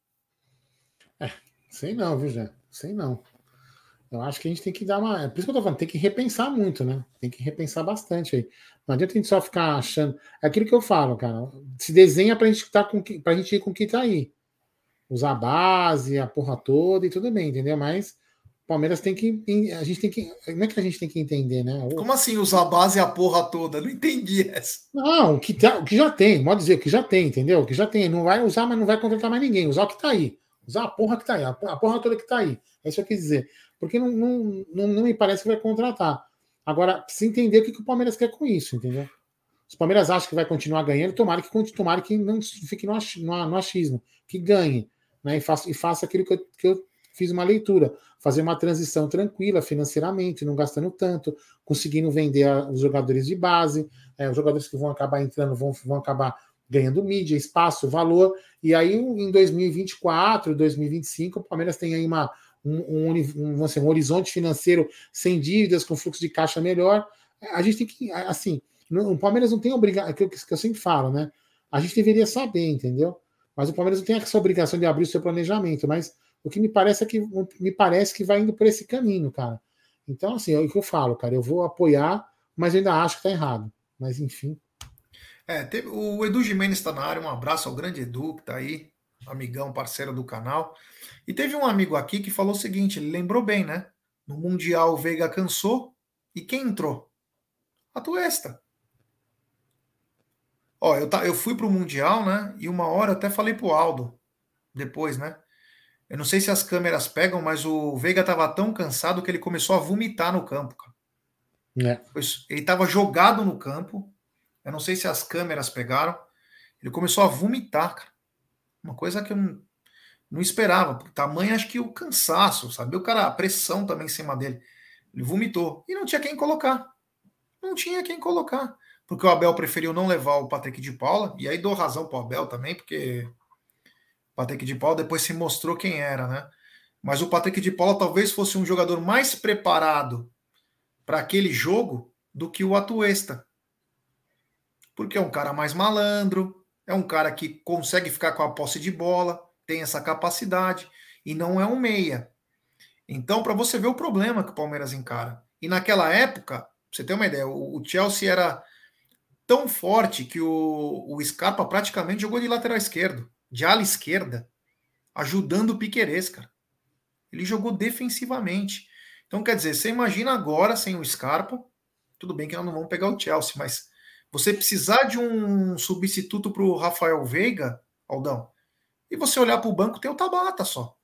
A: É, sei não, viu, Jé? Sei não. Eu acho que a gente tem que dar uma. É por isso que eu tô falando, tem que repensar muito, né? Tem que repensar bastante aí. Não adianta a gente só ficar achando. É aquilo que eu falo, cara. Se desenha pra gente, tá com... pra gente ir com o que tá aí. Usar a base, a porra toda e tudo bem, entendeu? Mas o Palmeiras tem que. A gente tem que. Como é que a gente tem que entender, né?
C: Como assim usar a base e a porra toda? Não entendi essa.
A: Não, o que, tá, o que já tem, pode dizer, o que já tem, entendeu? O que já tem. Não vai usar, mas não vai contratar mais ninguém. Usar o que tá aí. Usar a porra que tá aí. A porra toda que tá aí. É isso que eu quis dizer. Porque não, não, não, não me parece que vai contratar. Agora, precisa entender o que, que o Palmeiras quer com isso, entendeu? Se o Palmeiras acha que vai continuar ganhando, tomara que, tomara que não fique no, no, no achismo, que ganhe, né? E faça, e faça aquilo que eu, que eu fiz uma leitura, fazer uma transição tranquila financeiramente, não gastando tanto, conseguindo vender a, os jogadores de base, é, os jogadores que vão acabar entrando vão, vão acabar ganhando mídia, espaço, valor, e aí em dois mil e vinte e quatro, dois mil e vinte e cinco, o Palmeiras tem aí uma Um, um, um, assim, um horizonte financeiro sem dívidas, com fluxo de caixa melhor. A gente tem que, assim, o Palmeiras não tem obrigação, é que, que eu sempre falo, né? A gente deveria saber, entendeu? Mas o Palmeiras não tem essa obrigação de abrir o seu planejamento, mas o que me parece é que me parece que vai indo por esse caminho, cara. Então, assim, é o que eu falo, cara, eu vou apoiar, mas eu ainda acho que tá errado. Mas enfim.
C: É, teve, o Edu Gimenez está na área, um abraço ao grande Edu, que tá aí, amigão, parceiro do canal. E teve um amigo aqui que falou o seguinte, ele lembrou bem, né? No Mundial o Veiga cansou e quem entrou? Atuesta. Ó, eu, tá, eu fui pro Mundial, né? E uma hora eu até falei pro Aldo, depois, né? Eu não sei se as câmeras pegam, mas o Veiga tava tão cansado que ele começou a vomitar no campo, cara.
A: É.
C: Ele tava jogado no campo, eu não sei se as câmeras pegaram, ele começou a vomitar, cara. Uma coisa que eu não, não esperava, porque tamanho acho que o cansaço, sabe? O cara, a pressão também em cima dele. Ele vomitou. E não tinha quem colocar. Não tinha quem colocar. Porque o Abel preferiu não levar o Patrick de Paula, e aí dou razão pro Abel também, porque o Patrick de Paula depois se mostrou quem era, né? Mas o Patrick de Paula talvez fosse um jogador mais preparado para aquele jogo do que o Atuesta. Porque é um cara mais malandro, é um cara que consegue ficar com a posse de bola, tem essa capacidade, e não é um meia. Então, para você ver o problema que o Palmeiras encara. E naquela época, pra você ter uma ideia, o Chelsea era tão forte que o, o Scarpa praticamente jogou de lateral esquerdo, de ala esquerda, ajudando o Piquerez, cara. Ele jogou defensivamente. Então, quer dizer, você imagina agora sem o Scarpa, tudo bem que nós não vamos pegar o Chelsea, mas você precisar de um substituto para o Rafael Veiga, Aldão, e você olhar para o banco, tem o Tabata só.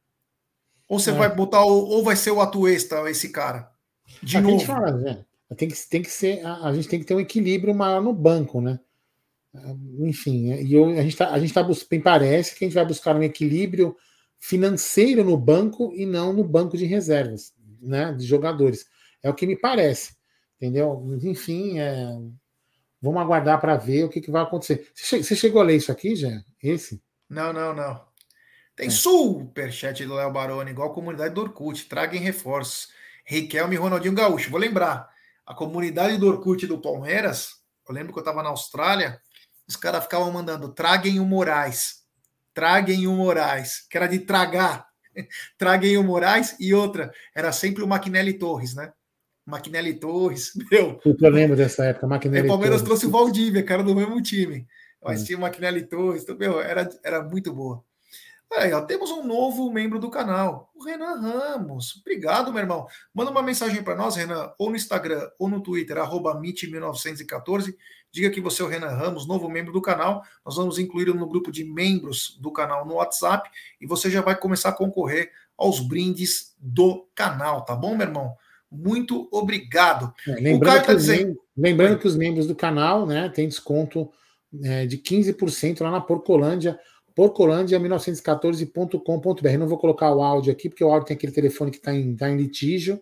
C: Ou você é. vai botar, o, ou vai ser o Atuesta, esse cara. De
A: é
C: novo.
A: Fala, né? Tem que, tem que ser, a, a gente tem que ter um equilíbrio maior no banco, né? Enfim, e eu, a gente tá, a gente tá buscando, parece que a gente vai buscar um equilíbrio financeiro no banco e não no banco de reservas, né? De jogadores. É o que me parece, entendeu? Enfim, é, vamos aguardar para ver o que, que vai acontecer. Você, você chegou a ler isso aqui, já? Esse?
C: Não, não, não. Tem é. superchat do Léo Baroni, igual a comunidade do Orkut. Traguem reforços. Riquelme e Ronaldinho Gaúcho. Vou lembrar, a comunidade do Orkut do Palmeiras, eu lembro que eu estava na Austrália, os caras ficavam mandando, traguem o Moraes. Traguem o Moraes. Que era de tragar. Traguem o Moraes. E outra, era sempre o Maquinelli Torres, né? Maquinelli Torres, meu.
A: Eu lembro dessa época, Maquinelli
C: Torres. O Palmeiras
A: Torres.
C: trouxe o Valdívia, cara do mesmo time. Mas é. tinha o Maquinelli Torres, então, meu, era, era muito boa. Aí, ó, temos um novo membro do canal, o Renan Ramos. Obrigado, meu irmão. Manda uma mensagem para nós, Renan, ou no Instagram ou no Twitter, arroba mit mil novecentos e quatorze. Diga que você é o Renan Ramos, novo membro do canal. Nós vamos incluí-lo no grupo de membros do canal no WhatsApp e você já vai começar a concorrer aos brindes do canal, tá bom, meu irmão? Muito obrigado.
A: É, lembrando, que, tá dizendo... membros, lembrando que os membros do canal, né, tem desconto é, de quinze por cento lá na Porcolândia. Porcolândia mil novecentos e quatorze ponto com ponto b r. Não vou colocar o áudio aqui, porque o áudio tem aquele telefone que está em, tá em litígio,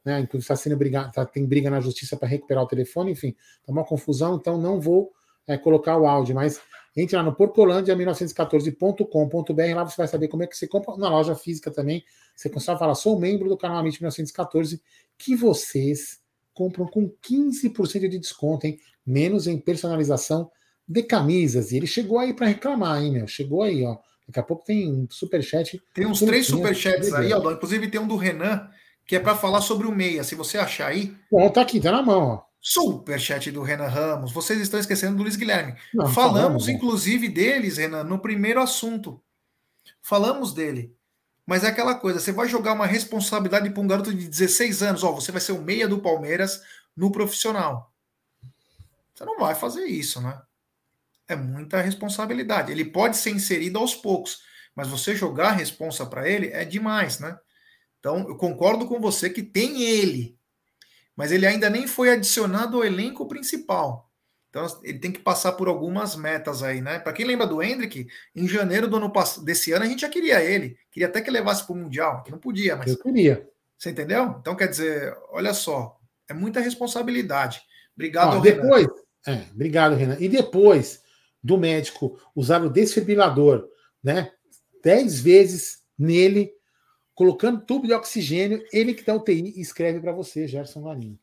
A: né? Inclusive está sendo briga, tá, tem briga na justiça para recuperar o telefone, enfim, tá uma confusão, então não vou é, colocar o áudio, mas entre lá no porcolândia mil novecentos e quatorze ponto com ponto b r, lá você vai saber como é que você compra, na loja física também, você consegue falar, sou membro do canal Amit mil novecentos e quatorze, que vocês compram com quinze por cento de desconto, hein? Menos em personalização de camisas. E ele chegou aí para reclamar, hein, meu? Chegou aí, ó. Daqui a pouco tem um superchat.
C: Tem uns três superchats aí, Aldão. Inclusive tem um do Renan, que é para falar sobre o meia. Se você achar aí.
A: Bom, tá aqui, tá na mão, ó.
C: Superchat do Renan Ramos. Vocês estão esquecendo do Luiz Guilherme.
A: Não,
C: falamos,
A: falamos,
C: inclusive, deles, Renan, no primeiro assunto. Falamos dele. Mas é aquela coisa, você vai jogar uma responsabilidade para um garoto de dezesseis anos, ó, você vai ser o meia do Palmeiras no profissional. Você não vai fazer isso, né? É muita responsabilidade. Ele pode ser inserido aos poucos, mas você jogar a responsa para ele é demais, né? Então, eu concordo com você que tem ele, mas ele ainda nem foi adicionado ao elenco principal. Então, ele tem que passar por algumas metas aí, né? Para quem lembra do Hendrick, em janeiro do ano passado, desse ano, a gente já queria ele. Queria até que levasse para o Mundial, que não podia, mas...
A: Eu queria.
C: Você entendeu? Então, quer dizer, olha só, é muita responsabilidade. Obrigado,
A: Ó,
C: ao
A: depois,
C: Renan.
A: É, obrigado, Renan. E depois do médico usar o desfibrilador, né? Dez vezes nele, colocando tubo de oxigênio, ele que dá U T I e escreve para você, Gerson Marinho.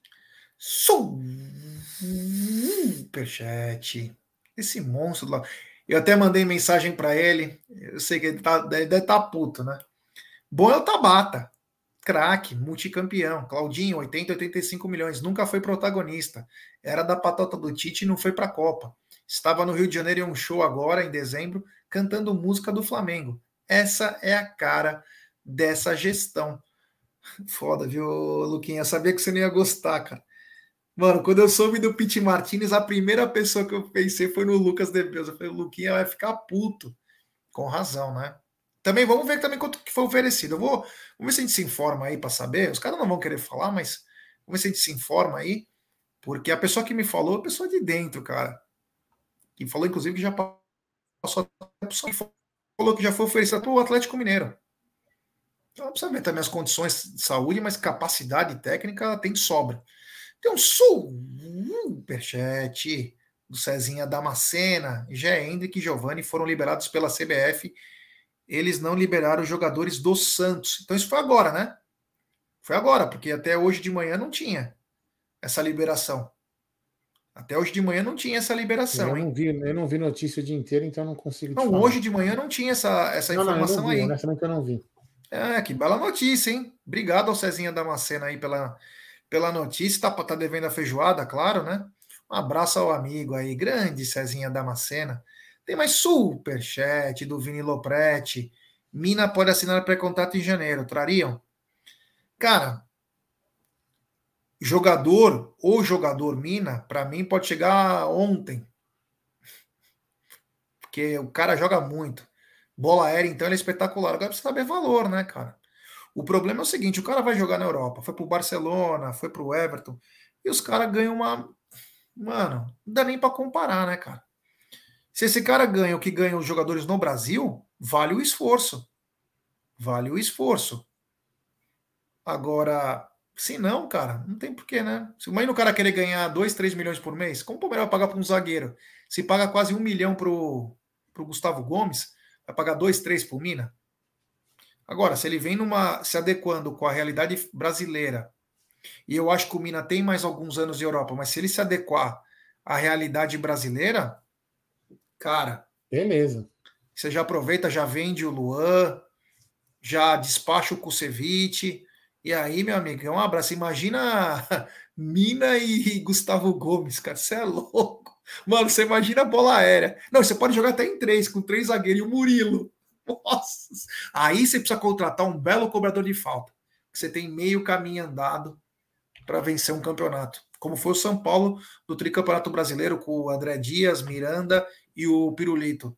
C: Superchat. Esse monstro lá. Eu até mandei mensagem para ele. Eu sei que ele tá, deve estar tá puto, né? Bom é o Tabata. Craque, multicampeão. Claudinho, oitenta, oitenta e cinco milhões. Nunca foi protagonista. Era da patota do Tite e não foi para a Copa. Estava no Rio de Janeiro em um show agora, em dezembro, cantando música do Flamengo. Essa é a cara dessa gestão. Foda, viu, Luquinha? Eu sabia que você não ia gostar, cara. Mano, quando eu soube do Pete Martinez, a primeira pessoa que eu pensei foi no Lucas de Beus. Eu falei, o Luquinha vai ficar puto. Com razão, né? Também vamos ver também quanto que foi oferecido. Eu vou, vamos ver se a gente se informa aí para saber. Os caras não vão querer falar, mas vamos ver se a gente se informa aí. Porque a pessoa que me falou é a pessoa de dentro, cara. Que falou, inclusive, que já passou a pessoa que falou que já foi oferecido para o Atlético Mineiro. Então, precisa ver também as condições de saúde, mas capacidade técnica tem de sobra. Tem um superchat do Cezinha Damascena. Gé Hendrick e Giovani foram liberados pela C B F. Eles não liberaram os jogadores do Santos. Então isso foi agora, né? Foi agora, porque até hoje de manhã não tinha essa liberação. Até hoje de manhã não tinha essa liberação.
A: Eu não
C: hein?
A: vi, eu não vi notícia o dia inteiro, então não consigo te
C: Não,
A: falar.
C: hoje de manhã não tinha essa, essa
A: não,
C: informação
A: não, eu não vi,
C: aí.
A: honestamente eu não vi.
C: É, que bela notícia, hein? Obrigado ao Cezinha Damascena aí pela, pela notícia. Tá, tá devendo a feijoada, claro, né? Um abraço ao amigo aí, grande Cezinha Damascena. Tem mais superchat do Vini Lopretti. Mina pode assinar pré-contrato em janeiro. Trariam? Cara, jogador ou jogador Mina, para mim pode chegar ontem. Porque o cara joga muito. Bola aérea, então, ele é espetacular. Agora precisa saber valor, né, cara? O problema é o seguinte, o cara vai jogar na Europa. Foi pro Barcelona, foi pro Everton. E os caras ganham uma... Mano, não dá nem para comparar, né, cara? Se esse cara ganha o que ganham os jogadores no Brasil, vale o esforço. Vale o esforço. Agora, se não, cara, não tem porquê, né? Se imagina o cara querer ganhar dois, três milhões por mês, como o Palmeiras vai pagar para um zagueiro? Se paga quase um milhão pro, pro Gustavo Gomes, vai pagar dois, três pro Mina? Agora, se ele vem numa se adequando com a realidade brasileira, e eu acho que o Mina tem mais alguns anos de Europa, mas se ele se adequar à realidade brasileira, cara,
A: beleza.
C: Você já aproveita, já vende o Luan, já despacha o Kusevich, e aí, meu amigo, é um abraço. Imagina Mina e Gustavo Gomes, cara, você é louco. Mano, você imagina a bola aérea. Não, você pode jogar até em três, com três zagueiros e o Murilo. Nossa! Aí você precisa contratar um belo cobrador de falta. Você tem meio caminho andado para vencer um campeonato. Como foi o São Paulo do Tricampeonato Brasileiro com o André Dias, Miranda e o Pirulito.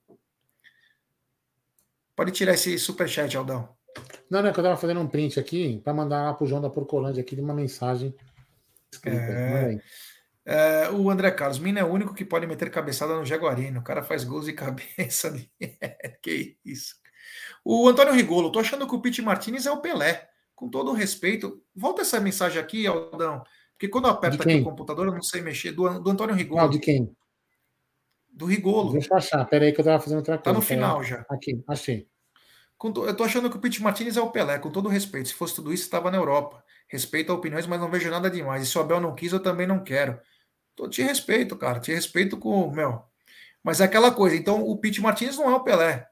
C: Pode tirar esse superchat, Aldão.
A: Não, não, é que eu tava fazendo um print aqui para mandar lá pro João da Porcolândia aqui de uma mensagem escrita.
C: É, é, o André Carlos, Mina é o único que pode meter cabeçada no Jaguarino. O cara faz gols de cabeça. De... que isso. O Antônio Rigolo, tô achando que o Pete Martinez é o Pelé. com todo respeito, volta essa mensagem aqui, Aldão, porque quando eu aperto aqui o computador, eu não sei mexer, do, do Antônio Rigolo.
A: Não, de quem?
C: Do Rigolo.
A: Deixa eu achar, peraí que eu tava fazendo outra coisa.
C: Tá no final
A: aí.
C: já.
A: Aqui, achei.
C: Eu tô achando que o Pete Martinez é o Pelé, com todo respeito. Se fosse tudo isso, estava na Europa. Respeito a opiniões, mas não vejo nada demais. E se o Abel não quis, eu também não quero. Tô, te respeito, cara. Te respeito com... Meu. Mas é aquela coisa. Então, o Pete Martinez não é o Pelé.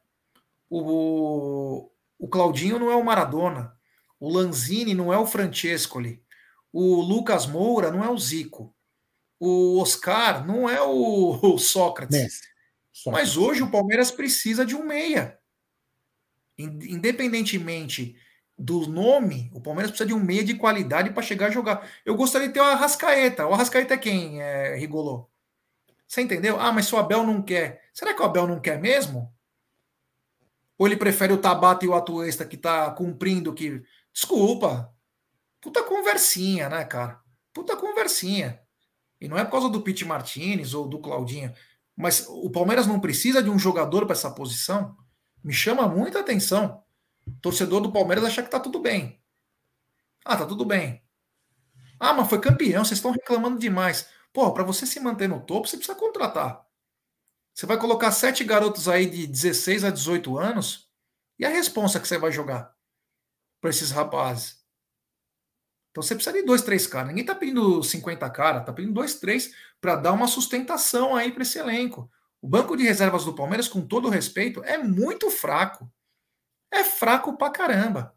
C: O, o Claudinho não é o Maradona. O Lanzini não é o Francescoli. O Lucas Moura não é o Zico. O Oscar não é o, o Sócrates. Sócrates. Mas hoje o Palmeiras precisa de um meia. Independentemente do nome, o Palmeiras precisa de um meia de qualidade para chegar a jogar. Eu gostaria de ter o Arrascaeta. O Arrascaeta é quem, é, Rigolô? Você entendeu? Ah, mas se o Abel não quer. Será que o Abel não quer mesmo? Ou ele prefere o Tabata e o Atuesta que tá cumprindo que... Desculpa. Puta conversinha, né, cara? Puta conversinha. E não é por causa do Pete Martinez ou do Claudinho. Mas o Palmeiras não precisa de um jogador para essa posição? Me chama muita atenção. O torcedor do Palmeiras acha que tá tudo bem. Ah, tá tudo bem. Ah, mas foi campeão, vocês estão reclamando demais. Pô, para você se manter no topo, você precisa contratar. Você vai colocar sete garotos aí de dezesseis a dezoito anos e a responsa que você vai jogar para esses rapazes? Então você precisa de dois, três caras. Ninguém tá pedindo cinquenta caras, tá pedindo dois, três para dar uma sustentação aí para esse elenco. O banco de reservas do Palmeiras, com todo o respeito, é muito fraco. É fraco pra caramba.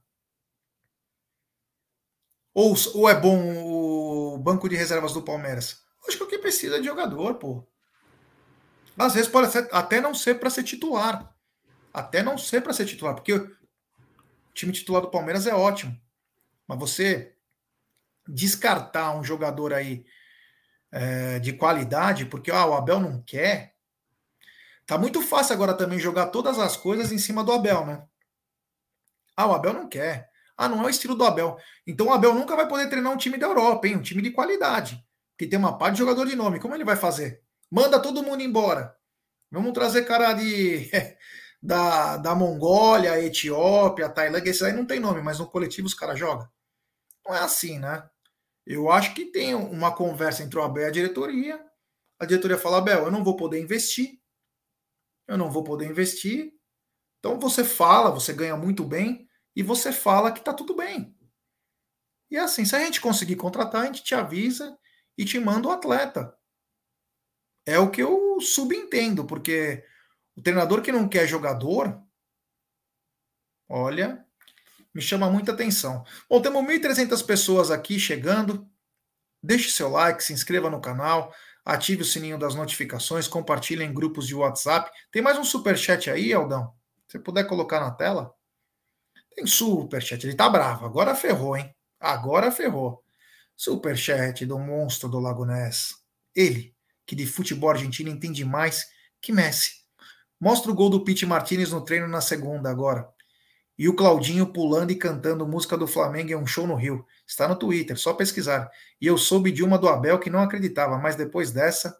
C: Ou, ou é bom o banco de reservas do Palmeiras? Acho que o que precisa é de jogador, pô. Às vezes pode até não ser para ser titular. Até não ser para ser titular, porque o time titular do Palmeiras é ótimo. Mas você descartar um jogador aí é, de qualidade, porque ah, o Abel não quer. Tá muito fácil agora também jogar todas as coisas em cima do Abel, né? Ah, o Abel não quer. Ah, não é o estilo do Abel. Então o Abel nunca vai poder treinar um time da Europa, hein? Um time de qualidade. Que tem uma parte de jogador de nome. Como ele vai fazer? Manda todo mundo embora. Vamos trazer cara de da, da Mongólia, Etiópia, Tailândia. Esses aí não tem nome, mas no coletivo os caras jogam. Não é assim, né? Eu acho que tem uma conversa entre o Abel e a diretoria. A diretoria fala, Abel, eu não vou poder investir. Eu não vou poder investir. Então você fala, você ganha muito bem e você fala que tá tudo bem. E assim, se a gente conseguir contratar, a gente te avisa e te manda o atleta. É o que eu subentendo, porque o treinador que não quer jogador, olha, me chama muita atenção. Bom, temos mil e trezentas pessoas aqui chegando. Deixe seu like, se inscreva no canal, ative o sininho das notificações, compartilhe em grupos de WhatsApp. Tem mais um superchat aí, Aldão? Se puder colocar na tela. Tem superchat, ele tá bravo. Agora ferrou, hein? Agora ferrou. Superchat do monstro do Lago Ness. Ele, que de futebol argentino entende mais que Messi. Mostra o gol do Pete Martinez no treino na segunda agora. E o Claudinho pulando e cantando música do Flamengo em um show no Rio. Está no Twitter, só pesquisar. E eu soube de uma do Abel que não acreditava, mas depois dessa...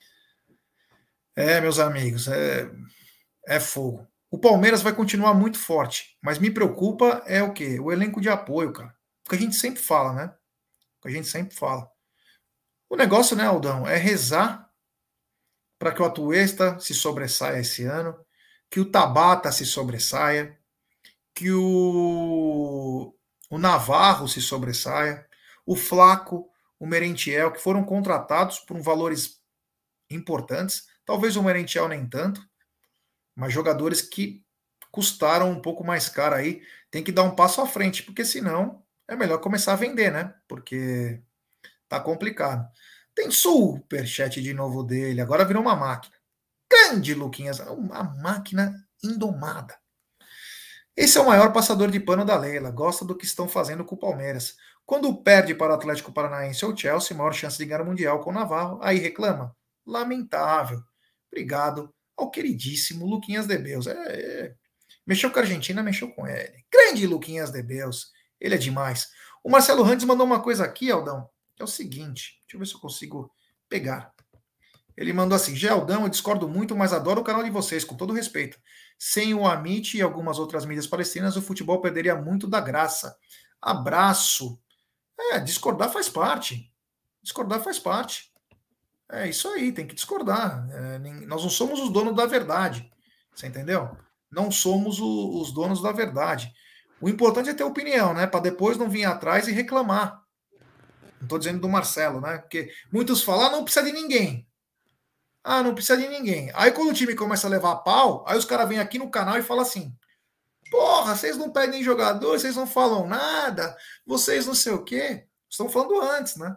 C: É, meus amigos, é, é fogo. O Palmeiras vai continuar muito forte, mas me preocupa é o quê? O elenco de apoio, cara. O que a gente sempre fala, né? O que a gente sempre fala. O negócio, né, Aldão, é rezar para que o Atuesta se sobressaia esse ano, que o Tabata se sobressaia, que o, o Navarro se sobressaia, o Flaco, o Merentiel, que foram contratados por valores importantes, talvez o Merentiel nem tanto, mas jogadores que custaram um pouco mais caro aí, tem que dar um passo à frente, porque senão é melhor começar a vender, né? Porque tá complicado. Tem superchat de novo dele, agora virou uma máquina. Grande Luquinhas, uma máquina indomada. Esse é o maior passador de pano da Leila, gosta do que estão fazendo com o Palmeiras. Quando perde para o Atlético Paranaense ou Chelsea, maior chance de ganhar o Mundial com o Navarro, aí reclama. Lamentável. Obrigado ao queridíssimo Luquinhas de Beus. É, é. Mexeu com a Argentina, mexeu com ele. Grande Luquinhas de Beus. Ele é demais. O Marcelo Randes mandou uma coisa aqui, Aldão, que é o seguinte. Deixa eu ver se eu consigo pegar. Ele mandou assim, Gealdão, eu discordo muito, mas adoro o canal de vocês, com todo respeito. Sem o Amit e algumas outras mídias palestinas, o futebol perderia muito da graça. abraço. É, discordar faz parte. Discordar faz parte. É isso aí, tem que discordar. É, nem, nós não somos os donos da verdade. Você entendeu? Não somos o, os donos da verdade. O importante é ter opinião, né? Para depois não vir atrás e reclamar. Não estou dizendo do Marcelo, né? Porque muitos falam, ah, não precisa de ninguém. Ah, não precisa de ninguém. Aí quando o time começa a levar pau, aí os caras vêm aqui no canal e falam assim: porra, vocês não pedem jogador, vocês não falam nada, vocês não sei o quê. Estão falando antes, né?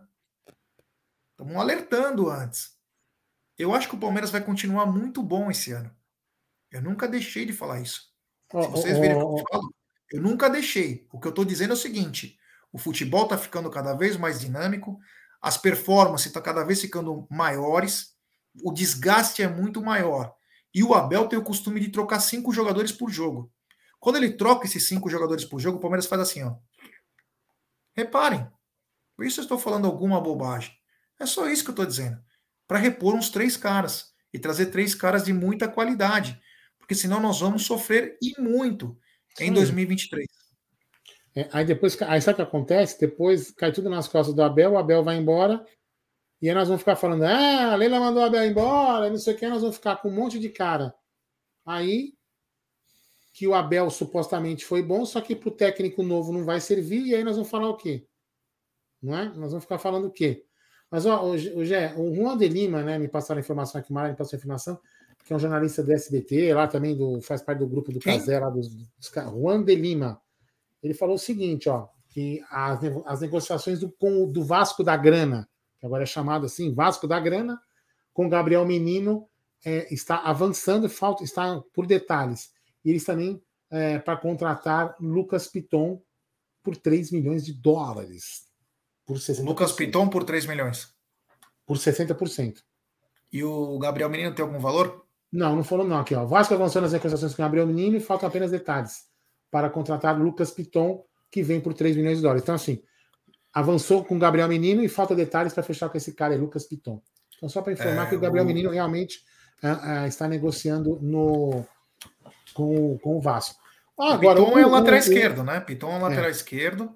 C: Estamos alertando antes. Eu acho que o Palmeiras vai continuar muito bom esse ano. Eu nunca deixei de falar isso.
A: Oh,
C: Se vocês
A: oh,
C: virem o que
A: oh,
C: eu falo, eu nunca deixei. O que eu estou dizendo é o seguinte: o futebol está ficando cada vez mais dinâmico, as performances estão cada vez ficando maiores, o desgaste é muito maior. E o Abel tem o costume de trocar cinco jogadores por jogo. Quando ele troca esses cinco jogadores por jogo, o Palmeiras faz assim, ó. Reparem, por isso eu estou falando alguma bobagem. É só isso que eu estou dizendo. Para repor uns três caras e trazer três caras de muita qualidade. Porque senão nós vamos sofrer e muito em dois mil e vinte e três.
A: É, aí depois, aí sabe o que acontece? Depois cai tudo nas costas do Abel, o Abel vai embora, e aí nós vamos ficar falando, ah, a Leila mandou o Abel embora, não sei o que, nós vamos ficar com um monte de cara. Aí que o Abel supostamente foi bom, só que para o técnico novo não vai servir, e aí nós vamos falar o quê? Não é? Nós vamos ficar falando o quê? Mas, ó, o, Gé, o Juan de Lima, né, me passaram a informação aqui, o Mara me passou a informação, que é um jornalista do S B T, lá também do, faz parte do grupo do Casé, lá dos, dos Juan de Lima. Ele falou o seguinte, ó, que as, as negociações do, com, do Vasco da Grana, que agora é chamado assim, Vasco da Grana, com Gabriel Menino, é, está avançando, falta, está por detalhes. E eles também é, para contratar Lucas Piton por três milhões de dólares. Por sessenta por cento.
C: Lucas Piton por três milhões.
A: Por sessenta por cento.
C: E o Gabriel Menino tem algum valor?
A: Não, não foram não. Aqui, ó. Vasco avançou nas negociações com o Gabriel Menino e faltam apenas detalhes para contratar Lucas Piton, que vem por três milhões de dólares. Então, assim, avançou com o Gabriel Menino e falta detalhes para fechar com esse cara, é Lucas Piton. Então, só para informar é, que o Gabriel o... Menino realmente uh, uh, está negociando no, com, com o Vasco.
C: Ah, agora, Piton o, é o lateral o, esquerdo, o... né? Piton é o lateral é. esquerdo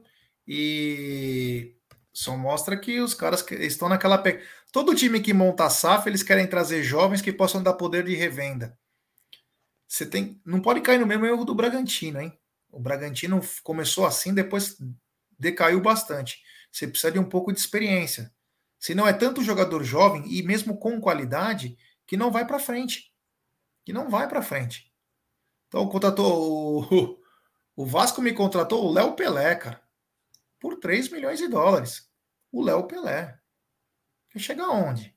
C: e só mostra que os caras que estão naquela... Pe... Todo time que monta a S A F, eles querem trazer jovens que possam dar poder de revenda. Você tem, não pode cair no mesmo erro do Bragantino, hein? O Bragantino começou assim, depois decaiu bastante. Você precisa de um pouco de experiência. Se não é tanto jogador jovem e mesmo com qualidade que não vai para frente, que não vai para frente. Então contratou o, o Vasco me contratou o Léo Pelé, cara, por três milhões de dólares. O Léo Pelé. Quer chegar aonde?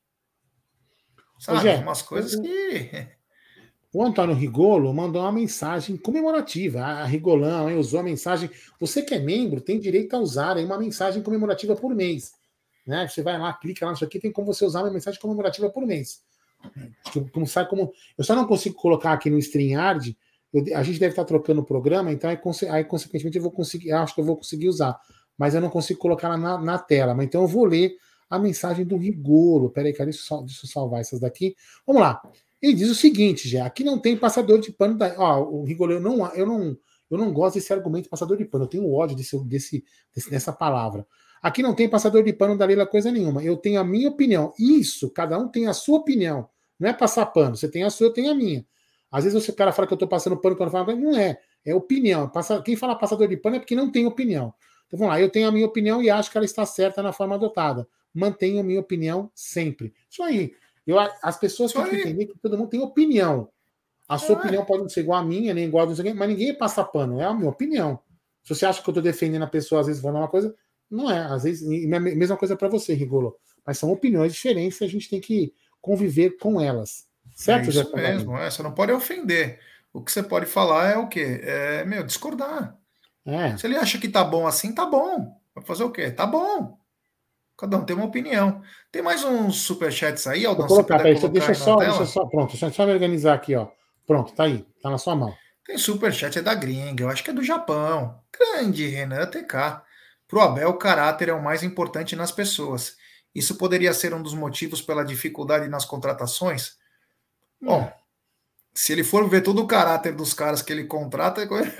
C: Sabe, Ô, umas coisas
A: o...
C: que
A: O Antônio Rigolo mandou uma mensagem comemorativa. A Rigolão hein, usou a mensagem. Você que é membro tem direito a usar hein, uma mensagem comemorativa por mês. Né? Você vai lá, clica lá, isso aqui tem como você usar uma mensagem comemorativa por mês. Como, sabe, como, eu só não consigo colocar aqui no StreamYard. Eu, a gente deve estar trocando o programa, então aí, aí consequentemente eu vou conseguir, eu acho que eu vou conseguir usar. Mas eu não consigo colocar na, na tela. Mas então eu vou ler a mensagem do Rigolo. Peraí, cara, deixa eu, deixa eu salvar essas daqui. Vamos lá. Ele diz o seguinte, já, aqui não tem passador de pano. Da... Ó, o Rigolo, eu não, eu, não, eu não gosto desse argumento de passador de pano. Eu tenho ódio desse, desse, desse, dessa palavra. Aqui não tem passador de pano da Leila coisa nenhuma. Eu tenho a minha opinião. Isso, cada um tem a sua opinião. Não é passar pano. Você tem a sua, eu tenho a minha. Às vezes o cara fala que eu estou passando pano quando fala, não é. É opinião. Passa... Quem fala passador de pano é porque não tem opinião. Então vamos lá, eu tenho a minha opinião e acho que ela está certa na forma adotada. Mantenho a minha opinião sempre. Isso aí. Eu, as pessoas têm que entender que todo mundo tem opinião. A sua é. opinião pode não ser igual à minha, nem igual a ninguém, mas ninguém passa pano. É a minha opinião. Se você acha que eu estou defendendo a pessoa, às vezes falando uma coisa, não é. Às vezes, a mesma coisa para você, Rigolo. Mas são opiniões diferentes e a gente tem que conviver com elas. Certo,
C: é isso mesmo. É, você não pode ofender. O que você pode falar é o quê? É, meu, discordar.
A: É.
C: Se ele acha que tá bom assim, tá bom. Vai fazer o quê? Tá bom. Cada um tem uma opinião. Tem mais uns superchats aí, Aldão?
A: Vou colocar, peraí, deixa, só, deixa só, pronto, deixa só me organizar aqui, ó. Pronto, tá aí, tá na sua mão.
C: Tem superchat, é da gringa, eu acho que é do Japão. Grande, Renan T K. Pro Abel, o caráter é o mais importante nas pessoas. Isso poderia ser um dos motivos pela dificuldade nas contratações? Bom, hum. se ele for ver todo o caráter dos caras que ele contrata,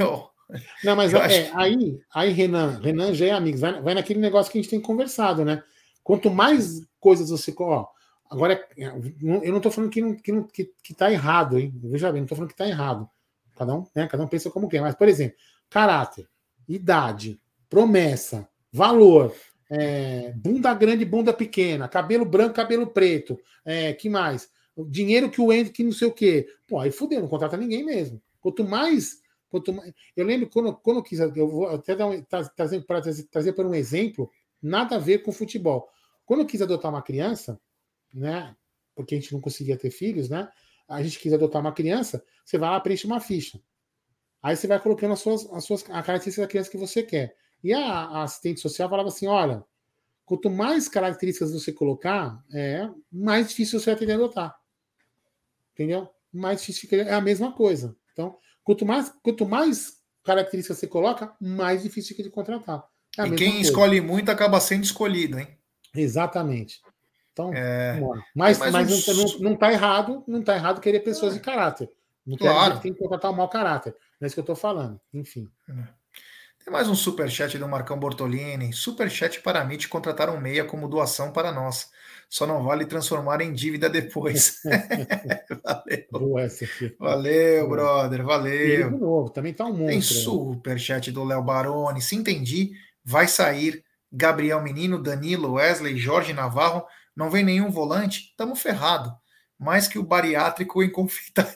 A: Não, mas
C: Eu
A: é,
C: acho que-
A: aí, aí, Renan, Renan já é amigo, vai, vai naquele negócio que a gente tem conversado, né? Quanto mais coisas você. Ó, agora, é, eu não estou falando que, não, que, não, que, que tá errado, hein? Veja bem, não estou falando que tá errado. Cada um, né, cada um pensa como quer. Mas, por exemplo, caráter, idade, promessa, valor, é, bunda grande, bunda pequena, cabelo branco, cabelo preto, é, que mais? O dinheiro que o Endo, que não sei o quê. Pô, aí fudeu, não contrata ninguém mesmo. Quanto mais. Quanto mais eu lembro quando, quando eu quis, eu vou até dar um, trazer, para trazer, trazer para um exemplo, nada a ver com futebol. Quando eu quis adotar uma criança, né? Porque a gente não conseguia ter filhos, né? A gente quis adotar uma criança, você vai lá, preenche uma ficha. Aí você vai colocando as suas, as suas a característica da criança que você quer. E a, a assistente social falava assim: olha, quanto mais características você colocar, é, mais difícil você vai ter de adotar. Entendeu? Mais difícil fica. É a mesma coisa. Então, quanto mais, quanto mais características você coloca, mais difícil fica de contratar. É a
C: E
A: mesma
C: quem
A: coisa.
C: escolhe muito acaba sendo escolhido, hein?
A: Exatamente. Então,
C: É...
A: vamos lá.
C: Tem
A: Mas,
C: mais
A: mas
C: uns.
A: não, não, não tá errado, não tá errado querer pessoas de caráter. Não quer dizer que
C: Claro.
A: tem que contratar um mau caráter. Não é isso que eu estou falando. Enfim.
C: Tem mais um superchat do Marcão Bortolini. Superchat para mim te contratar um meia como doação para nós. Só não vale transformar em dívida depois. Valeu.
A: Boa essa aqui.
C: Valeu,
A: Boa.
C: brother.
A: Ele de
C: Valeu.
A: novo, também tá um
C: Tem
A: monstro. Né?
C: superchat do Léo Baroni. Se entendi, vai sair Gabriel Menino, Danilo, Wesley, Jorge Navarro. Não vem nenhum volante? Tamo ferrado. Mais que o bariátrico em confeitaria.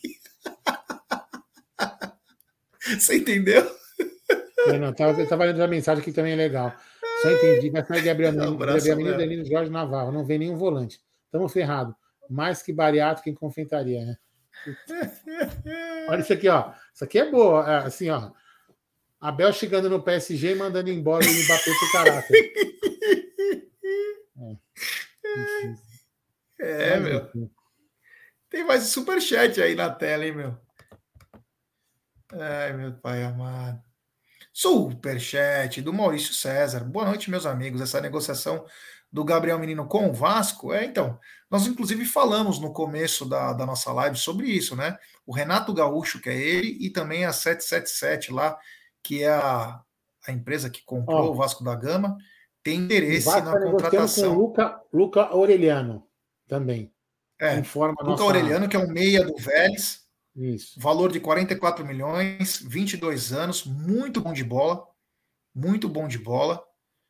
C: Você entendeu?
A: É, não, tava, eu tava lendo a mensagem que também é legal. Só entendi. Vai sair Gabriel
C: Um
A: Menino,
C: abraço,
A: Gabriel Menino,
C: Léo.
A: Danilo, Jorge Navarro. Não vem nenhum volante. Estamos ferrados. Mais que bariátrico em confeitaria, né? Olha isso aqui, ó. Isso aqui é boa. É, assim, ó. Abel chegando no P S G e mandando embora o Mbappé pro caráter. É, difícil.
C: É,
A: Mas
C: meu.
A: enfim.
C: Tem mais superchat aí na tela, hein, meu? Ai, meu pai amado. Superchat do Maurício César. Boa noite, meus amigos. Essa negociação do Gabriel Menino com o Vasco, é, então, nós inclusive falamos no começo da, da nossa live sobre isso, né? O Renato Gaúcho, que é ele, e também a sete sete sete lá, que é a, a empresa que comprou
A: Ó,
C: o Vasco da Gama, tem
A: o
C: interesse
A: Vasco
C: na
A: está negociando com o
C: contratação.
A: Luca, Luca Aureliano também.
C: É,
A: Informa a
C: Luca
A: nossa.
C: Aureliano, que é um meia do Vélez,
A: Isso.
C: valor de quarenta e quatro milhões, vinte e dois anos, muito bom de bola, muito bom de bola.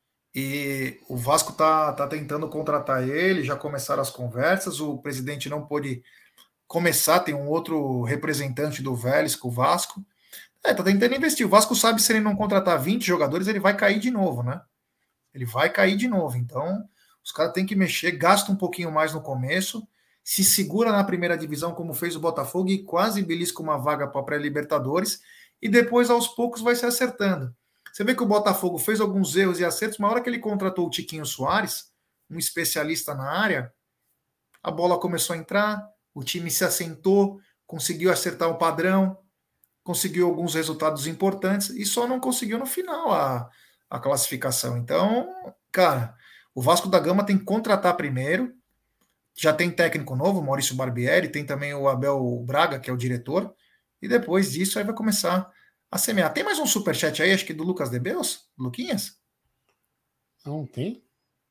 C: E o Vasco tá, tá tentando contratar ele, já começaram as conversas, o presidente não pôde começar, tem um outro representante do Vélez com o Vasco. É, tá tentando investir. O Vasco sabe, se ele não contratar vinte jogadores, ele vai cair de novo, né? Ele vai cair de novo. Então, os caras têm que mexer, gasta um pouquinho mais no começo, se segura na primeira divisão, como fez o Botafogo, e quase belisca uma vaga para a pré-Libertadores, e depois, aos poucos, vai se acertando. Você vê que o Botafogo fez alguns erros e acertos, mas na hora que ele contratou o Tiquinho Soares, um especialista na área, a bola começou a entrar, o time se assentou, conseguiu acertar o padrão, conseguiu alguns resultados importantes e só não conseguiu no final a, a classificação. Então, cara, o Vasco da Gama tem que contratar primeiro. Já tem técnico novo, Maurício Barbieri, tem também o Abel Braga, que é o diretor, e depois disso aí vai começar a semear. Tem mais um superchat aí, acho que do Lucas Debeus? Luquinhas?
A: Não tem?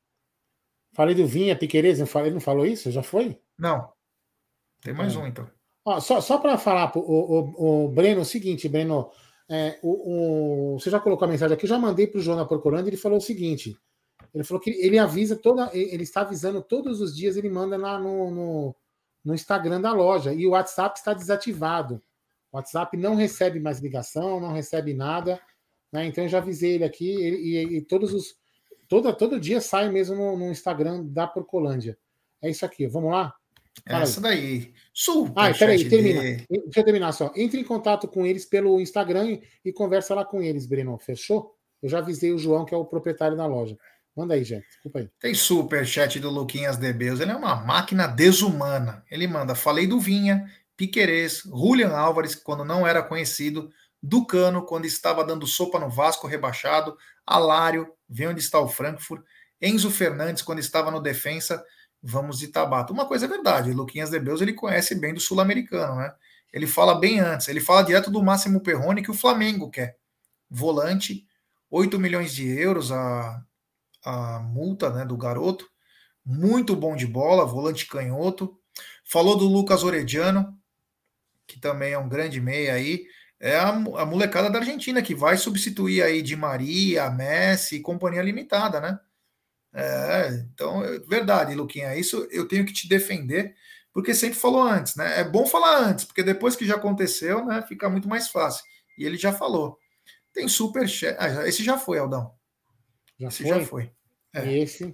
A: Falei do Vinha, Piquerez, ele não falou isso? Já foi?
C: Não. Tem mais
A: É.
C: um, então.
A: Ó, só só para falar pro o, o, o Breno, o seguinte, Breno, é, o, o, você já colocou a mensagem aqui, eu já mandei para o João Porcolando, ele falou o seguinte, ele falou que ele avisa toda, ele está avisando todos os dias, ele manda lá no, no, no Instagram da loja, e o WhatsApp está desativado. O WhatsApp não recebe mais ligação, não recebe nada, né? Então eu já avisei ele aqui, ele, e, e todos os. Toda, todo dia sai mesmo no, no Instagram da Porcolândia. É isso aqui, vamos lá? Fala
C: Essa
A: aí.
C: daí.
A: Ah, peraí,
C: Superchat
A: termina.
C: dele.
A: Deixa eu terminar só. Entre em contato com eles pelo Instagram e, e conversa lá com eles, Breno. Fechou? Eu já avisei o João, que é o proprietário da loja. Manda aí, Jé. Desculpa aí.
C: Tem superchat do Luquinhas Debeus. Ele é uma máquina desumana. Ele manda: falei do Vinha, Piquerez, Julian Álvares, quando não era conhecido, Ducano, quando estava dando sopa no Vasco rebaixado, Alário, vem onde está o Frankfurt, Enzo Fernandes, quando estava no Defensa, vamos de Tabata. Uma coisa é verdade, o Luquinhas Debeus ele conhece bem do sul-americano, né? Ele fala bem antes, ele fala direto do Máximo Perrone que o Flamengo quer. Volante, oito milhões de euros a, a multa, né, do garoto. Muito bom de bola, volante canhoto. Falou do Lucas Orediano, que também é um grande meia aí. É a, a molecada da Argentina que vai substituir aí Di Maria, Messi e companhia limitada, né? É, então, é verdade, Luquinha, isso eu tenho que te defender, porque sempre falou antes, né? É bom falar antes, porque depois que já aconteceu, né, fica muito mais fácil. E ele já falou. Tem superchat. Ah, esse já foi, Aldão.
A: Já
C: esse
A: foi?
C: já foi. É.
A: E esse?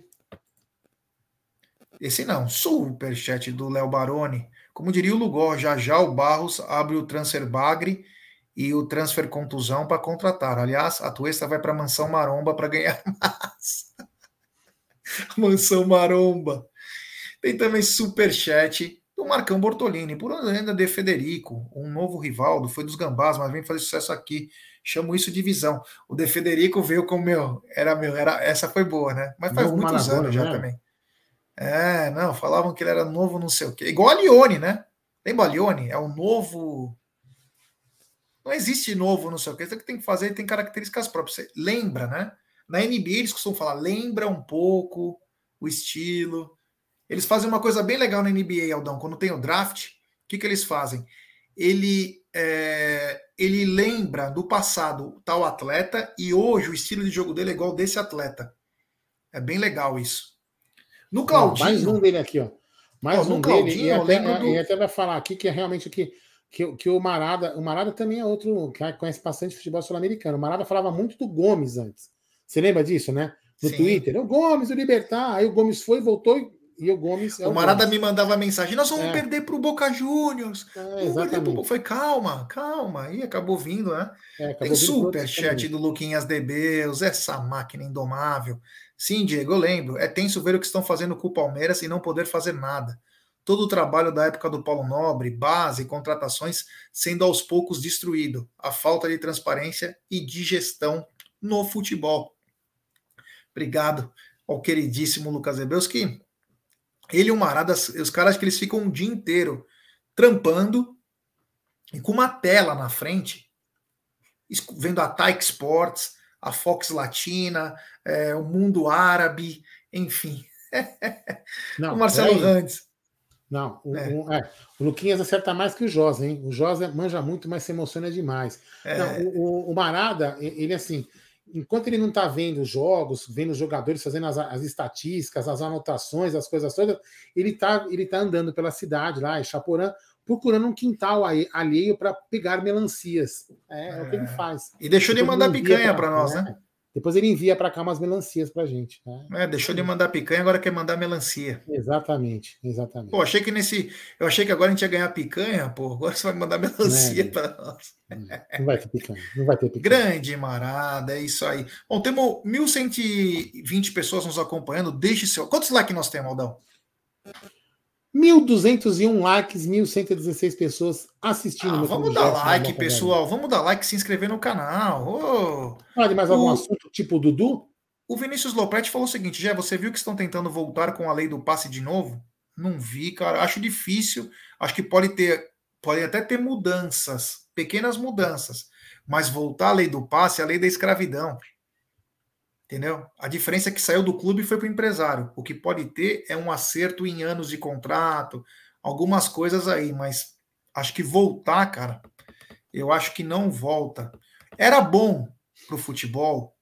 C: Esse não. Superchat do Léo Baroni. Como diria o Lugol, já já o Barros abre o transfer bagre e o transfer contusão para contratar. Aliás, a Tuesta vai para a Mansão Maromba para ganhar mais. Mansão Maromba. Tem também superchat do Marcão Bortolini. Por onde anda De Federico, um novo Rivaldo, foi dos Gambás, mas vem fazer sucesso aqui. Chamo isso de visão. O De Federico veio como meu. Era meu, era, essa foi boa, né? Mas faz
A: Novo
C: muitos
A: Marabona,
C: anos já
A: né?
C: também. É, não, falavam que ele era novo, não sei o quê. Igual a Lione, né? Lembra a Lione? É um novo. Não existe novo, não sei o quê. Isso que tem que fazer, tem características próprias. Você lembra, né? Na N B A eles costumam falar, lembra um pouco o estilo. Eles fazem uma coisa bem legal na N B A, Aldão. Quando tem o draft, o que, que eles fazem? Ele, é, ele lembra do passado tal atleta e hoje o estilo de jogo dele é igual desse atleta. É bem legal isso. No Claudinho...
A: Ó, mais um dele aqui, ó. Mais
C: ó,
A: um dele. E até, do... e até vai falar aqui que é realmente aqui que, que o Marada... O Marada também é outro que conhece bastante futebol sul-americano. O Marada falava muito do Gomes antes. Você lembra disso, né? No Sim. Twitter. O Gomes, o Libertar. Aí o Gomes foi, voltou e... E o Gomes é
C: o,
A: o
C: Marada
A: Gomes.
C: me mandava mensagem, nós vamos
A: é.
C: perder pro Boca Juniors.
A: É, exatamente. Pro...
C: Foi calma, calma. E acabou vindo, né?
A: É, acabou
C: Tem superchat do Luquinhas D Beus, essa máquina indomável. Sim, Diego, eu lembro. É tenso ver o que estão fazendo com o Palmeiras e não poder fazer nada. Todo o trabalho da época do Paulo Nobre, base e contratações sendo aos poucos destruído. A falta de transparência e de gestão no futebol. Obrigado ao queridíssimo Lucas Debeus, que ele e o Marada, os caras que eles ficam um dia inteiro trampando e com uma tela na frente, vendo a Taik Sports, a Fox Latina, é, o Mundo Árabe, enfim.
A: Não,
C: o Marcelo Randes.
A: Não, o, é. O, é, o Luquinhas acerta mais que o Josa, hein? O Josa manja muito, mas se emociona demais. É. Não, o, o Marada, ele assim... Enquanto ele não está vendo os jogos, vendo os jogadores, fazendo as, as estatísticas, as anotações, as coisas todas, ele está ele tá andando pela cidade lá, em Chaporã, procurando um quintal alheio para pegar melancias. É, é, é o que ele faz.
C: E deixou
A: Depois
C: de mandar picanha para nós,
A: né?
C: né?
A: Depois ele envia para cá umas melancias para gente. Né?
C: É, deixou de mandar picanha, agora quer mandar melancia.
A: Exatamente, exatamente.
C: Pô, achei que nesse. Eu achei que agora a gente ia ganhar picanha, pô. Agora você vai mandar melancia é, para nós.
A: Não vai ter picanha, não vai ter picanha.
C: Grande Marada, é isso aí. Bom, temos mil cento e vinte pessoas nos acompanhando. Deixe seu. Quantos likes nós temos, Aldão?
A: mil duzentos e um likes, mil cento e dezesseis pessoas assistindo.
C: Ah, vamos dar like, pessoal. Vamos dar like e se inscrever no canal. Oh,
A: Pode mais o... algum assunto tipo o Dudu?
C: O Vinícius Lopretti falou o seguinte: Jé, você viu que estão tentando voltar com a lei do passe de novo? Não vi, cara. Acho difícil. Acho que pode ter, pode até ter mudanças, pequenas mudanças. Mas voltar à lei do passe é a lei da escravidão. Entendeu? A diferença é que saiu do clube e foi para o empresário. O que pode ter é um acerto em anos de contrato, algumas coisas aí, mas acho que voltar, cara, eu acho que não volta. Era bom para o futebol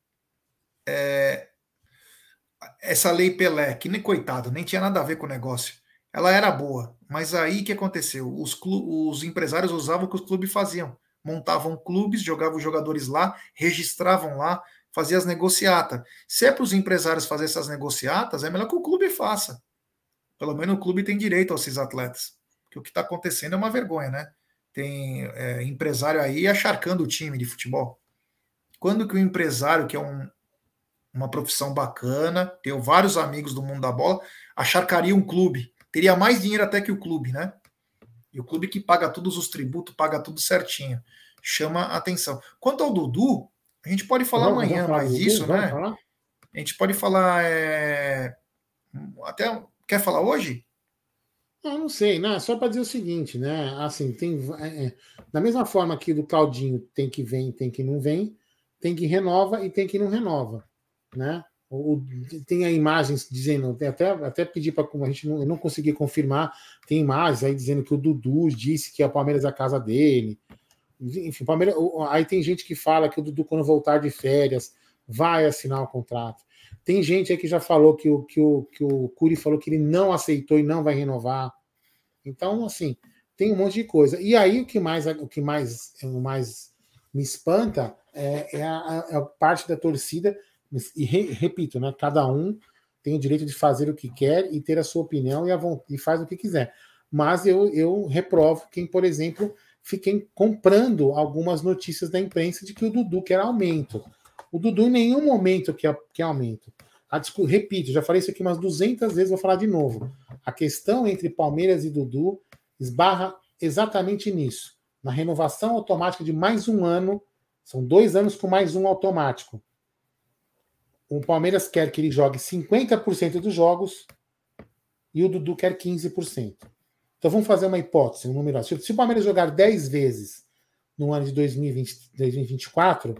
C: é, essa lei Pelé, que nem coitado, nem tinha nada a ver com o negócio. Ela era boa, mas aí o que aconteceu? Os, clu- os empresários usavam o que os clubes faziam. Montavam clubes, jogavam os jogadores lá, registravam lá, faziam as negociatas. Se é para os empresários fazer essas negociatas, é melhor que o clube faça. Pelo menos o clube tem direito a esses atletas. Porque o que está acontecendo é uma vergonha, né? Tem é, empresário aí acharcando o time de futebol. Quando que o empresário, que é um, uma profissão bacana, tenho vários amigos do mundo da bola, acharcaria um clube. Teria mais dinheiro até que o clube, né? E o clube que paga todos os tributos, paga tudo certinho. Chama atenção. Quanto ao Dudu, a gente pode falar vamos, amanhã vamos falar mais disso, né? Falar? A gente pode falar... É... Até... Quer falar hoje?
A: Ah, não sei, né? Só para dizer o seguinte, né? Assim, tem é, é, da mesma forma que do Claudinho tem que vem, tem que não vem, tem que renova e tem que não renova, né? O, tem aí imagens dizendo, até até pedir para a gente não, eu não consegui confirmar, tem imagens aí dizendo que o Dudu disse que a Palmeiras é a casa dele. Enfim, Palmeiras, aí tem gente que fala que o Dudu quando voltar de férias vai assinar o contrato. Tem gente aí que já falou que o, que o, que o Curi falou que ele não aceitou e não vai renovar. Então, assim, tem um monte de coisa. E aí o que mais, o que mais, o mais me espanta é, é, a, é a parte da torcida. E re, repito, né? Cada um tem o direito de fazer o que quer e ter a sua opinião e, a, e faz o que quiser. Mas eu, eu reprovo quem, por exemplo, fiquem comprando algumas notícias da imprensa de que o Dudu quer aumento. O Dudu em nenhum momento quer, quer aumento. A, repito, já falei isso aqui umas duzentas vezes, vou falar de novo. A questão entre Palmeiras e Dudu esbarra exatamente nisso. Na renovação automática de mais um ano, são dois anos com mais um automático. O Palmeiras quer que ele jogue cinquenta por cento dos jogos e o Dudu quer quinze por cento. Então vamos fazer uma hipótese, um número. Se o Palmeiras jogar dez vezes no ano de dois mil e vinte, dois mil e vinte e quatro,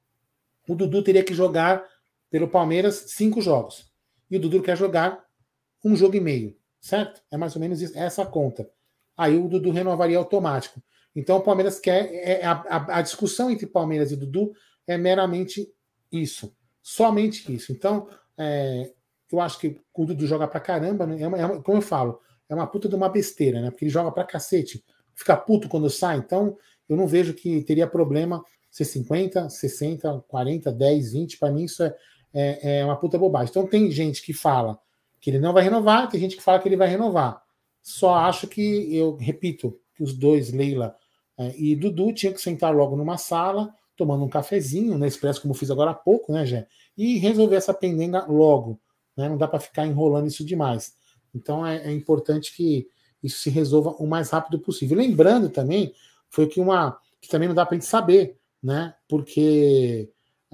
A: o Dudu teria que jogar pelo Palmeiras cinco jogos. E o Dudu quer jogar um jogo e meio, certo? É mais ou menos isso, essa a conta. Aí o Dudu renovaria automático. Então o Palmeiras quer. É, a, a, a discussão entre Palmeiras e Dudu é meramente isso. Somente isso. Então, é, eu acho que o Dudu joga pra caramba, né? é uma, é uma, como eu falo, é uma puta de uma besteira, né? Porque ele joga pra cacete. Fica puto quando sai. Então, eu não vejo que teria problema ser cinquenta, sessenta, quarenta, dez, vinte. Para mim, isso é, é, é uma puta bobagem. Então, tem gente que fala que ele não vai renovar, tem gente que fala que ele vai renovar. Só acho que, eu repito, que os dois, Leila é, e Dudu, tinham que sentar logo numa sala, tomando um cafezinho, na Expresso, como eu fiz agora há pouco, né, Gé? E resolver essa pendenga logo. Né? Não dá para ficar enrolando isso demais. Então é, é importante que isso se resolva o mais rápido possível. Lembrando também, foi que uma. que também não dá para a gente saber, né? Porque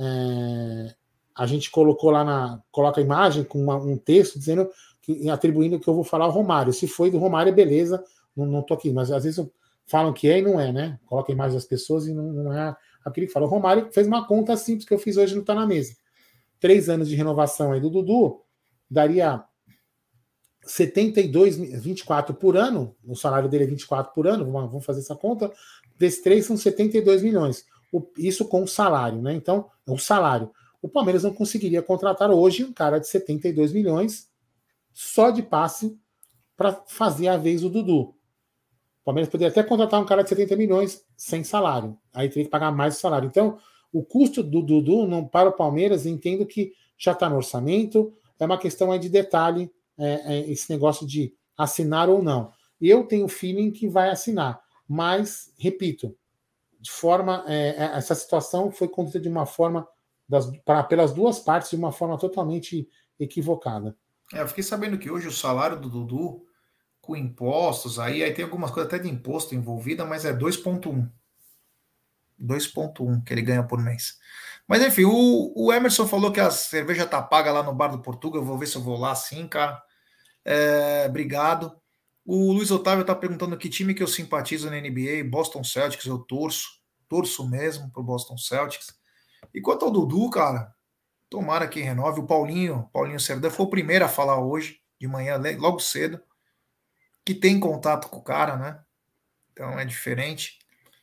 A: é, a gente colocou lá na. coloca a imagem com uma, um texto dizendo que, atribuindo que eu vou falar ao Romário. Se foi do Romário, beleza, não, não tô aqui, mas às vezes falam que é e não é, né? Coloca a imagem das pessoas e não, não é aquilo que fala. O Romário fez uma conta simples que eu fiz hoje, não está na mesa. Três anos de renovação aí do Dudu daria setenta e dois, vinte e quatro por ano, o salário dele é vinte e quatro por ano, vamos fazer essa conta, desses três são setenta e dois milhões. O, isso com o salário, né? Então, é o salário. O Palmeiras não conseguiria contratar hoje um cara de setenta e dois milhões só de passe para fazer a vez do Dudu. O Palmeiras poderia até contratar um cara de setenta milhões sem salário. Aí teria que pagar mais o salário. Então, o custo do Dudu não, para o Palmeiras, entendo que já está no orçamento, é uma questão aí de detalhe, é, é, esse negócio de assinar ou não. Eu tenho o feeling que vai assinar, mas, repito, de forma é, essa situação foi conduzida de uma forma, das, pra, pelas duas partes, de uma forma totalmente equivocada.
C: É, eu fiquei sabendo que hoje o salário do Dudu, com impostos, aí, aí tem algumas coisas até de imposto envolvida, mas é dois ponto um. dois ponto um que ele ganha por mês. Mas enfim, o, o Emerson falou que a cerveja tá paga lá no Bar do Portugal. Eu vou ver se eu vou lá sim, cara. É, obrigado. O Luiz Otávio tá perguntando que time que eu simpatizo na N B A. Boston Celtics, eu torço. Torço mesmo pro Boston Celtics. E quanto ao Dudu, cara, tomara que renove. O Paulinho, Paulinho Serdã foi o primeiro a falar hoje, de manhã, logo cedo, que tem contato com o cara, né? Então é diferente.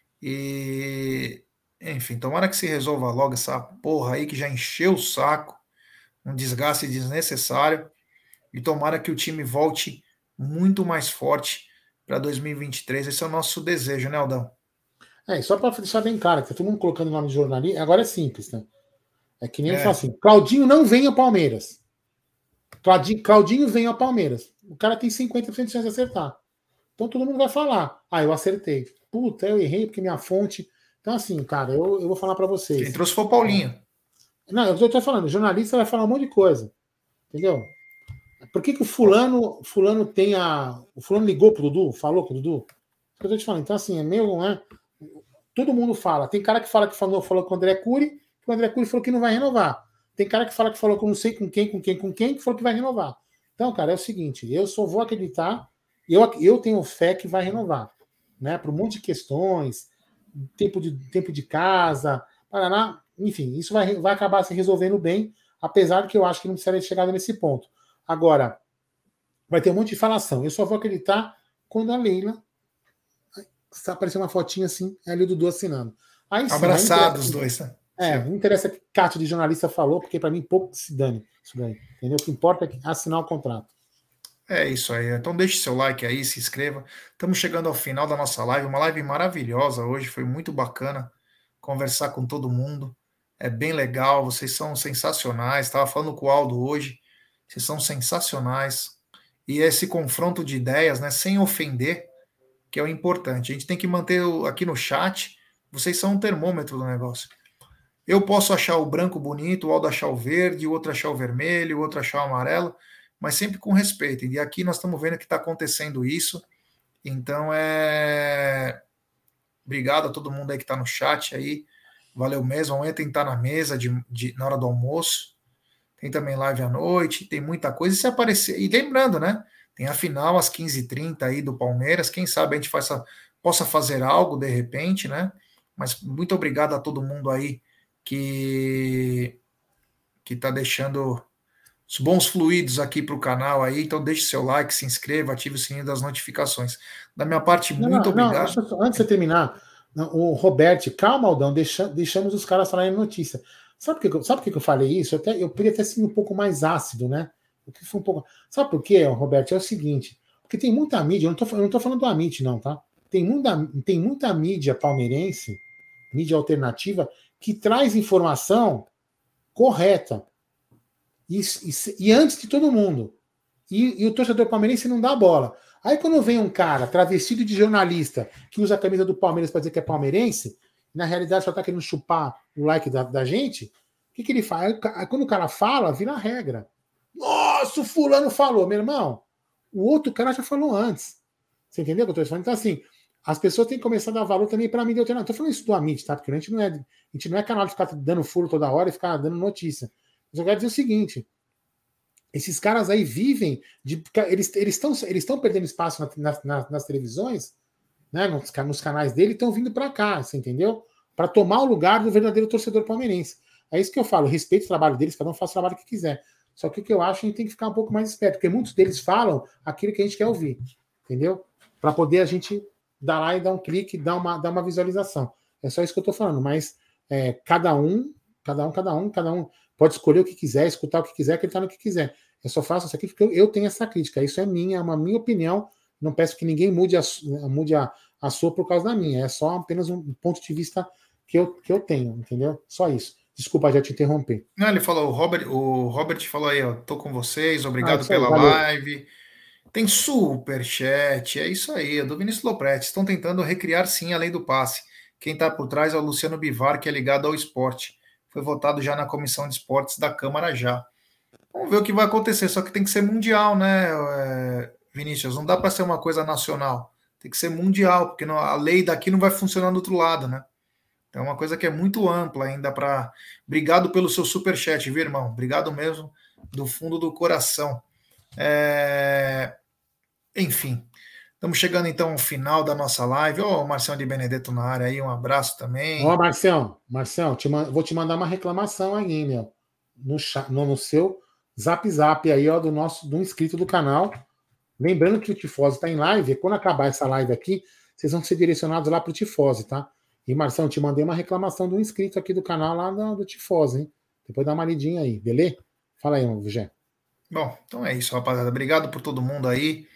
C: E, enfim, tomara que se resolva logo essa porra aí que já encheu o saco, um desgaste desnecessário, e tomara que o time volte muito mais forte para dois mil e vinte e três. Esse é o nosso desejo, né, Aldão?
A: É, só para deixar bem claro, que tá todo mundo colocando o nome de jornalista, agora é simples, né? É que nem
C: É.
A: ele fala assim: Claudinho não vem ao Palmeiras. Claudinho, Claudinho vem ao Palmeiras. O cara tem cinquenta por cento de chance de acertar. Então todo mundo vai falar: ah, eu acertei. Puta, eu errei porque minha fonte. Então, assim, cara, eu, eu vou falar para vocês.
C: Quem trouxe foi o Paulinho.
A: Não, eu tô falando, o jornalista vai falar um monte de coisa. Entendeu? Por que, que o fulano, fulano tem a. O fulano ligou pro Dudu, falou com o Dudu? Isso que eu tô te falando. Então, assim, é meio, né? Todo mundo fala. Tem cara que fala que falou, falou com o André Cury, que o André Cury falou que não vai renovar. Tem cara que fala que falou com não sei com quem, com quem, com quem, que falou que vai renovar. Então, cara, é o seguinte, eu só vou acreditar Eu, eu tenho fé que vai renovar, né? Por um monte de questões, tempo de, tempo de casa, Paraná, enfim, isso vai, vai acabar se resolvendo bem, apesar de que eu acho que não precisaria ter chegado nesse ponto. Agora, vai ter um monte de falação. Eu só vou acreditar quando a Leila aparecer uma fotinha assim, é ali o Dudu assinando. Aí, sim,
C: abraçados
A: aí
C: os dois, né?
A: É, não interessa o que Cátia de jornalista falou, porque para mim pouco se dane isso daí. Entendeu? O que importa é assinar o contrato.
C: É isso aí. Então deixe seu like aí, se inscreva. Estamos chegando ao final da nossa live. Uma live maravilhosa hoje. Foi muito bacana conversar com todo mundo. É bem legal. Vocês são sensacionais. Estava falando com o Aldo hoje. Vocês são sensacionais. E esse confronto de ideias, né, sem ofender, que é o importante. A gente tem que manter aqui no chat. Vocês são um termômetro do negócio. Eu posso achar o branco bonito, o Aldo achar o verde, o outro achar o vermelho, o outro achar o amarelo, mas sempre com respeito. E aqui nós estamos vendo que está acontecendo isso. Então é. Obrigado a todo mundo aí que está no chat aí. Valeu mesmo. Amanhã tem que estar na mesa de, de, na hora do almoço. Tem também live à noite, tem muita coisa. E se aparecer. E lembrando, né? Tem a final às quinze e trinta aí do Palmeiras. Quem sabe a gente faça, possa fazer algo de repente, né? Mas muito obrigado a todo mundo aí que que está deixando os bons fluidos aqui para o canal aí, então deixe seu like, se inscreva, ative o sininho das notificações. Da minha parte,
A: Não,
C: muito
A: não, não,
C: obrigado.
A: deixa eu- antes de você terminar, não, o Roberto, calma, Aldão, deixa, deixamos os caras falarem notícia. Sabe por que, eu- sabe por que eu falei isso? Eu, até, eu poderia ter sido um pouco mais ácido, né? O que foi um pouco... Sabe por quê, Roberto? É o seguinte, porque tem muita mídia, eu não tô, eu não tô falando do Amit, não, tá? Tem muita, tem muita mídia palmeirense, mídia alternativa, que traz informação correta. E, e, e antes de todo mundo. E, e o torcedor palmeirense não dá bola. Aí quando vem um cara travestido de jornalista que usa a camisa do Palmeiras para dizer que é palmeirense, na realidade só está querendo chupar o like da, da gente, o que, que ele faz? Aí, quando o cara fala, vira regra. Nossa, o fulano falou, meu irmão. O outro cara já falou antes. Você entendeu o que eu estou falando? Então, assim, as pessoas têm que começar a dar valor também para a mídia alternativa. Estou falando isso do Amit, tá? Porque a gente, não é, a gente não é canal de ficar dando furo toda hora e ficar dando notícia. Mas eu quero dizer o seguinte: esses caras aí vivem de. Eles estão eles eles perdendo espaço na, na, nas televisões, né, nos, nos canais dele, estão vindo para cá, você entendeu? Para tomar o lugar do verdadeiro torcedor palmeirense. É isso que eu falo, respeito o trabalho deles, cada um faz o trabalho que quiser. Só que o que eu acho, a gente tem que ficar um pouco mais esperto, porque muitos deles falam aquilo que a gente quer ouvir, entendeu? Para poder a gente dar lá e dar um clique, dar uma, dar uma visualização. É só isso que eu estou falando, mas é, cada um, cada um, cada um, cada um pode escolher o que quiser, escutar o que quiser, acreditar no que quiser. Eu só faço isso aqui porque eu, eu tenho essa crítica. Isso é minha, é uma minha opinião. Não peço que ninguém mude a, mude a, a sua por causa da minha. É só apenas um ponto de vista que eu, que eu tenho, entendeu? Só isso. Desculpa já te interromper.
C: Não, ele falou, o Robert, o Robert falou aí, ó, tô com vocês, obrigado
A: Ah,
C: pela
A: aí,
C: live. Tem super chat, é isso aí, é do Vinícius Lopretti. Estão tentando recriar sim a lei do passe. Quem está por trás é o Luciano Bivar, que é ligado ao esporte. Foi votado já na comissão de esportes da Câmara já. Vamos ver o que vai acontecer, só que tem que ser mundial, né, Vinícius? Não dá para ser uma coisa nacional, tem que ser mundial, porque a lei daqui não vai funcionar do outro lado, né? Então é uma coisa que é muito ampla ainda para. Obrigado pelo seu superchat, viu, irmão? Obrigado mesmo, do fundo do coração. É... Enfim, estamos chegando então ao final da nossa live. Ó, oh, o Marcelo de Benedetto na área aí, um abraço também.
A: Ó, Marcelo, Marcelo, te vou te mandar uma reclamação aí, meu. No, no, no seu zap zap aí, ó, do nosso do inscrito do canal. Lembrando que o Tifose está em live, e quando acabar essa live aqui, vocês vão ser direcionados lá para o Tifose, tá? E, Marcelo, te mandei uma reclamação do inscrito aqui do canal lá do, do Tifose, hein? Depois dá uma lidinha aí, beleza? Fala aí, Vigé.
C: Bom, então é isso, rapaziada. Obrigado por todo mundo aí.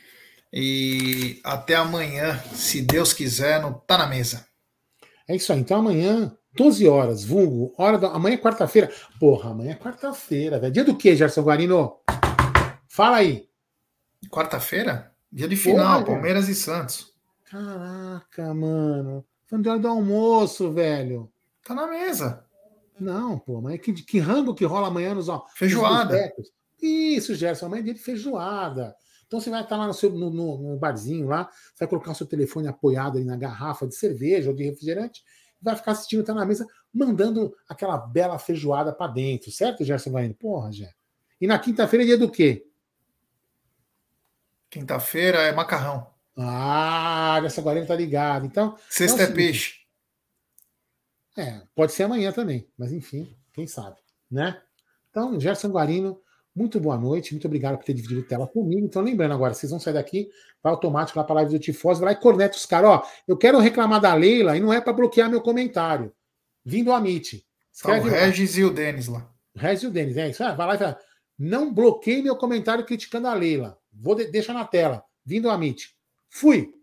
C: E até amanhã, se Deus quiser, não tá na mesa.
A: É isso aí. Então amanhã, doze horas, vulgo, hora da... Amanhã é quarta-feira. Porra, amanhã é quarta-feira, velho. Dia do quê, Gerson Guarino? Fala aí.
C: Quarta-feira? Dia de final, Porra, Palmeiras velho. E Santos.
A: Caraca, mano. Foi na hora do almoço, velho.
C: Tá na mesa.
A: Não, pô, mas que, que rango que rola amanhã nos ó,
C: feijoada.
A: Nos Isso, Gerson, amanhã é dia de feijoada. Então você vai estar lá no, seu, no, no, no barzinho lá, você vai colocar o seu telefone apoiado ali na garrafa de cerveja ou de refrigerante, vai ficar assistindo, tá na mesa, mandando aquela bela feijoada para dentro, certo, Gerson Guarino? Porra, Gerson. E na quinta-feira é dia do quê?
C: Quinta-feira é macarrão.
A: Ah, essa Guarino tá ligado. Então.
C: Sexta
A: então,
C: é peixe.
A: É, pode ser amanhã também, mas enfim, quem sabe, né? Então, Gerson Guarino, muito boa noite, muito obrigado por ter dividido tela comigo. Então, lembrando agora, vocês vão sair daqui, vai automático lá para a live do Tifose, vai lá e corneta os caras. Ó, eu quero reclamar da Leila e não é para bloquear meu comentário. Vindo a Amit.
C: Escreve tá o Regis lá. E o Denis lá.
A: O Regis e o Denis, é isso. Ah, vai lá e fala, não bloqueie meu comentário criticando a Leila. Vou de deixar na tela. Vindo a Amit. Fui!